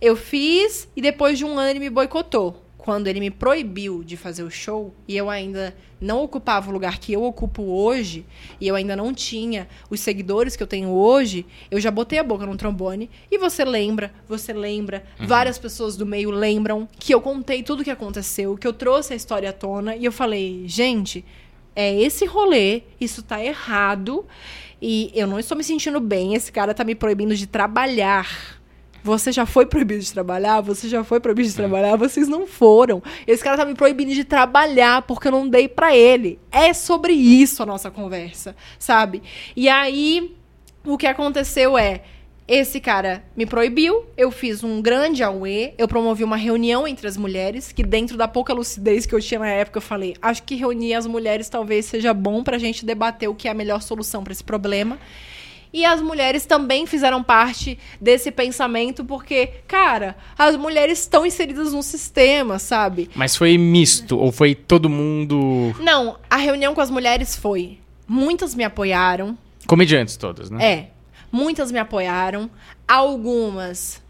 Eu fiz e depois de um ano ele me boicotou. Quando ele me proibiu de fazer o show e eu ainda não ocupava o lugar que eu ocupo hoje e eu ainda não tinha os seguidores que eu tenho hoje, eu já botei a boca no trombone e você lembra, várias pessoas do meio lembram que eu contei tudo o que aconteceu, que eu trouxe a história à tona e eu falei, gente, é esse rolê, isso tá errado e eu não estou me sentindo bem, esse cara tá me proibindo de trabalhar. Você já foi proibido de trabalhar? Você já foi proibido de trabalhar? Vocês não foram. Esse cara tá me proibindo de trabalhar porque eu não dei pra ele. É sobre isso a nossa conversa, sabe? E aí, o que aconteceu é, esse cara me proibiu, eu fiz um grande auê, eu promovi uma reunião entre as mulheres, que dentro da pouca lucidez que eu tinha na época, eu falei, acho que reunir as mulheres talvez seja bom pra gente debater o que é a melhor solução pra esse problema. E as mulheres também fizeram parte desse pensamento, porque, cara, as mulheres estão inseridas no sistema, sabe? Mas foi misto? Ou foi todo mundo... Não, a reunião com as mulheres foi... Muitas me apoiaram. Comediantes todas, né? É. Muitas me apoiaram. Algumas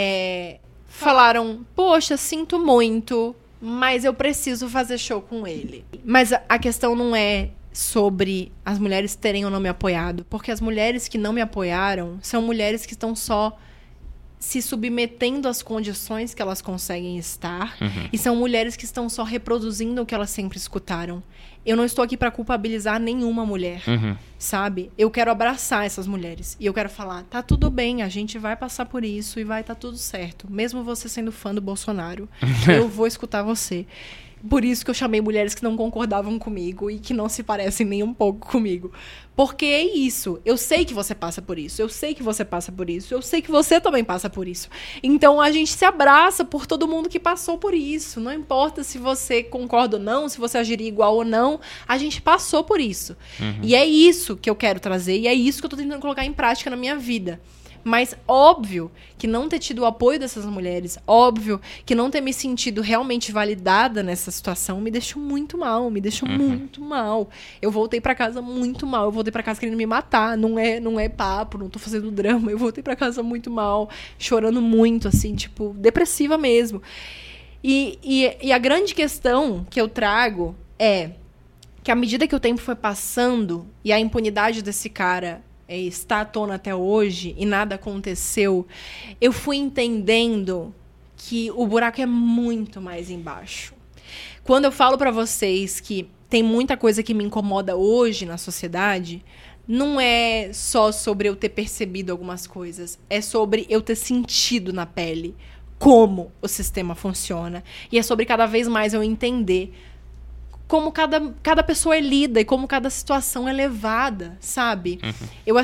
falaram, poxa, sinto muito, mas eu preciso fazer show com ele. Mas a questão não é... sobre as mulheres terem ou não me apoiado. Porque as mulheres que não me apoiaram são mulheres que estão só se submetendo às condições que elas conseguem estar. E são mulheres que estão só reproduzindo o que elas sempre escutaram. Eu não estou aqui para culpabilizar nenhuma mulher, sabe? Eu quero abraçar essas mulheres. E eu quero falar, tá tudo bem, a gente vai passar por isso e vai tá tudo certo. Mesmo você sendo fã do Bolsonaro, eu vou escutar você. Por isso que eu chamei mulheres que não concordavam comigo e que não se parecem nem um pouco comigo. Porque é isso. Eu sei que você passa por isso. Eu sei que você passa por isso. Eu sei que você também passa por isso. Então, a gente se abraça por todo mundo que passou por isso. Não importa se você concorda ou não, se você agiria igual ou não. A gente passou por isso. E é isso que eu quero trazer. E é isso que eu tô tentando colocar em prática na minha vida. Mas óbvio que não ter tido o apoio dessas mulheres, óbvio que não ter me sentido realmente validada nessa situação me deixou muito mal, muito mal. Eu voltei pra casa muito mal, eu voltei pra casa querendo me matar, não é papo, não tô fazendo drama, eu voltei pra casa muito mal, chorando muito, assim, tipo, depressiva mesmo. E a grande questão que eu trago é que à medida que o tempo foi passando e a impunidade desse cara está à tona até hoje e nada aconteceu, eu fui entendendo que o buraco é muito mais embaixo. Quando eu falo pra vocês que tem muita coisa que me incomoda hoje na sociedade, não é só sobre eu ter percebido algumas coisas, é sobre eu ter sentido na pele como o sistema funciona. E é sobre cada vez mais eu entender como cada pessoa é lida e como cada situação é levada, sabe? Eu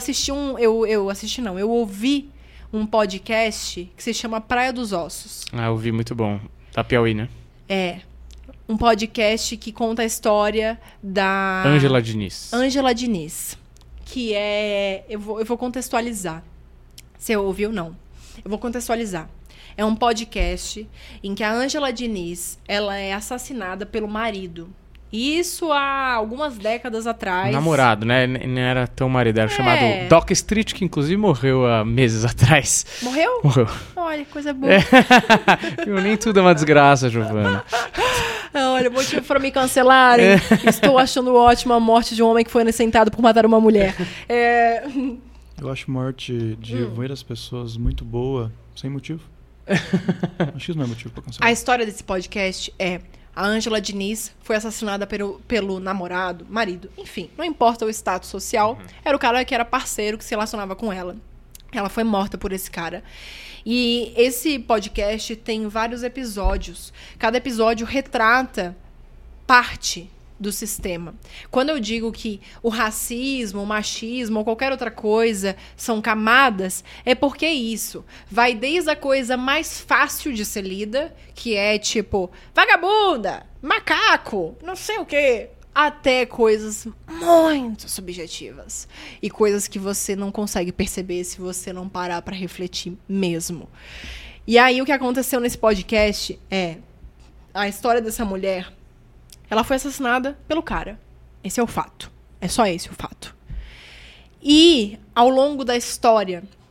ouvi um podcast que se chama Praia dos Ossos. Ah, eu ouvi, muito bom. Da Piauí, né? É. Um podcast que conta a história da... Ângela Diniz. Ângela Diniz. Que é... Eu vou contextualizar. Se eu ouviu, não. Eu vou contextualizar. É um podcast em que a Ângela Diniz, ela é assassinada pelo marido. Isso há algumas décadas atrás. Namorado, né? Não era tão marido, era chamado Doc Street, que inclusive morreu há meses atrás. Morreu? Morreu. Olha, coisa boa. Nem tudo é uma desgraça, Giovana. Olha, motivo para me cancelarem. Estou achando ótima a morte de um homem que foi inocentado por matar uma mulher. Eu acho morte de várias pessoas muito boa, sem motivo. Acho que isso não é motivo para cancelar. A história desse podcast é... A Ângela Diniz foi assassinada pelo namorado, marido, enfim, não importa o status social, era o cara que era parceiro, que se relacionava com ela. Ela foi morta por esse cara. E esse podcast tem vários episódios. Cada episódio retrata parte do sistema. Quando eu digo que o racismo, o machismo ou qualquer outra coisa são camadas, é porque isso vai desde a coisa mais fácil de ser lida, que é tipo vagabunda, macaco, não sei o quê, até coisas muito subjetivas e coisas que você não consegue perceber se você não parar para refletir mesmo. E aí o que aconteceu nesse podcast é a história dessa mulher. Ela foi assassinada pelo cara. Esse é o fato. É só esse o fato. E, ao longo da história,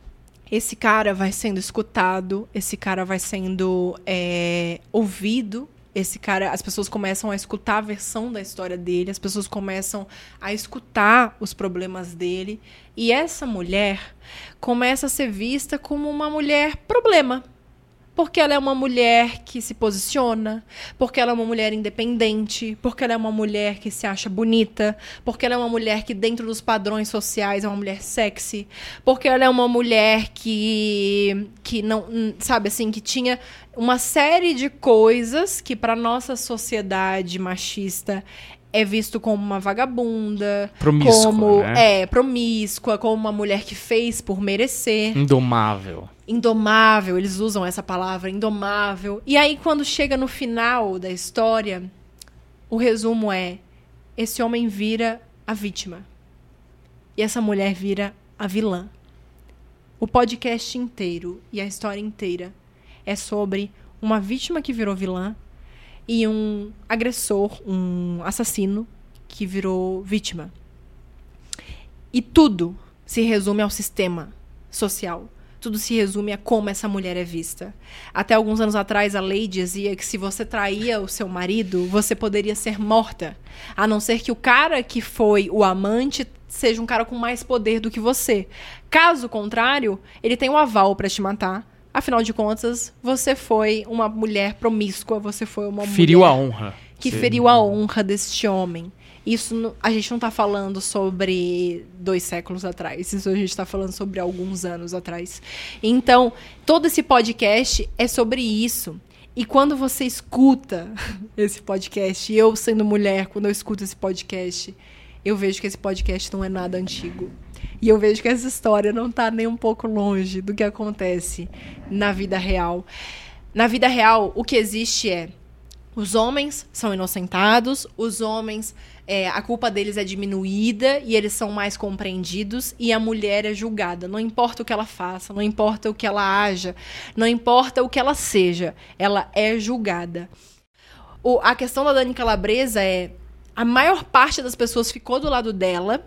esse cara vai sendo escutado, esse cara vai sendo ouvido, esse cara, as pessoas começam a escutar a versão da história dele, as pessoas começam a escutar os problemas dele, e essa mulher começa a ser vista como uma mulher problema. Porque ela é uma mulher que se posiciona, porque ela é uma mulher independente, porque ela é uma mulher que se acha bonita, porque ela é uma mulher que dentro dos padrões sociais é uma mulher sexy, porque ela é uma mulher que não, sabe assim, que tinha uma série de coisas que para nossa sociedade machista é visto como uma vagabunda, Promíscua, como né? Promíscua, como uma mulher que fez por merecer. Indomável, eles usam essa palavra, indomável. E aí, quando chega no final da história, o resumo é: esse homem vira a vítima. E essa mulher vira a vilã. O podcast inteiro e a história inteira é sobre uma vítima que virou vilã e um agressor, um assassino que virou vítima. E tudo se resume ao sistema social. Tudo se resume a como essa mulher é vista. Até alguns anos atrás, a lei dizia que se você traía o seu marido, você poderia ser morta. A não ser que o cara que foi o amante seja um cara com mais poder do que você. Caso contrário, ele tem um aval para te matar. Afinal de contas, você foi uma mulher promíscua, você foi uma feriu mulher a honra. que feriu a honra deste homem. Isso a gente não está falando sobre 2 séculos atrás. Isso a gente está falando sobre alguns anos atrás. Então, todo esse podcast é sobre isso. E quando você escuta esse podcast, e eu sendo mulher, quando eu escuto esse podcast, eu vejo que esse podcast não é nada antigo. E eu vejo que essa história não está nem um pouco longe do que acontece na vida real. Na vida real, o que existe é: os homens são inocentados, os homens, a culpa deles é diminuída e eles são mais compreendidos, e a mulher é julgada. Não importa o que ela faça, não importa o que ela haja, não importa o que ela seja, ela é julgada. A questão da Dani Calabresa é: a maior parte das pessoas ficou do lado dela,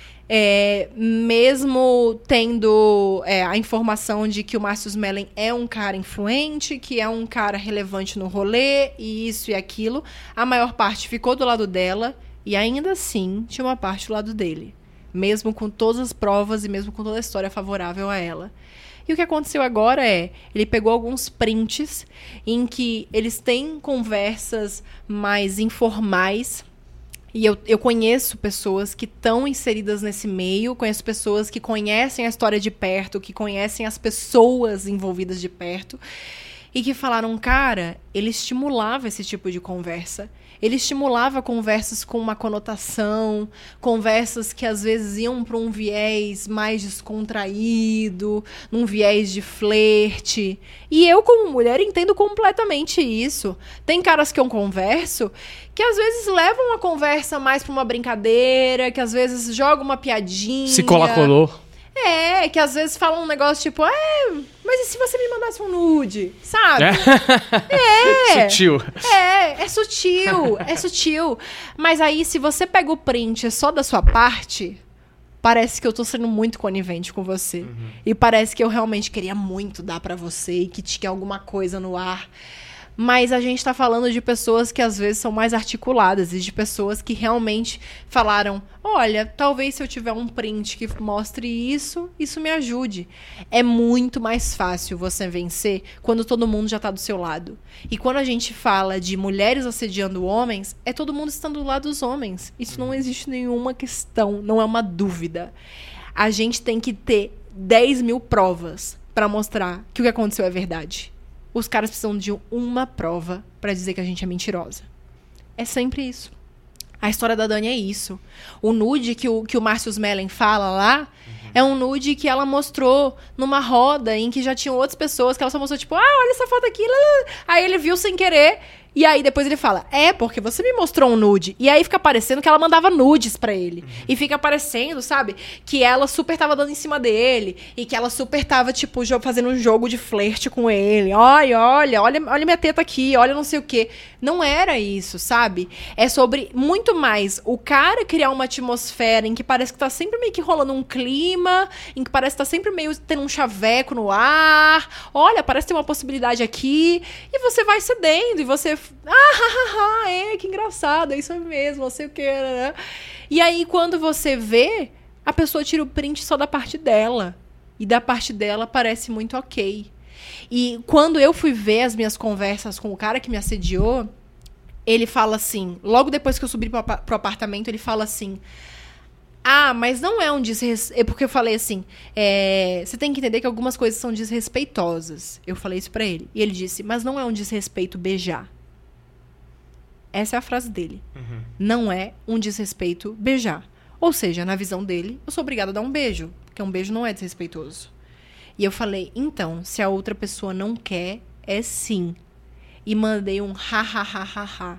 mesmo tendo a informação de que o Márcio Smelling é um cara influente, que é um cara relevante no rolê, e isso e aquilo. A maior parte ficou do lado dela, e ainda assim tinha uma parte do lado dele, mesmo com todas as provas e mesmo com toda a história favorável a ela. E o que aconteceu agora é: ele pegou alguns prints em que eles têm conversas mais informais. E eu conheço pessoas que estão inseridas nesse meio, conheço pessoas que conhecem a história de perto, que conhecem as pessoas envolvidas de perto, e que falaram: cara, ele estimulava esse tipo de conversa. Ele estimulava conversas com uma conotação, conversas que às vezes iam para um viés mais descontraído, num viés de flerte. E eu, como mulher, entendo completamente isso. Tem caras que eu converso que às vezes levam a conversa mais para uma brincadeira, que às vezes jogam uma piadinha. Se colou. Que às vezes falam um negócio tipo: mas e se você me mandasse um nude? Sabe? Sutil. É sutil. Mas aí, se você pega o print só da sua parte, parece que eu tô sendo muito conivente com você. Uhum. E parece que eu realmente queria muito dar pra você e que tinha alguma coisa no ar. Mas a gente tá falando de pessoas que às vezes são mais articuladas e de pessoas que realmente falaram: olha, talvez se eu tiver um print que mostre isso me ajude. É muito mais fácil você vencer quando todo mundo já tá do seu lado. E quando a gente fala de mulheres assediando homens, é todo mundo estando do lado dos homens. Isso não existe nenhuma questão, não é uma dúvida. A gente tem que ter 10 mil provas pra mostrar que o que aconteceu é verdade. Os caras precisam de uma prova pra dizer que a gente é mentirosa. É sempre isso. A história da Dani é isso. O nude que o Márcio Smelling fala lá é um nude que ela mostrou numa roda em que já tinham outras pessoas, que ela só mostrou tipo: olha essa foto aqui. Aí ele viu sem querer. E aí depois ele fala: porque você me mostrou um nude. E aí fica parecendo que ela mandava nudes pra ele. E fica parecendo, sabe, que ela super tava dando em cima dele. E que ela super tava, tipo, fazendo um jogo de flerte com ele. Olha minha teta aqui, olha não sei o quê. Não era isso, sabe? É sobre muito mais o cara criar uma atmosfera em que parece que tá sempre meio que rolando um clima clima em que parece estar sempre meio tendo um chaveco no ar. Olha, parece ter uma possibilidade aqui. E você vai cedendo e você... que engraçado, é isso mesmo, não sei o que, né? E aí, quando você vê, a pessoa tira o print só da parte dela. E da parte dela parece muito ok. E quando eu fui ver as minhas conversas com o cara que me assediou, ele fala assim, logo depois que eu subi pro apartamento, ele fala assim, mas não é um desrespeito, porque eu falei assim, você tem que entender que algumas coisas são desrespeitosas. Eu falei isso pra ele. E ele disse, mas não é um desrespeito beijar. Essa é a frase dele. Uhum. Não é um desrespeito beijar. Ou seja, na visão dele, eu sou obrigada a dar um beijo, porque um beijo não é desrespeitoso. E eu falei, então, se a outra pessoa não quer, é sim. E mandei um ha.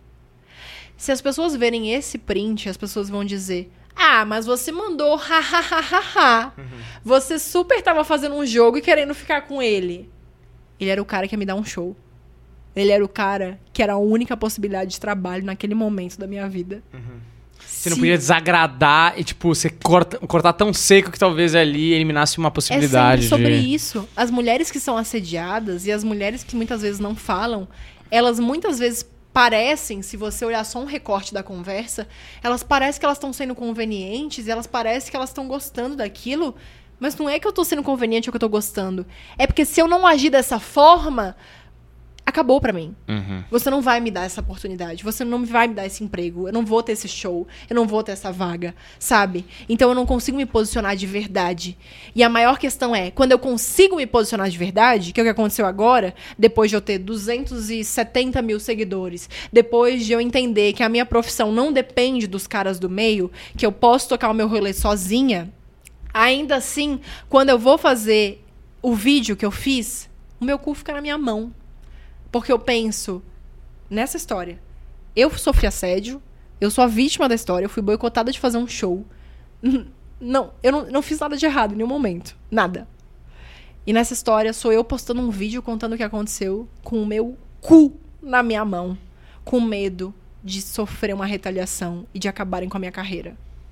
Se as pessoas verem esse print, as pessoas vão dizer, mas você mandou ha. Uhum. Você super tava fazendo um jogo e querendo ficar com ele. Ele era o cara que ia me dar um show. Ele era o cara que era a única possibilidade de trabalho naquele momento da minha vida. Uhum. Você não podia desagradar e, tipo, você cortar tão seco que talvez ali eliminasse uma possibilidade. É sempre sobre isso. As mulheres que são assediadas e as mulheres que muitas vezes não falam, elas muitas vezes parecem, se você olhar só um recorte da conversa, elas parecem que elas estão sendo convenientes e elas parecem que elas estão gostando daquilo, mas não é que eu tô sendo conveniente ou que eu tô gostando. É porque se eu não agir dessa forma... acabou pra mim. Uhum. Você não vai me dar essa oportunidade. Você não vai me dar esse emprego. Eu não vou ter esse show. Eu não vou ter essa vaga. Sabe? Então eu não consigo me posicionar de verdade. E a maior questão é, quando eu consigo me posicionar de verdade, que é o que aconteceu agora, depois de eu ter 270 mil seguidores, depois de eu entender que a minha profissão não depende dos caras do meio, que eu posso tocar o meu rolê sozinha, ainda assim, quando eu vou fazer o vídeo que eu fiz, o meu cu fica na minha mão. Porque eu penso, nessa história, eu sofri assédio, eu sou a vítima da história, eu fui boicotada de fazer um show. Não, eu não fiz nada de errado em nenhum momento. Nada. E nessa história, sou eu postando um vídeo contando o que aconteceu com o meu cu na minha mão, com medo de sofrer uma retaliação e de acabarem com a minha carreira.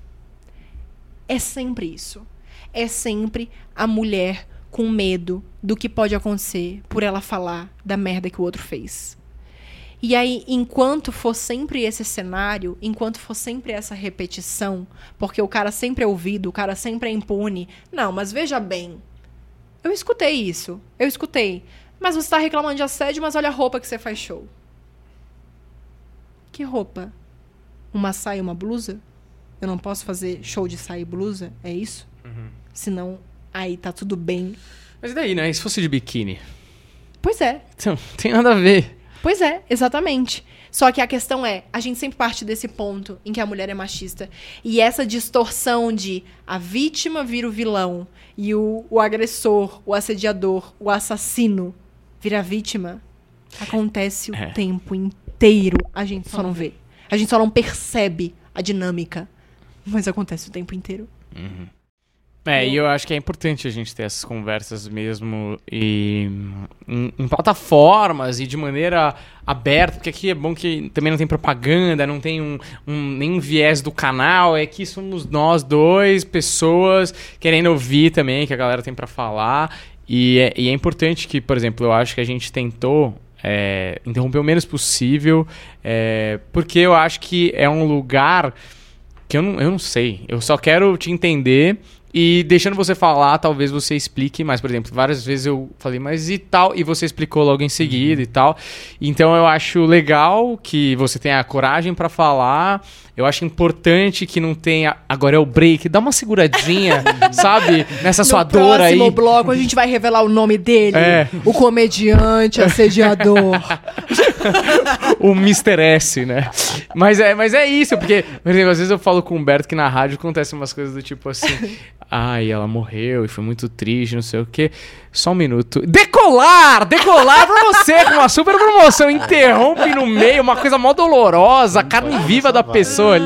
É sempre isso. É sempre a mulher com medo do que pode acontecer por ela falar da merda que o outro fez. E aí, enquanto for sempre esse cenário, enquanto for sempre essa repetição, porque o cara sempre é ouvido, o cara sempre é impune. Não, mas veja bem, eu escutei isso, mas você tá reclamando de assédio, mas olha a roupa que você faz show. Que roupa? Uma saia e uma blusa? Eu não posso fazer show de saia e blusa? É isso? Uhum. Senão... aí tá tudo bem. Mas e daí, né? E se fosse de biquíni? Pois é. Então, não tem nada a ver. Pois é, exatamente. Só que a questão é, a gente sempre parte desse ponto em que a mulher é machista. E essa distorção de a vítima vira o vilão e o agressor, o assediador, o assassino vira a vítima, acontece o tempo inteiro. A gente só não vê. A gente só não percebe a dinâmica. Mas acontece o tempo inteiro. Uhum. E eu acho que é importante a gente ter essas conversas mesmo em plataformas e de maneira aberta, porque aqui é bom que também não tem propaganda, não tem nenhum viés do canal, é que somos nós dois, pessoas querendo ouvir também o que a galera tem pra falar, e é importante que, por exemplo, eu acho que a gente tentou interromper o menos possível, porque eu acho que é um lugar que eu não sei, eu só quero te entender. E deixando você falar, talvez você explique mais. Por exemplo, várias vezes eu falei, mas e tal? E você explicou logo em seguida e tal. Então eu acho legal que você tenha a coragem pra falar. Eu acho importante que não tenha... agora é o break. Dá uma seguradinha, sabe? Nessa sua dor aí. No próximo bloco a gente vai revelar o nome dele. O comediante, assediador. O Mr. S, né? Mas é isso, porque por exemplo, às vezes eu falo com o Humberto que na rádio acontecem umas coisas do tipo assim... ai, ela morreu e foi muito triste, não sei o quê. Só um minuto. Decolar pra você com uma super promoção. Interrompe no meio, uma coisa mó dolorosa, a carne viva da pessoa ali.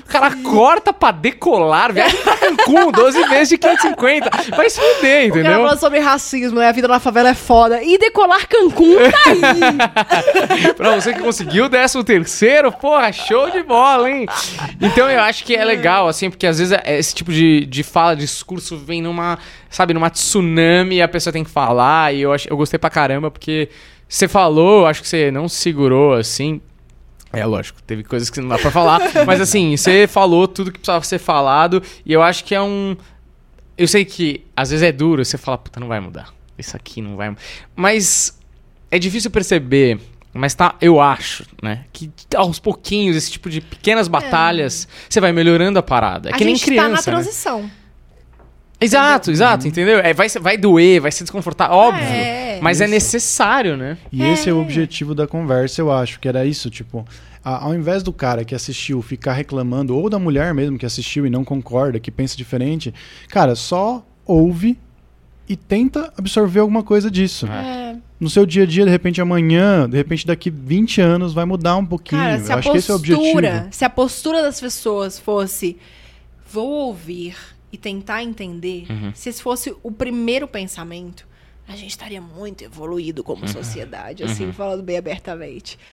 O cara corta pra decolar, viaja pra Cancún, 12 vezes de 550. Vai se fuder, O cara entendeu? falando sobre racismo, né? A vida na favela é foda. E decolar Cancún, tá aí. Pra você que conseguiu o 13º, porra, show de bola, hein? Então eu acho que é legal, assim, porque às vezes esse tipo de fala, discurso vem numa tsunami e a pessoa tem que falar, e eu gostei pra caramba, porque você falou, acho que você não segurou, assim. É, lógico, teve coisas que não dá pra falar, mas assim, você falou tudo que precisava ser falado, e eu acho que é eu sei que às vezes é duro, você fala, puta, não vai mudar, isso aqui não vai mudar, mas é difícil perceber, mas eu acho, né, que aos pouquinhos, esse tipo de pequenas batalhas, você vai melhorando a parada, é que nem criança, tá na né? transição. Exato, entendeu? Vai doer, vai ser desconfortável, óbvio, mas é Isso. necessário, né? E esse é o objetivo da conversa, eu acho, que era isso, tipo, ao invés do cara que assistiu ficar reclamando, ou da mulher mesmo que assistiu e não concorda, que pensa diferente, cara, só ouve e tenta absorver alguma coisa disso. No seu dia a dia, de repente amanhã, de repente daqui 20 anos vai mudar um pouquinho. Cara, eu acho que esse é o objetivo. se a postura das pessoas fosse vou ouvir e tentar entender, se esse fosse o primeiro pensamento, a gente estaria muito evoluído como sociedade, assim, falando bem abertamente.